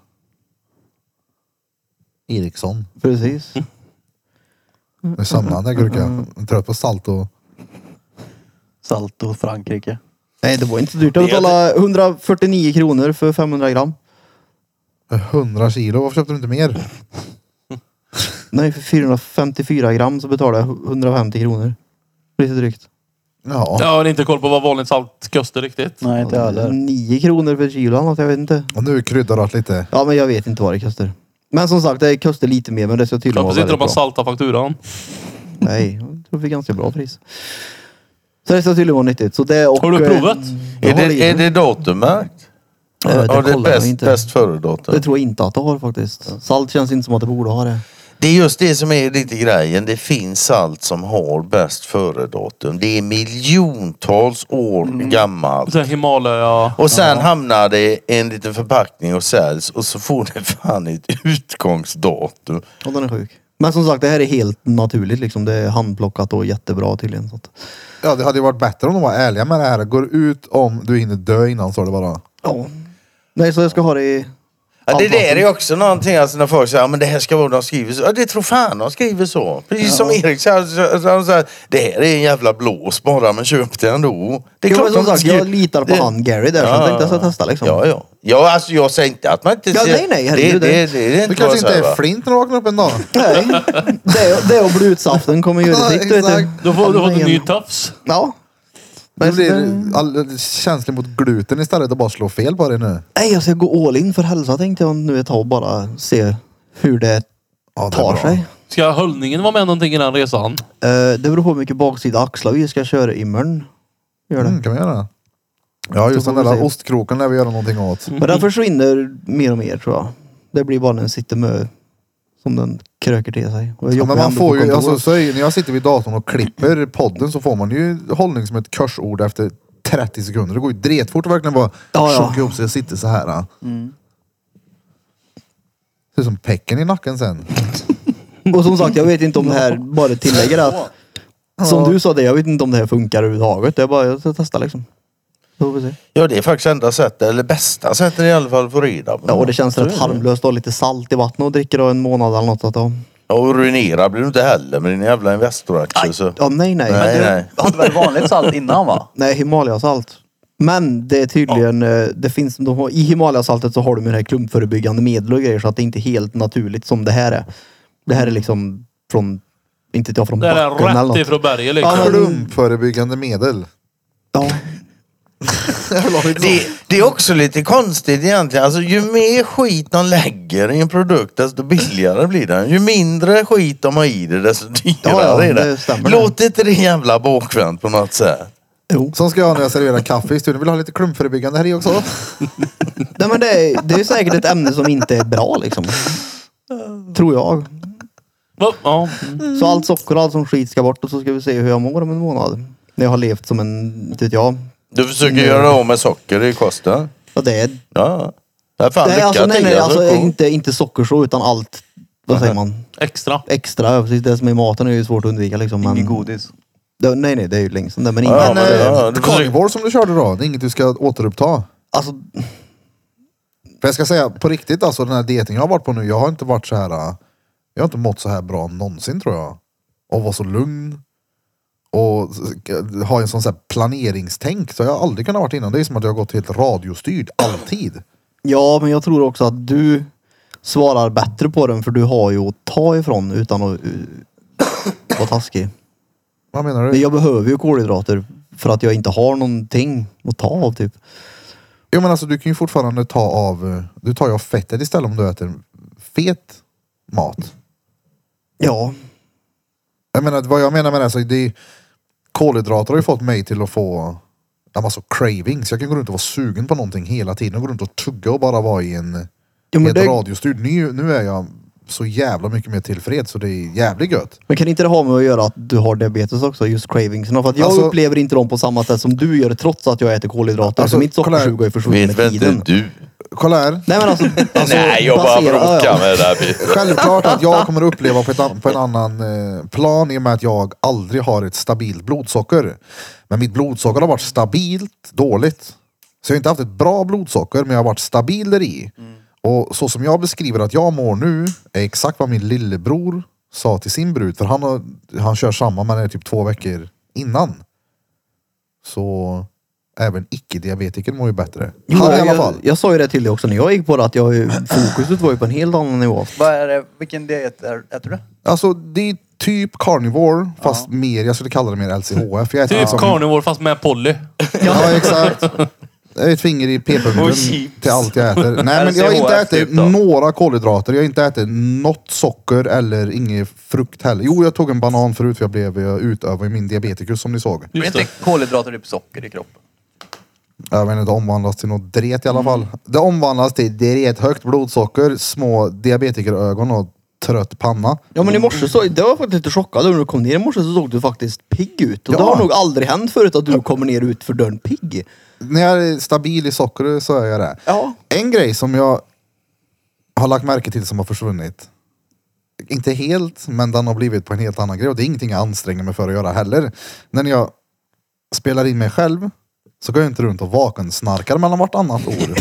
Eriksson. Precis. Det är samma där gurka. Trött på salt och... Salt och Frankrike. Nej, det var inte så dyrt. Jag betalade 149 kronor för 500 gram. 100 kilo. Varför köpte du inte mer? Nej, för 454 gram så betalade jag 150 kronor. Lite drygt. Ja. Jag har inte koll på vad vanligt salt kostar riktigt. Nej, inte jag heller. 9 kronor för kilo eller något, jag vet inte. Och nu kryddar det lite. Ja, men jag vet inte vad det kostar. Men som sagt, det kostar lite mer, men det ska tydligen Jag vara sitter väldigt de bra. bara salta fakturan. Nej, jag tror det fick ganska bra pris. Så det ska tydligen vara nyttigt. Så det och, Har du provat? jag har Är det datummärkt? Det Har det kollar jag inte. bäst före datum? Det tror jag inte att det har faktiskt. Salt känns inte som att det borde ha det. Det är just det som är lite grejen. Det finns salt som har bäst före datum. Det är miljontals år gammalt. Sen Himalaya. Och sen hamnar det i en liten förpackning och säljs och så får det fan ett utgångsdatum. Och den är sjuk. Men som sagt, det här är helt naturligt liksom. Det är handplockat och jättebra tydligen. Så att, Ja, det hade ju varit bättre om de var ärliga med det här. Går ut om du hinner dö innan, så är det bara. ja. Nej, så jag ska ha det i... Ja, det där är också någonting, alltså när folk säger, ja, men det här ska vara, de skriver så. Ja, det tror fan de skriver så. Precis som Erik säger, det här är en jävla blås bara, men köp det ändå. Det är Jo, klart men som de sagt, skriver- jag litar på det- han Gary där, så jag tänkte jag ska testa liksom. Ja. Ja, alltså jag säger inte att man inte Ja, ser... nej, herregud, det är Du inte kanske vad jag inte säger, är va? flint när du vaknar upp en dag. Nej, det och blutsaften kommer göra Ja, sitt, vet du. exakt. Då får du en ny tafs. Ja. Du Men blir alldeles känslig mot gluten istället och bara slå fel på dig nu. nej, jag ska gå all in för hälsa tänkte jag nu ett tag och bara se hur det Ja, det är tar bra. sig. Ska höllningen vara med någonting i den resan? Det beror på hur mycket baksida axlar vi ska köra imorgon. Gör det. Kan vi göra? Ja, just Så den får vi där se. ostkroken lär vi göra någonting åt. Men den försvinner mer och mer tror jag. Det blir bara när den sitter med som den kröker till sig. Och jag Ja, jobbar men man ändå på får ju, kontor. alltså, så är, när jag sitter vid datorn och klipper podden så får man ju hållning som ett kursord efter 30 sekunder. Det går ju dretfort att verkligen bara Ja, ja. tjocka ihop sig och sitta så här. Ser ut som pecken i nacken sen. Och som sagt, jag vet inte om det här bara tillägger att som du sa det, jag vet inte om det här funkar överhuvudtaget. Det är bara jag ska testa liksom. Så får vi se. Ja, det är faktiskt enda sättet, eller bästa sättet i alla fall, att få reda på. Ja, och det känns Så rätt är det. harmlöst att ha lite salt i vattnet och dricka då en månad eller något. Att då. Och ruinera blir du inte heller med din jävla Investor-aktie. Så. Ja, nej. Nej, Nej, nej. Du hade väl vanligt salt innan va? Himalayasalt. Men det är tydligen, det finns, i Himalayasaltet så har de ju det här klumpförebyggande medel och grejer så att det inte är helt naturligt som det här är. Det här är liksom från, inte jag från Det är backen eller rätt något. ifrån berget liksom. Ja, men- Klumpförebyggande medel. Ja. Det är också lite konstigt egentligen. Alltså, ju mer skit de lägger i en produkt, desto billigare blir den. Ju mindre skit de har i det, desto dyrare Ja, är det det. stämmer. Låt inte det jävla bakvänt på något sätt. Jo. Som ska jag när jag serverar kaffe i studion. Vill du ha lite klumpförebyggande här i också? Nej, men det är säkert ett ämne som inte är bra liksom. Tror jag. Ja. Så allt socker och allt som skit ska bort och så ska vi se hur jag mår om en månad. När jag har levt som en, vet jag. Du försöker göra av med socker i kosten. Och det är... Ja. Ja, fan, Nej, lycka alltså, nej, till, alltså cool. inte socker så utan allt. Vad säger man? Extra. Extra. Ja, precis, det som är i maten är ju svårt att undvika liksom. Men, Ingen godis. nej, det är ju länge sedan det. Men Ja, ingen... men det- ja, du försöker- Carnivore som du körde då. Det är inget du ska återuppta. Alltså, För jag ska säga på riktigt, alltså den här dieten jag har varit på nu. Jag har inte varit så här. Jag har inte mått så här bra någonsin tror jag. Och var så lugn. och ha en sån så här planeringstänk. Så jag har aldrig kunnat varit innan. Det är som att jag har gått helt radiostyrd alltid. Ja, men jag tror också att du svarar bättre på den för du har ju att ta ifrån utan att vara taskig. Vad menar Men du? jag behöver ju kolhydrater för att jag inte har någonting att ta av typ. Jo men alltså du kan ju fortfarande ta av, du tar ju av fettet istället om du äter fet mat. Ja, Jag menar, vad jag menar med det, så det kolhydrater har ju fått mig till att få alltså cravings. Jag kan gå runt och vara sugen på någonting hela tiden och gå runt och tugga och bara vara i en ja men, helt det, radiostyrd. Nu är jag så jävla mycket mer tillfreds så det är jävligt gött. men kan inte det ha med att göra att du har diabetes också, just cravingsarna? För att jag Alltså- upplever inte dem på samma sätt som du gör trots att jag äter kolhydrater. Alltså, Så mitt kolla här. sockersug har ju försvunnit Vet med väl tiden. inte du? Kolla här. Nej men alltså Nej, jag bara basera- bråkar med det där Peter. Självklart att jag kommer att uppleva på en annan plan i och med att jag aldrig har ett stabilt blodsocker. Men mitt blodsocker har varit stabilt dåligt. Så jag har inte haft ett bra blodsocker men jag har varit stabil där i. Och så som jag beskriver att jag mår nu är exakt vad min lillebror sa till sin brud. För han kör samma men det är typ 2 veckor innan. Så även icke-diabetiker mår ju bättre. Jo, Han i alla fall. jag sa ju det till dig också när jag gick på det att fokuset var ju på en helt annan nivå. Vad är det, vilken diet äter du? Alltså det är typ carnivore fast mer, jag skulle kalla det mer LCHF. Jag äter Typ liksom- carnivore fast med Polly. Ja exakt. Ett finger i p-punkten Och chips. till allt jag äter. Nej men jag har inte LCHF ätit typ då? några kolhydrater. Jag har inte ätit något socker eller ingen frukt heller. Jo jag tog en banan förut för jag blev utöver i min diabetikus som ni såg. Det är Just inte det. kolhydrater typ socker i kroppen. Jag vet inte, det omvandlas till något dret i alla fall. Det omvandlas till dret, högt blodsocker, små diabetikerögon och trött panna. Ja men i morse så, det var faktiskt lite chockad när du kom ner i morse så såg du faktiskt pigg ut. Och Ja. det har nog aldrig hänt förut att du kommer ner ut för dörren pigg. När jag är stabil i socker så är jag det. Ja. En grej som jag har lagt märke till som har försvunnit. Inte helt, men den har blivit på en helt annan grej. Och det är ingenting jag anstränger mig för att göra heller. När jag spelar in mig själv så går jag inte runt och vakensnarkar mellan vartannat ord.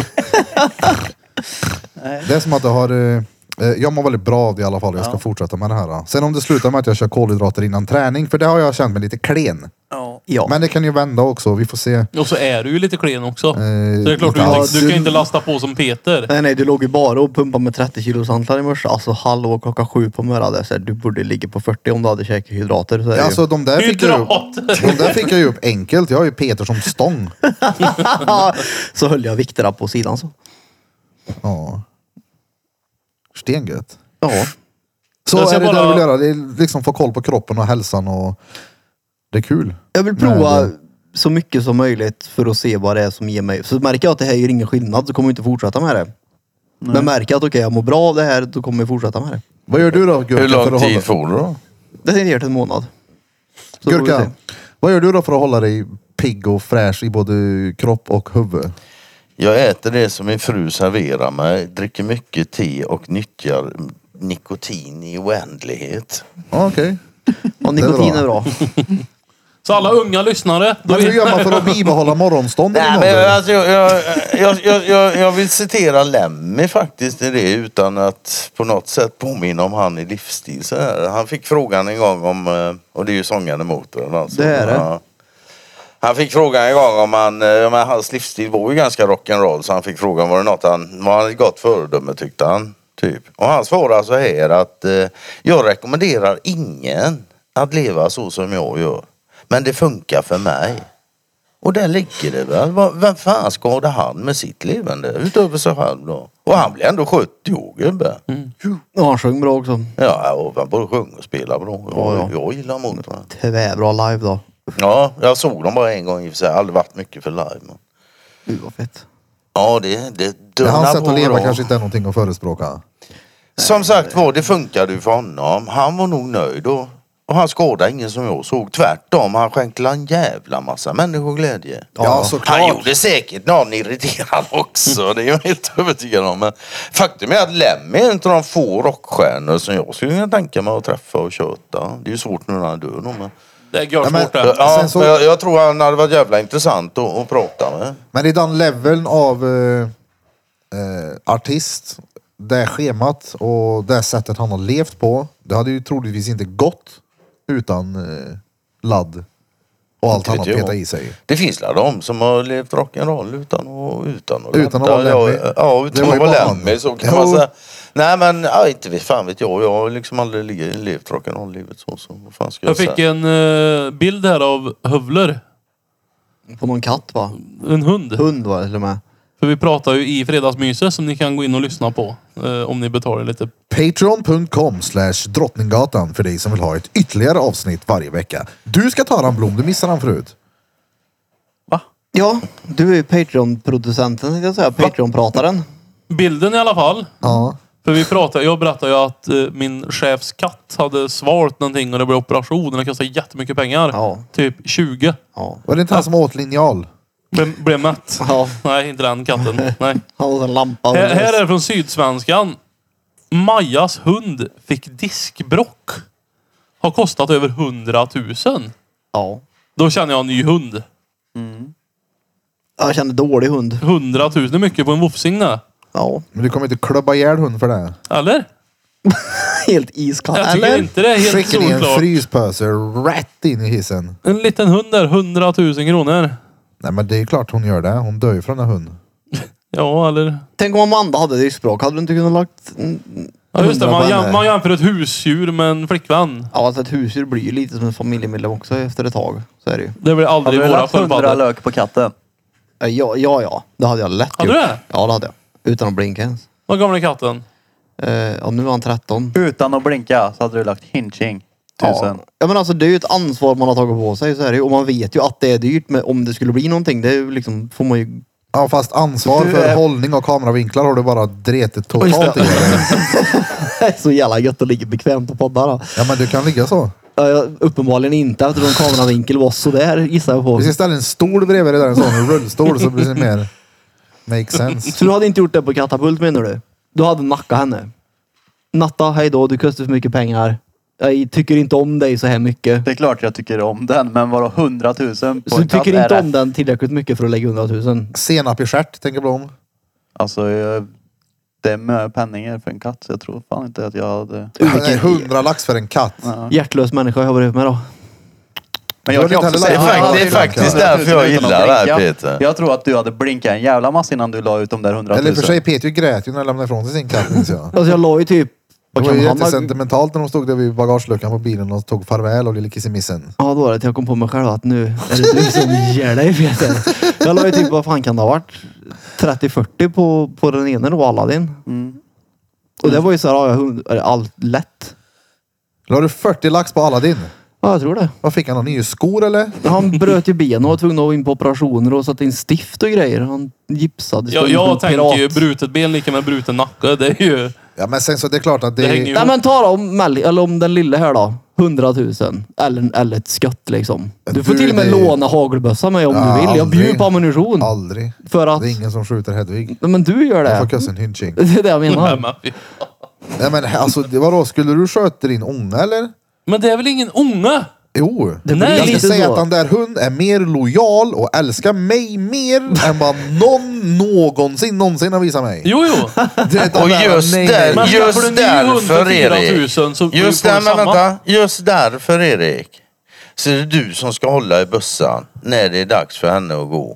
Det är som att det har... Jag mår väldigt bra av det i alla fall. Jag ska fortsätta med det här. Sen om det slutar med att jag kör kolhydrater innan träning. För det har jag känt mig lite klen. Ja. Ja. Men det kan ju vända också. Vi får se. Och så är du ju lite klen också. Så det är klart ja, du kan inte lasta på som Peter. Nej, du låg ju bara och pumpade med 30 kilos hantlar i morse. Alltså hallå, 7:00 på morgonen. Så här, du borde ligga på 40 om du hade käkat hydrater. Så är det ju. Alltså de där fick jag Hydrater! de där fick jag ju upp enkelt. Jag har ju Peter som stång. Så höll jag vikterna på sidan så. Ja. Stengött. Ja. Så Jag ska är det bara- det jag vill göra. Det är liksom få koll på kroppen och hälsan och det är kul. Jag vill prova Men- så mycket som möjligt för att se vad det är som ger mig. Så märker jag att det här gör ingen skillnad så kommer jag inte fortsätta med det. Men märker jag att okej, jag mår bra av det här, då kommer jag fortsätta med det. Vad gör du då Gurka? Hur för lång att tid hålla... får du då? Det är ner till en månad. Så får vi Gurka, se. vad gör du då för att hålla dig pigg och fräsch i både kropp och huvud? Jag äter det som min fru serverar mig, dricker mycket te och nyttjar nikotin i oändlighet. Ja, okej. Ja, nikotin är bra. Så alla unga lyssnare. Då Men hur gör man för att bibehålla morgonstånd? Nej, men alltså, jag vill citera Lemmy faktiskt i det utan att på något sätt påminna om han i livsstil. Så här. Han fick frågan en gång om, och det är ju sångande motorn alltså. Det är det. Ja. Han fick frågan en gång om hans livsstil var ju ganska rock'n'roll så han fick frågan var det något var han ett gott föredöme tyckte han. Typ. Och han svarade så här att jag rekommenderar ingen att leva så som jag gör. Men det funkar för mig. Och där ligger det väl. Vem fan skadar han med sitt levande? Utöver sig själv då. Och han blev ändå 70 år gubbe. Ja, han sjöng bra också. Ja, och han både sjunger och spelar bra. Ja. Jag gillar motorn. Tvärbra live då. Ja, jag såg dem bara en gång i och för sig. Jag har aldrig varit mycket för live. Men... Gud vad fett. Ja, det Men dundrar hans sätt på att leva bra. kanske inte är någonting att förespråka. Som sagt var, det funkade ju för honom. Han var nog nöjd och han skadade ingen som jag såg. Tvärtom, han skänkte en jävla massa människor glädje. Ja, såklart. Han gjorde säkert någon irriterad också, det är jag helt övertygad om. Men faktum är att Lemmy är en av de få rockstjärnor som jag skulle kunna tänka mig att träffa och köta. Det är ju svårt nu när han dör nog, men... Det är gör Ja, men- svårt det. Ja, Sen så- men jag tror han hade varit jävla intressant att prata med. Men i den leveln av artist, det schemat och det sättet han har levt på, det hade ju troligtvis inte gått utan ladd och allt Inte annat vet jag. peta i sig. Det finns väl de som har levt rock'n'roll utan att Utan att vara Lemmy. Ja, Det utan var att ju vara bara Lemmy så kan Jo. man säga. Nej men, inte vet fan vet jag. Jag har liksom aldrig levt rock'n'roll-livet så vad fan ska jag Jag fick säga? en bild här av hövler. På någon katt va? En hund. Hund var det till och med. För vi pratar ju i Fredagsmyset som ni kan gå in och lyssna på. Om ni betalar lite. Patreon.com/Drottninggatan för dig som vill ha ett ytterligare avsnitt varje vecka. Du ska ta han Blom, du missade han förut. Va? Ja, du är ju Patreon-producenten tänkte jag säga. Patreon-prataren. Bilden i alla fall. Ja. För jag berättade ju att min chefs katt hade svalt någonting och det blev operation och det kostade jättemycket pengar. Ja. Typ 20. Ja. Var det inte han som åt linjal? Blev mätt. Ja. Nej, inte den katten. Nej. Han hade en lampa. Här är det från Sydsvenskan. Majas hund fick diskbrock. Har kostat över 100 000. Ja. Då känner jag en ny hund. Jag kände dålig hund. 100 000 är mycket på en vofsing där. Ja. Men du kommer inte klubba ihjäl hund för det. Eller? Helt iskall. Jag tycker Eller? inte det är helt Skickar ni en solklart. fryspöse rätt in i hissen. En liten hund där, 100 000 kronor. Nej men det är klart hon gör det. Hon dör ju från den här hunden. Ja, eller... Tänk om Amanda hade diskbråck. Hade du inte kunnat lagt... Ja, just det. 100 på henne? Man jämför ett husdjur med en flickvän. Ja, alltså ett husdjur blir ju lite som en familjemedlem också efter ett tag. Så är det ju. Det blir Hade aldrig du våra lagt 100 sköldpaddor. lök på katten? Ja. Det hade jag lätt Hade gjort. du det? Ja, det hade jag. Utan att blinka ens. Vad gammal är katten? Ja, nu var han 13. Utan att blinka så hade du lagt hinching. 1000. Ja, men alltså det är ju ett ansvar man har tagit på sig. Så är det ju. Och man vet ju att det är dyrt. Men om det skulle bli någonting, det är ju liksom, får man ju... Ja fast ansvar Du för är- hållning och kameravinklar har du bara dretet Just totalt i. det. Det är så jävla gött att ligga bekvämt och podda då. Ja men du kan ligga så. Ja, uppenbarligen inte eftersom kameravinkel var sådär gissar jag på. Vi ska ställa en stol bredvid dig där, en sån rullstol så blir det mer make sense. Så du hade inte gjort det på katapult menar du? Du hade nackat henne. Natta, hej då, du kostar för mycket pengar. Jag tycker inte om dig så här mycket. Det är klart jag tycker om den, men vadå 100 000 på Så en du katt tycker är inte det. om den tillräckligt mycket för att lägga 100 000? Senap i stjärt, tänker Blom. Alltså, det är med penningar för en katt, så jag tror fan inte att jag hade... Nej, 100 lax för en katt. Hjärtlös människa jag har varit med då. Men Du jag har kan inte också heller säga... lagt- Det är faktiskt därför jag gillar det här Peter. Jag tror att du hade blinkat en jävla massa innan du la ut de där 100 000. Eller för sig, Peter grät ju när han lämnade ifrån sig sin katt minns jag. Alltså jag la ju typ... Det Vad var kan ju han ha... jättesentimentalt när de stod där vid bagageluckan på bilen och tog farväl och lille kissemissen. Ja, då var det att jag kom på mig själv att nu är det du som ger dig Peter. Jag la ju typ, vad fan kan det ha varit? 30-40 på den ena då, Aladdin. Och det var ju så här, allt lätt. La du 40 lax på Aladdin? Ja, jag tror det. Vad fick han? Några nya skor eller? Han bröt ju ben och var tvungen att gå in på operationer och satte in stift och grejer. Han gipsade. Jag tänker ju brutet ben lika med bruten nacke. Det är ju... Ja men sen så det är klart att Det hänger det... ju Nej men ta då om den lille här då. 100 000. Eller ett skott liksom. Du får Du, till och med det- låna hagelbössa mig om Ja, du vill. Jag aldrig. bjuder på ammunition. Aldrig. För att... Det är ingen som skjuter Hedvig. Nej, men du gör Jag får det. kussen hynching. Det är det jag Nej, menar. men- Nej men alltså vadå, skulle du sköta din unga eller? Men det är väl ingen unge? Jo. Det blir Jag ska lite säga så. att den där hund är mer lojal och älskar mig mer än vad någon någonsin har visat mig. Jo. Det är den Och där, just, nej, där, nej. Men skaffar du just en ny hund för därför 4 000 Erik. så Just, får du där, men samma. vänta, just därför Erik. Så är det du som ska hålla i bössan när det är dags för henne att gå.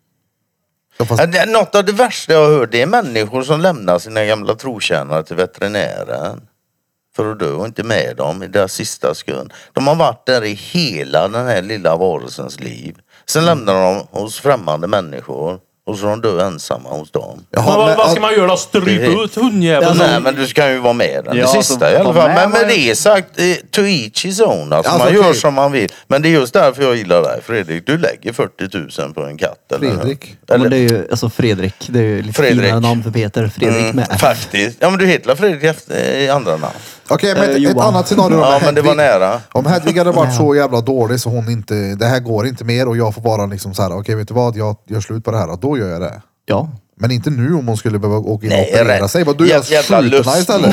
Ja, fast, Något av det värsta jag har hört det är människor som lämnar sina gamla trotjänare till veterinären. För att dö och inte med dem i deras sista sekund. De har varit där i hela den här lilla varelsens liv. Sen lämnar de hos främmande människor. Och så de dör ensamma hos dem. jaha, Men men, vad ska man göra? Strypa ut hundjäveln? Nej men du ska ju vara med den. Ja, Det sista så i alla var fall. med Men med var- det sagt, to each his own. Alltså, Alltså, man gör okej. som man vill. Men det är just därför jag gillar dig Fredrik. Du lägger 40 000 på en katt. Eller? Fredrik. Ja, Eller? men det är ju, alltså Fredrik. Det är ju lite Fredrik. finare namn för Peter. Fredrik med F. Faktiskt. Ja men du heter Fredrik i andra namn. okej, men ett Johan. annat scenario då med Ja men det var Hedvig. nära. Om Hedvig hade varit så jävla dålig så hon inte, det här går inte mer och jag får bara liksom så här, okej vet du vad, jag gör slut på det här, då gör jag det. Ja. Men inte nu om hon skulle behöva åka in och Nej, operera rätt. sig. Vad du gör Jävla skjuterna lust. istället.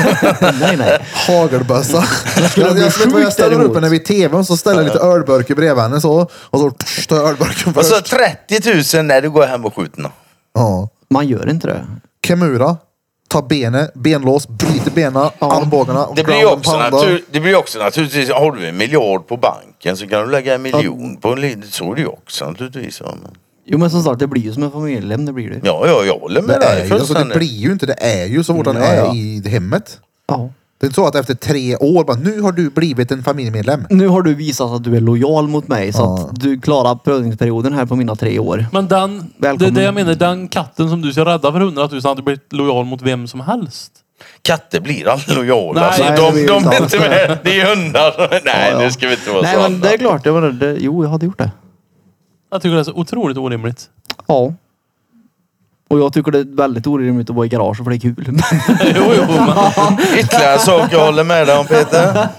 Nej. Hagelbössa. Jag bli vet vad jag sjuk ställer upp däremot. henne vid tvn så ställer jag lite ölburk bredvid henne så. Och så tar jag ölburken Och så först. 30 000 när du går hem och skjuter någon. Ja. Man gör inte det. Kimura. Ta benet, benlås, bryter benen, armbågarna. Det blir ju också, det blir också naturligtvis, har du 1 miljard på bank. banken så kan du lägga 1 miljon på en liten. Så är det ju också naturligtvis. Ja. Jo men som sagt, det blir ju som en familjemedlem, det blir det. Ja, jag håller med Det är dig. ju, alltså, det blir ju inte, det är ju så fort han är i hemmet. Ja. Det är inte så att efter 3 år, bara, nu har du blivit en familjemedlem. Nu har du visat att du är lojal mot mig så Ja. att du klarar prövningsperioden här på mina 3 år. Men den, det är Välkommen. det jag menar, den katten som du ska rädda för 100 000 hade blivit lojal mot vem som helst. Katter blir aldrig lojala. Nej, Alltså, det de blir är sant. inte med. Det är hundar. Nej, Ja. det ska vi inte vara Nej sådana. men det är klart, jo jag hade gjort det. Jag tycker det är så otroligt orimligt. Ja. Och jag tycker det är väldigt orimligt att vara i garaget för det är kul. Jo, men... Ytterligare saker jag håller med dig om, Peter.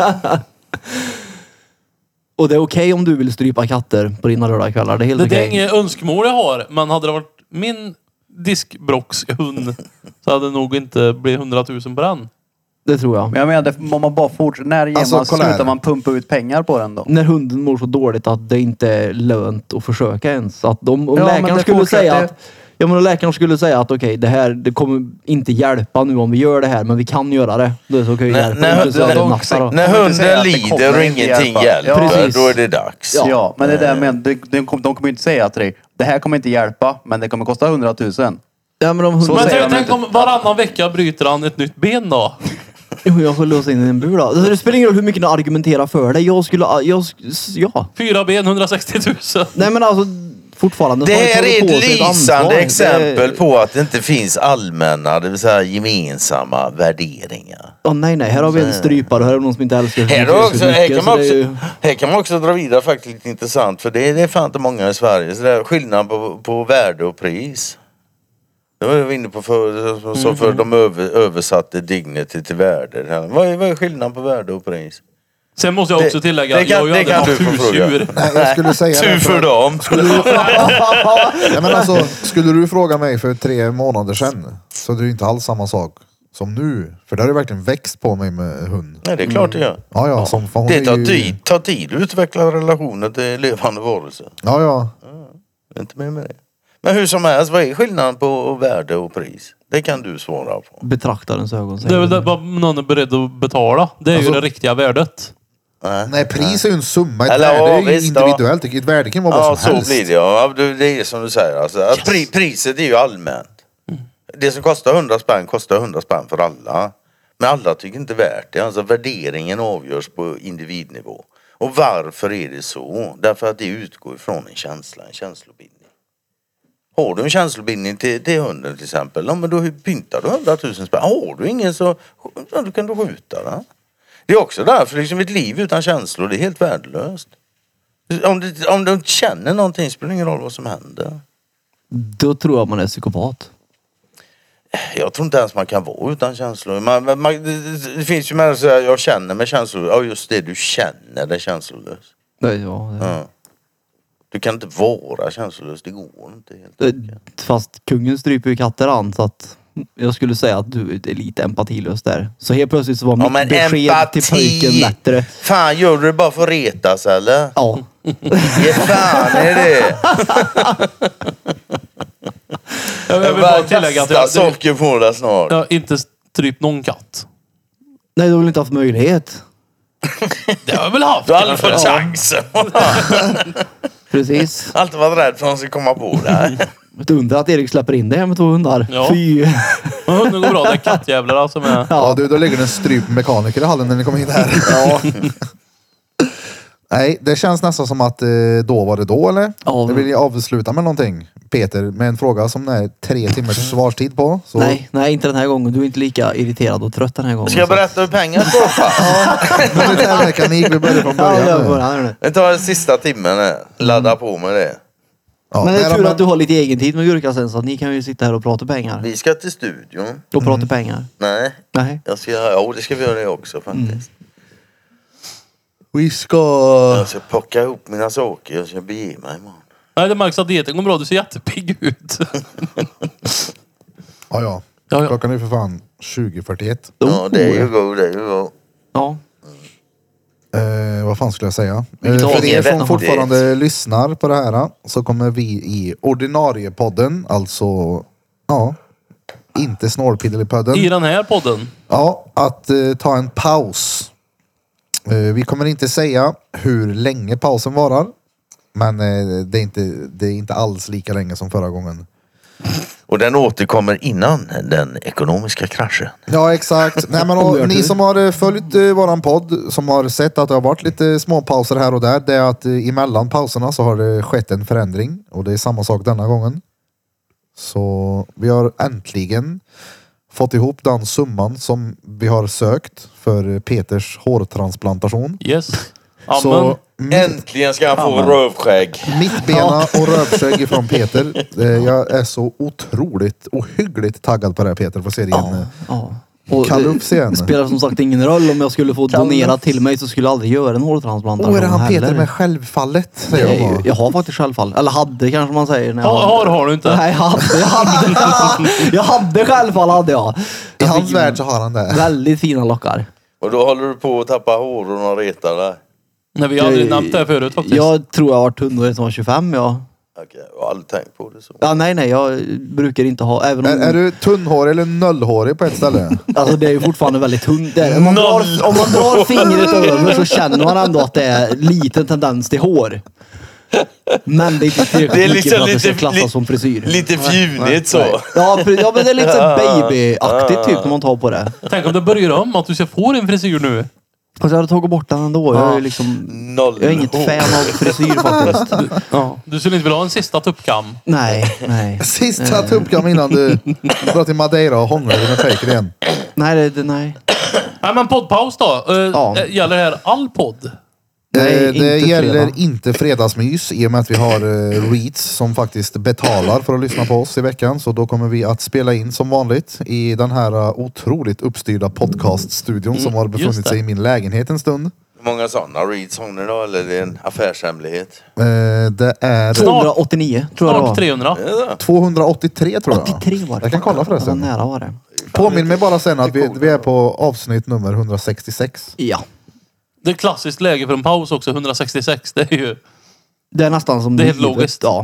Och det är okej om du vill strypa katter på dina lördagskvällar. Det är helt Det är okej. inget önskemål jag har, men hade det varit min diskbrockshund så hade det nog inte blivit 100 000 på den. Det tror jag. Men jag menar, om man bara fortsätter. När Alltså, kolla här. slutar man pumpa ut pengar på den då? När hunden mår så dåligt att det inte är lönt att försöka ens. Att om Ja, men läkaren det skulle säga fortsätter. att om läkaren skulle säga att okej, det kommer inte hjälpa nu om vi gör det här, men vi kan göra det. Då är det så okej, hjälpa. Så är det natta då. När Kommer inte säga hunden att det lider kommer och inte ingenting hjälpa. hjälper, Ja, precis. då är det dags. Ja, men det där med, de kommer inte säga till dig, det här kommer inte hjälpa, men det kommer kosta 100 000. Ja, men om Så hunden... säger Men de tänk inte. om varannan vecka bryter han ett nytt ben då? Jo, jag får låsa in i en bur då. Det spelar ingen roll hur mycket du argumenterar för det. Ja. 4 ben, 160 000. Nej men alltså, fortfarande. Det så har här vi är tagit på ett sig ansvar. lysande Det- exempel på att det inte finns allmänna, det vill säga gemensamma värderingar. Nej, här har vi en strypare. Här är någon som inte älskar Här, så också, här, mycket, kan så man det är ju- också, här kan man också dra vidare faktiskt lite intressant, för det är fan inte många i Sverige. Så det är skillnad på värde och pris. Det var vi inne på för, så för de översatte dignity till värde. Vad är skillnaden på värde och pris? Sen måste jag också tillägga att jag det hade kan du haft få fråga. husdjur. Nej, jag skulle säga Tur det för dem. Nej, men alltså, skulle du fråga mig för 3 månader sedan så är det ju inte alls samma sak som nu. För det har ju verkligen växt på mig med hund. Nej, det är klart det gör. Ja, som fan, hon Det är ju... tar tid att utveckla relationer till levande varelser. Ja. Det är inte mer med det. Men hur som helst, vad är skillnaden på värde och pris? Det kan du svara på. Betraktarens ögon Det är väl det, vad någon är beredd att betala. Det är Alltså- ju det riktiga värdet. Nej, pris är ju en summa. Ett Eller, värde ja, är ju visst, ja. individuellt. Ett värde kan vara Ja, vad som så helst. blir det. Ja, det är som du säger. Alltså, att priset är ju allmänt. Det som kostar 100 spänn kostar 100 spänn för alla. Men alla tycker inte värt det. Alltså värderingen avgörs på individnivå. Och varför är det så? Därför att det utgår ifrån en känsla, en känslobindning. Har du en känslobindning till hunden till exempel, ja, men då pyntar du 100 000 spänn. Har du ingen så ja, då kan du skjuta den. Det är också därför liksom ett liv utan känslor, det är helt värdelöst. Om du inte känner någonting spelar det ingen roll vad som händer. Då tror jag man är psykopat. Jag tror inte ens man kan vara utan känslor. Det finns ju människor som säger jag känner med känslor. Ja, just det, du känner dig känslolös. Nej, Ja. Du kan inte vara känslolös, det går inte helt enkelt. Fast kungen stryper ju katter an, så att jag skulle säga att du är lite empatilös där. Så helt plötsligt så var Ja, mitt men besked till pojken bättre. Fan, gör du det bara för att retas eller? Ja. Ge fan är det. Jag vill bara tillägga att Kasta socker på det snart. jag har inte strypt någon katt. Nej, du har väl inte haft möjlighet? Det har jag väl haft. Du har aldrig fått chansen. Precis. Alltid varit rädd för att de ska komma på det. Ett under att Erik släpper in det här med 2 hundar. Ja. Fy. Men hunden går bra. Det är kattjävlar som är... Ja, du, då ligger det en strypt mekaniker i hallen när ni kommer in här. Ja. Nej, det känns nästan som att då var det då, eller? Ja. Jag vill avsluta med någonting, Peter, med en fråga som det är 3 timmars svarstid på. Så... Nej, inte den här gången. Du är inte lika irriterad och trött den här gången. Ska jag berätta hur pengar står? Militärmekanik, vi börjar från Ja, början jag nu. börjar här nu. Vi tar den sista timmen här. Ladda på med det. Ja, Men det är nej, tur att du har lite egen tid med Gurka sen, så att ni kan ju sitta här och prata pengar. Vi ska till studion. Och prata pengar. Nej, Nej. det ska vi göra det också faktiskt. Vi ska... Jag ska plocka ihop mina saker. Jag ska bege mig imorgon. Nej, det märks att dieten går bra. Du ser jättepigg ut. Ja. Ja. Klockan är för fan 20:41. Ja, det är ju god, det är ju god. Ja. Vad fan skulle jag säga? Vilket För er avsnitt som har fortfarande lyssnar på det här så kommer vi i ordinarie podden, alltså inte Snorpiddelipodden. I den här podden. Ja, att ta en paus Vi kommer inte säga hur länge pausen varar. Men det är inte alls lika länge som förra gången. Och den återkommer innan den ekonomiska kraschen. Ja, exakt. Nej, men ni som har följt våran podd, som har sett att det har varit lite små pauser här och där. Det är att emellan pauserna så har det skett en förändring. Och det är samma sak denna gången. Så vi har äntligen fått ihop den summan som vi har sökt för Peters hårtransplantation. Yes. Amen. Så Äntligen ska han få rövskägg. mittbena och rövskägg ifrån Peter. Jag är så otroligt ohyggligt taggad på det här, Peter. Får se det igen. Ja. Och Kalufs igen. det spelar som sagt ingen roll om jag skulle få donera till mig, så skulle jag aldrig göra en hårtransplantation. Är det han Peter heller. med självfallet? Säger jag bara. Jag har faktiskt självfall. Eller hade kanske man säger. När jag Har du inte? Nej, jag hade självfall hade jag. I hans värld så har han det. Väldigt fina lockar. Och då håller du på att tappa hår och retar där. Nej, vi har aldrig nämnt det här förut faktiskt. Jag tror jag har varit tunnhårig som var 25, ja. Okej, jag har aldrig tänkt på det så. Ja, nej, jag brukar inte ha, även om... Är du tunnhårig eller nollhårig på ett ställe? Alltså det är ju fortfarande väldigt tunt. Om man drar fingret över så känner man ändå att det är liten tendens till hår. Men det är inte tillräckligt mycket för att det ska klassas som frisyr. Lite fjunigt så. Ja, men det är lite så babyaktigt typ när man tar på det. Tänk om det börjar om att du ska få en frisyr nu. Alltså jag hade tagit bort den ändå. Jag är liksom... Jag är inget fan av frisyr faktiskt. Du skulle inte vilja ha en sista tuppkam? Nej. Sista tuppkam innan du drar till Madeira och hånglar med Faker igen. Nej. Nej, men poddpaus då. Gäller det här all podd? Nej, Det inte gäller fredag. inte fredagsmys i och med att vi har Reeds som faktiskt betalar för att lyssna på oss i veckan. Så då kommer vi att spela in som vanligt i den här otroligt uppstyrda podcaststudion som har befunnit sig i min lägenhet en stund. Hur många sådana reads har ni då? Eller är det en affärshemlighet? Det är 289 tror jag det var. Snart 300. 283 tror jag. 83 var det. Jag kan kolla förresten. Ja, nära var det. Påminn mig bara sen att vi är på avsnitt nummer 166. Ja. Det är ett klassiskt läge för en paus också, 166. Det är ju... Det är nästan som Det är helt livet. logiskt. Ja.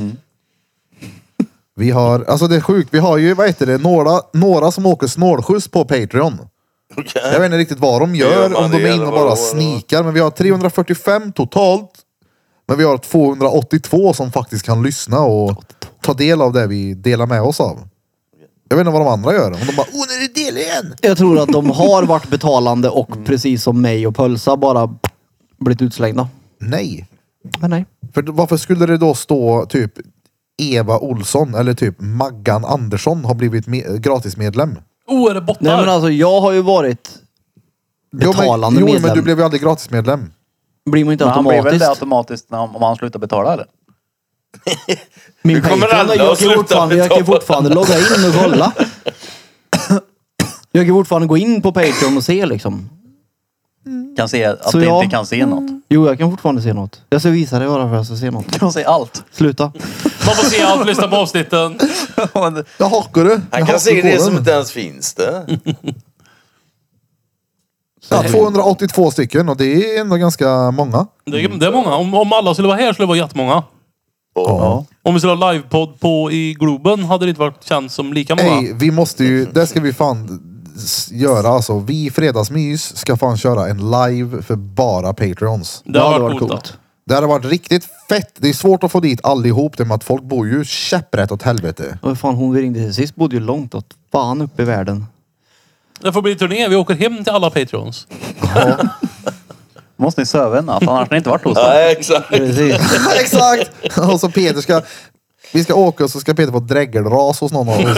Vi har, alltså det är sjukt, vi har ju, vad heter det, några som åker snålskjuts på Patreon. Okej. Jag vet inte riktigt vad de Gör gör, man om de det är inne eller och vad bara då? snikar. Men vi har 345 totalt. Men vi har 282 som faktiskt kan lyssna och ta del av det vi delar med oss av. Jag vet inte vad de andra gör. Om de bara, nu är det del igen! Jag tror att de har varit betalande och precis som mig och Pölsa bara blivit utslängda. Nej. Men nej. För varför skulle det då stå typ Eva Olsson eller typ Maggan Andersson har blivit gratismedlem? Är det bottar? Nej men alltså jag har ju varit betalande Jo, medlem. men du blev ju aldrig gratismedlem. Blir man inte Men han blir väl automatiskt. det automatiskt om han slutar betala eller? Min Nu kommer Patreon, alla jag att kan sluta fortfarande, jag kan betala. fortfarande logga in och kolla. Jag kan fortfarande gå in på Patreon och se liksom. Kan se att Så du ja. inte kan se något. Jo, jag kan fortfarande se något. Jag ska visa dig bara för att jag ska se något. Du kan se allt. Sluta. Man får se allt, lyssna på avsnitten. Jag hakar du. Han kan se det som inte ens finns det. Ja, 282 stycken och det är ändå ganska många. Det är många. Om alla skulle vara här skulle det vara jättemånga. Ja. Om vi skulle ha livepodd i Globen hade det inte varit känts som lika många. Ey, vi måste ju, det ska vi fan göra alltså. Vi i Fredagsmys ska fan köra en live för bara Patreons. Det hade hade varit varit coolt. Det hade varit riktigt fett. Det är svårt att få dit allihop det med att folk bor ju käpprätt åt helvete. Och fan, hon vi ringde till sist bodde ju långt åt fan upp i världen. Det får bli turné. Vi åker hem till alla Patreons. Måste ni söva en natt, annars har ni inte varit hos dem. Nej, exakt. Precis. Exakt! Och så Peter ska, vi ska åka och så ska Peter få dräggelras hos någon av oss.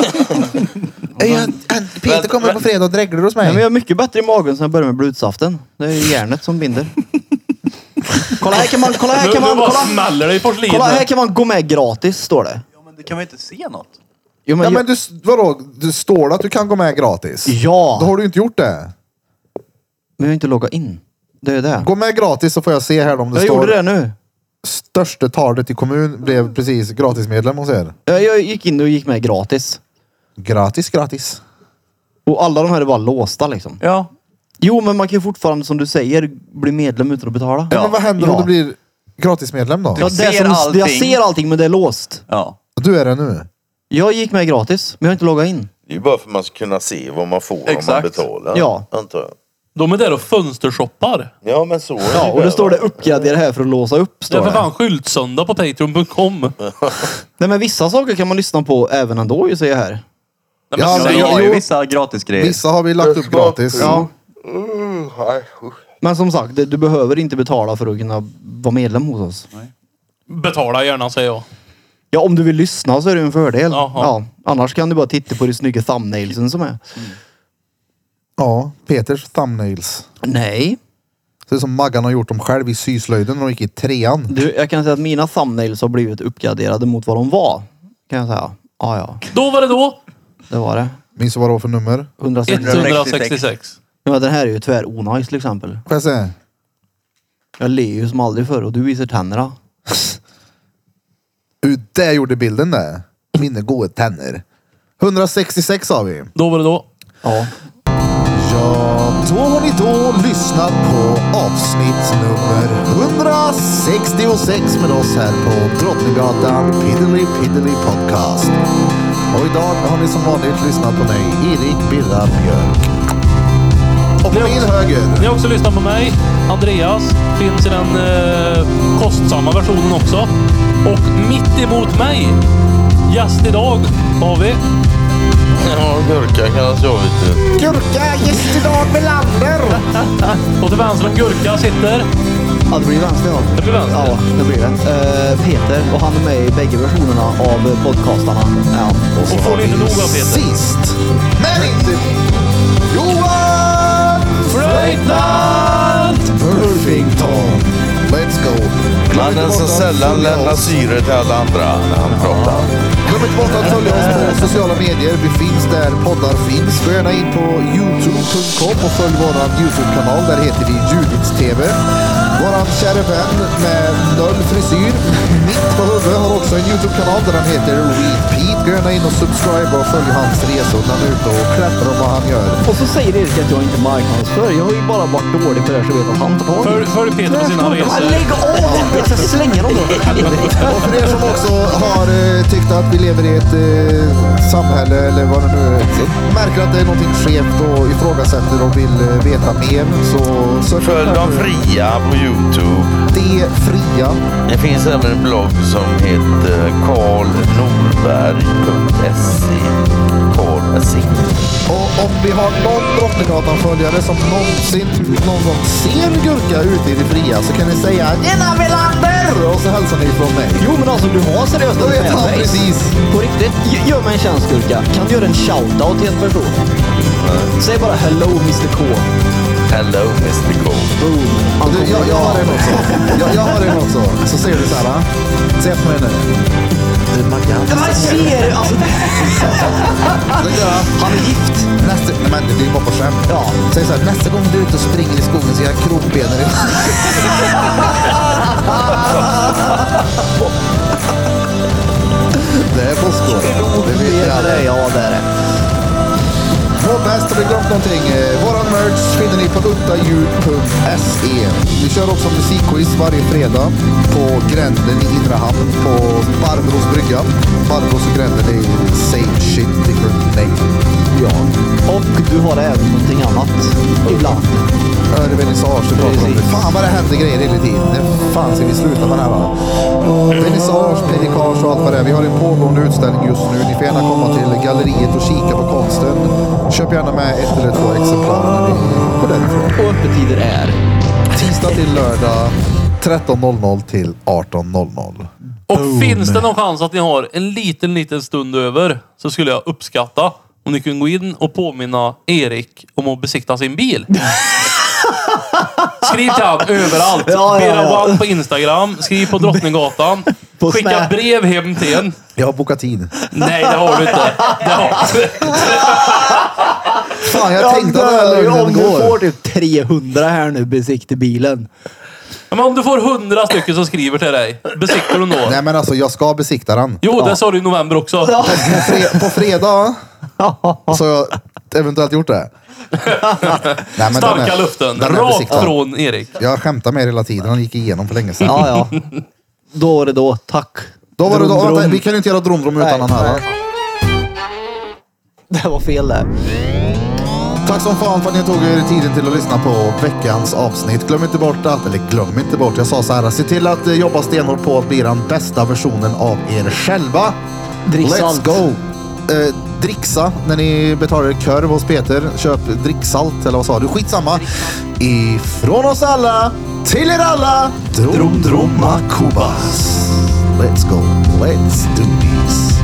Peter kommer på fredag och drägglar hos Nej, men mig. jag är mycket bättre i magen sen jag började med blutsaften. Det är ju järnet som binder. Kolla här kan man, Nu bara smäller det i porslinet. kolla här kan man gå med gratis, står det. Ja, men du kan väl inte se något? Jo, men Ja men du, vadå? Du står det att du kan gå med gratis? Ja. Då har du inte gjort det. Men jag har inte loggat in. Det är det. Gå med gratis så får jag se här om det Jag står gjorde det nu. största talet i kommun blev precis gratismedlem hos er. Jag gick in och gick med gratis. Gratis. Och alla de här är bara låsta liksom. Ja. Jo, men man kan ju fortfarande som du säger bli medlem utan att betala. Ja, men vad händer om Ja. du blir gratismedlem då? Ja, Du det är ser allting. jag ser allting men det är låst. Ja. Du är det nu. Jag gick med gratis, men jag har inte loggat in. Det är ju bara för att man ska kunna se vad man får om man Exakt. betalar. Ja. Antar jag. De är där och fönstershoppar. Ja, men så är Ja, och då står det uppgradera här för att låsa upp. Det Står är för det. fan skyltsöndag på patreon.com. Nej, men vissa saker kan man lyssna på även ändå ju, säger jag här. Nej, Ja, men, men Vi jag- har ju vissa gratisgrejer. Vissa har vi lagt upp gratis. Ja. Nej, Men som sagt, du behöver inte betala för att kunna vara medlem hos oss. betala gärna, säger jag. Ja, om du vill lyssna så är det en fördel. Jaha. Ja, annars kan du bara titta på de snygga thumbnailsen som är. Ja, Peters thumbnails. Nej. Det är som Maggan har gjort dem själv i syslöjden när de gick i 3:an. Du, jag kan säga att mina thumbnails har blivit uppgraderade mot vad de var. Kan jag säga. Ja, Då var det då. det var det. Minns du vad det var för nummer? 160. 166. Ja, den här är ju tvär onajs till exempel. Får jag se? Jag ler ju som aldrig förr och du visar tänderna. Där gjorde bilden det. Mina goda tänder. 166 har vi. Då var det då. Ja. Ja, då har ni då lyssnat på avsnitt nummer 166 med oss här på Drottninggatan Piddly Podcast. Och idag har ni som vanligt lyssnat på mig, Erik Birra Björk. Och på min höger. Ni har också lyssnat på mig. Andreas finns i den kostsamma versionen också. Och mitt emot mig, gäst idag, har vi... Ja, gurka kallas jag, vet du. Gurka, gäst idag Melander. Och till vänster om Gurka sitter... Ja, det blir vänster ja. Det blir vänster. Ja, det blir det. Peter, och han är med i bägge versionerna av podcastarna. Ja. Och får ni inte nog av Peter. Sist, men inte Johan Fröjtnant! Burfington. Let's go. Mannen som sällan lämnar syre till alla andra när han pratar. Glöm inte bort att följa oss på sociala medier. Vi finns där poddar finns. Gå gärna in på youtube.com och följ våran YouTube-kanal. Där heter vi Judits TV. Våran kära vän med noll frisyr, mitt på huvudet, har också en YouTube-kanal där han heter Repeat. Gå gärna in och subscribe och följ hans resor när han är ute och klättrar om vad han gör. Och så säger Erik att jag inte marknadsför. Jag har ju bara varit dålig på det här så vet att han tar tag. Följ Peter på sina resor. Lägg av! Jag ska slänga dem då. Och för er som också har tyckt att vi lever i ett samhälle eller vad det nu är, så märker att det är någonting skevt och ifrågasätter och vill veta mer, så sök Följ upp de fria på YouTube. Det fria. Det finns även en blogg som heter karlnorberg.se. Och om vi har någon Drottninggatan-följare som någon gång ser Gurka ute i det fria, så kan ni säga "Tjena Melander!" och så hälsar ni från mig. Jo men alltså du har seriöst Då vet han fanbase. precis. På riktigt. Gör mig en tjänst Gurka. Kan du göra en shoutout till en person? Säg bara hello Mr K. Hello Mr. K. Boom. Han Du, kommer jag har en också. Jag har en också. Så ser du så här. Se på mig nu. Ja, man ser alltså, han är gift. Men det är bara på skämt. Ja. Säg så här, nästa gång du är ute och springer i skogen så jag krokbenen i. Det är påskår. Det vet jag. Ja det är det. Vår bäst, har vi glömt någonting? Våran merch finner ni på uttaljud.se. Vi kör också musikquiz varje fredag på Gränden i Inre Hamn på Barbros brygga. Barbros och Gränden är same shit, different name. Ja. Och du har även någonting annat. Ibland. Vernissage, vi pratar om det. Fan vad det händer grejer hela tiden. När fan ska vi sluta med det här då? Vernissage, predikage och allt vad det är. Vi har en pågående utställning just nu. Ni får gärna komma till galleriet och kika på konsten. Köp gärna med 1 eller 2 exemplar när ni går därifrån. Och öppettider är. Tisdag till lördag 13.00 till 18.00. Och finns det någon chans att ni har en liten stund över, så skulle jag uppskatta om ni kunde gå in och påminna Erik om att besikta sin bil. Skriv till han överallt. Ja. Bera1 på Instagram. Skriv på Drottninggatan. På Skicka Snap. brev hem till en. Jag har bokat tid. Nej, det har du inte. Det har du inte. Fan, jag tänkte att det här Om lögnen du får går. typ 300 här nu besikta bilen. Men om du får 100 stycken som skriver till dig, besiktar du då? Nej men alltså, jag ska besikta den. Jo, det sa du i november också. På fredag så har jag eventuellt gjort det. Nej, men Starka den är- luften. den är Rakt besiktad. från Erik. Jag skämtar med er hela tiden. Han gick igenom för länge sedan. Ja. Då var det då. Tack. Då var det då. Drum, Vänta, drum. vi kan ju inte göra dromdrom utan Nej, den här. nej. Det var fel där. Tack som fan för att ni tog er tiden till att lyssna på veckans avsnitt. Glöm inte bort, jag sa så här, se till att jobba stenhårt på att bli den bästa versionen av er själva. Dricksalt. Let's go! Dricksa när ni betalar kurv hos Peter. Köp dricksalt, eller vad sa du? Skitsamma. Ifrån oss alla till er alla. Drom Kubas. Let's go. Let's do this.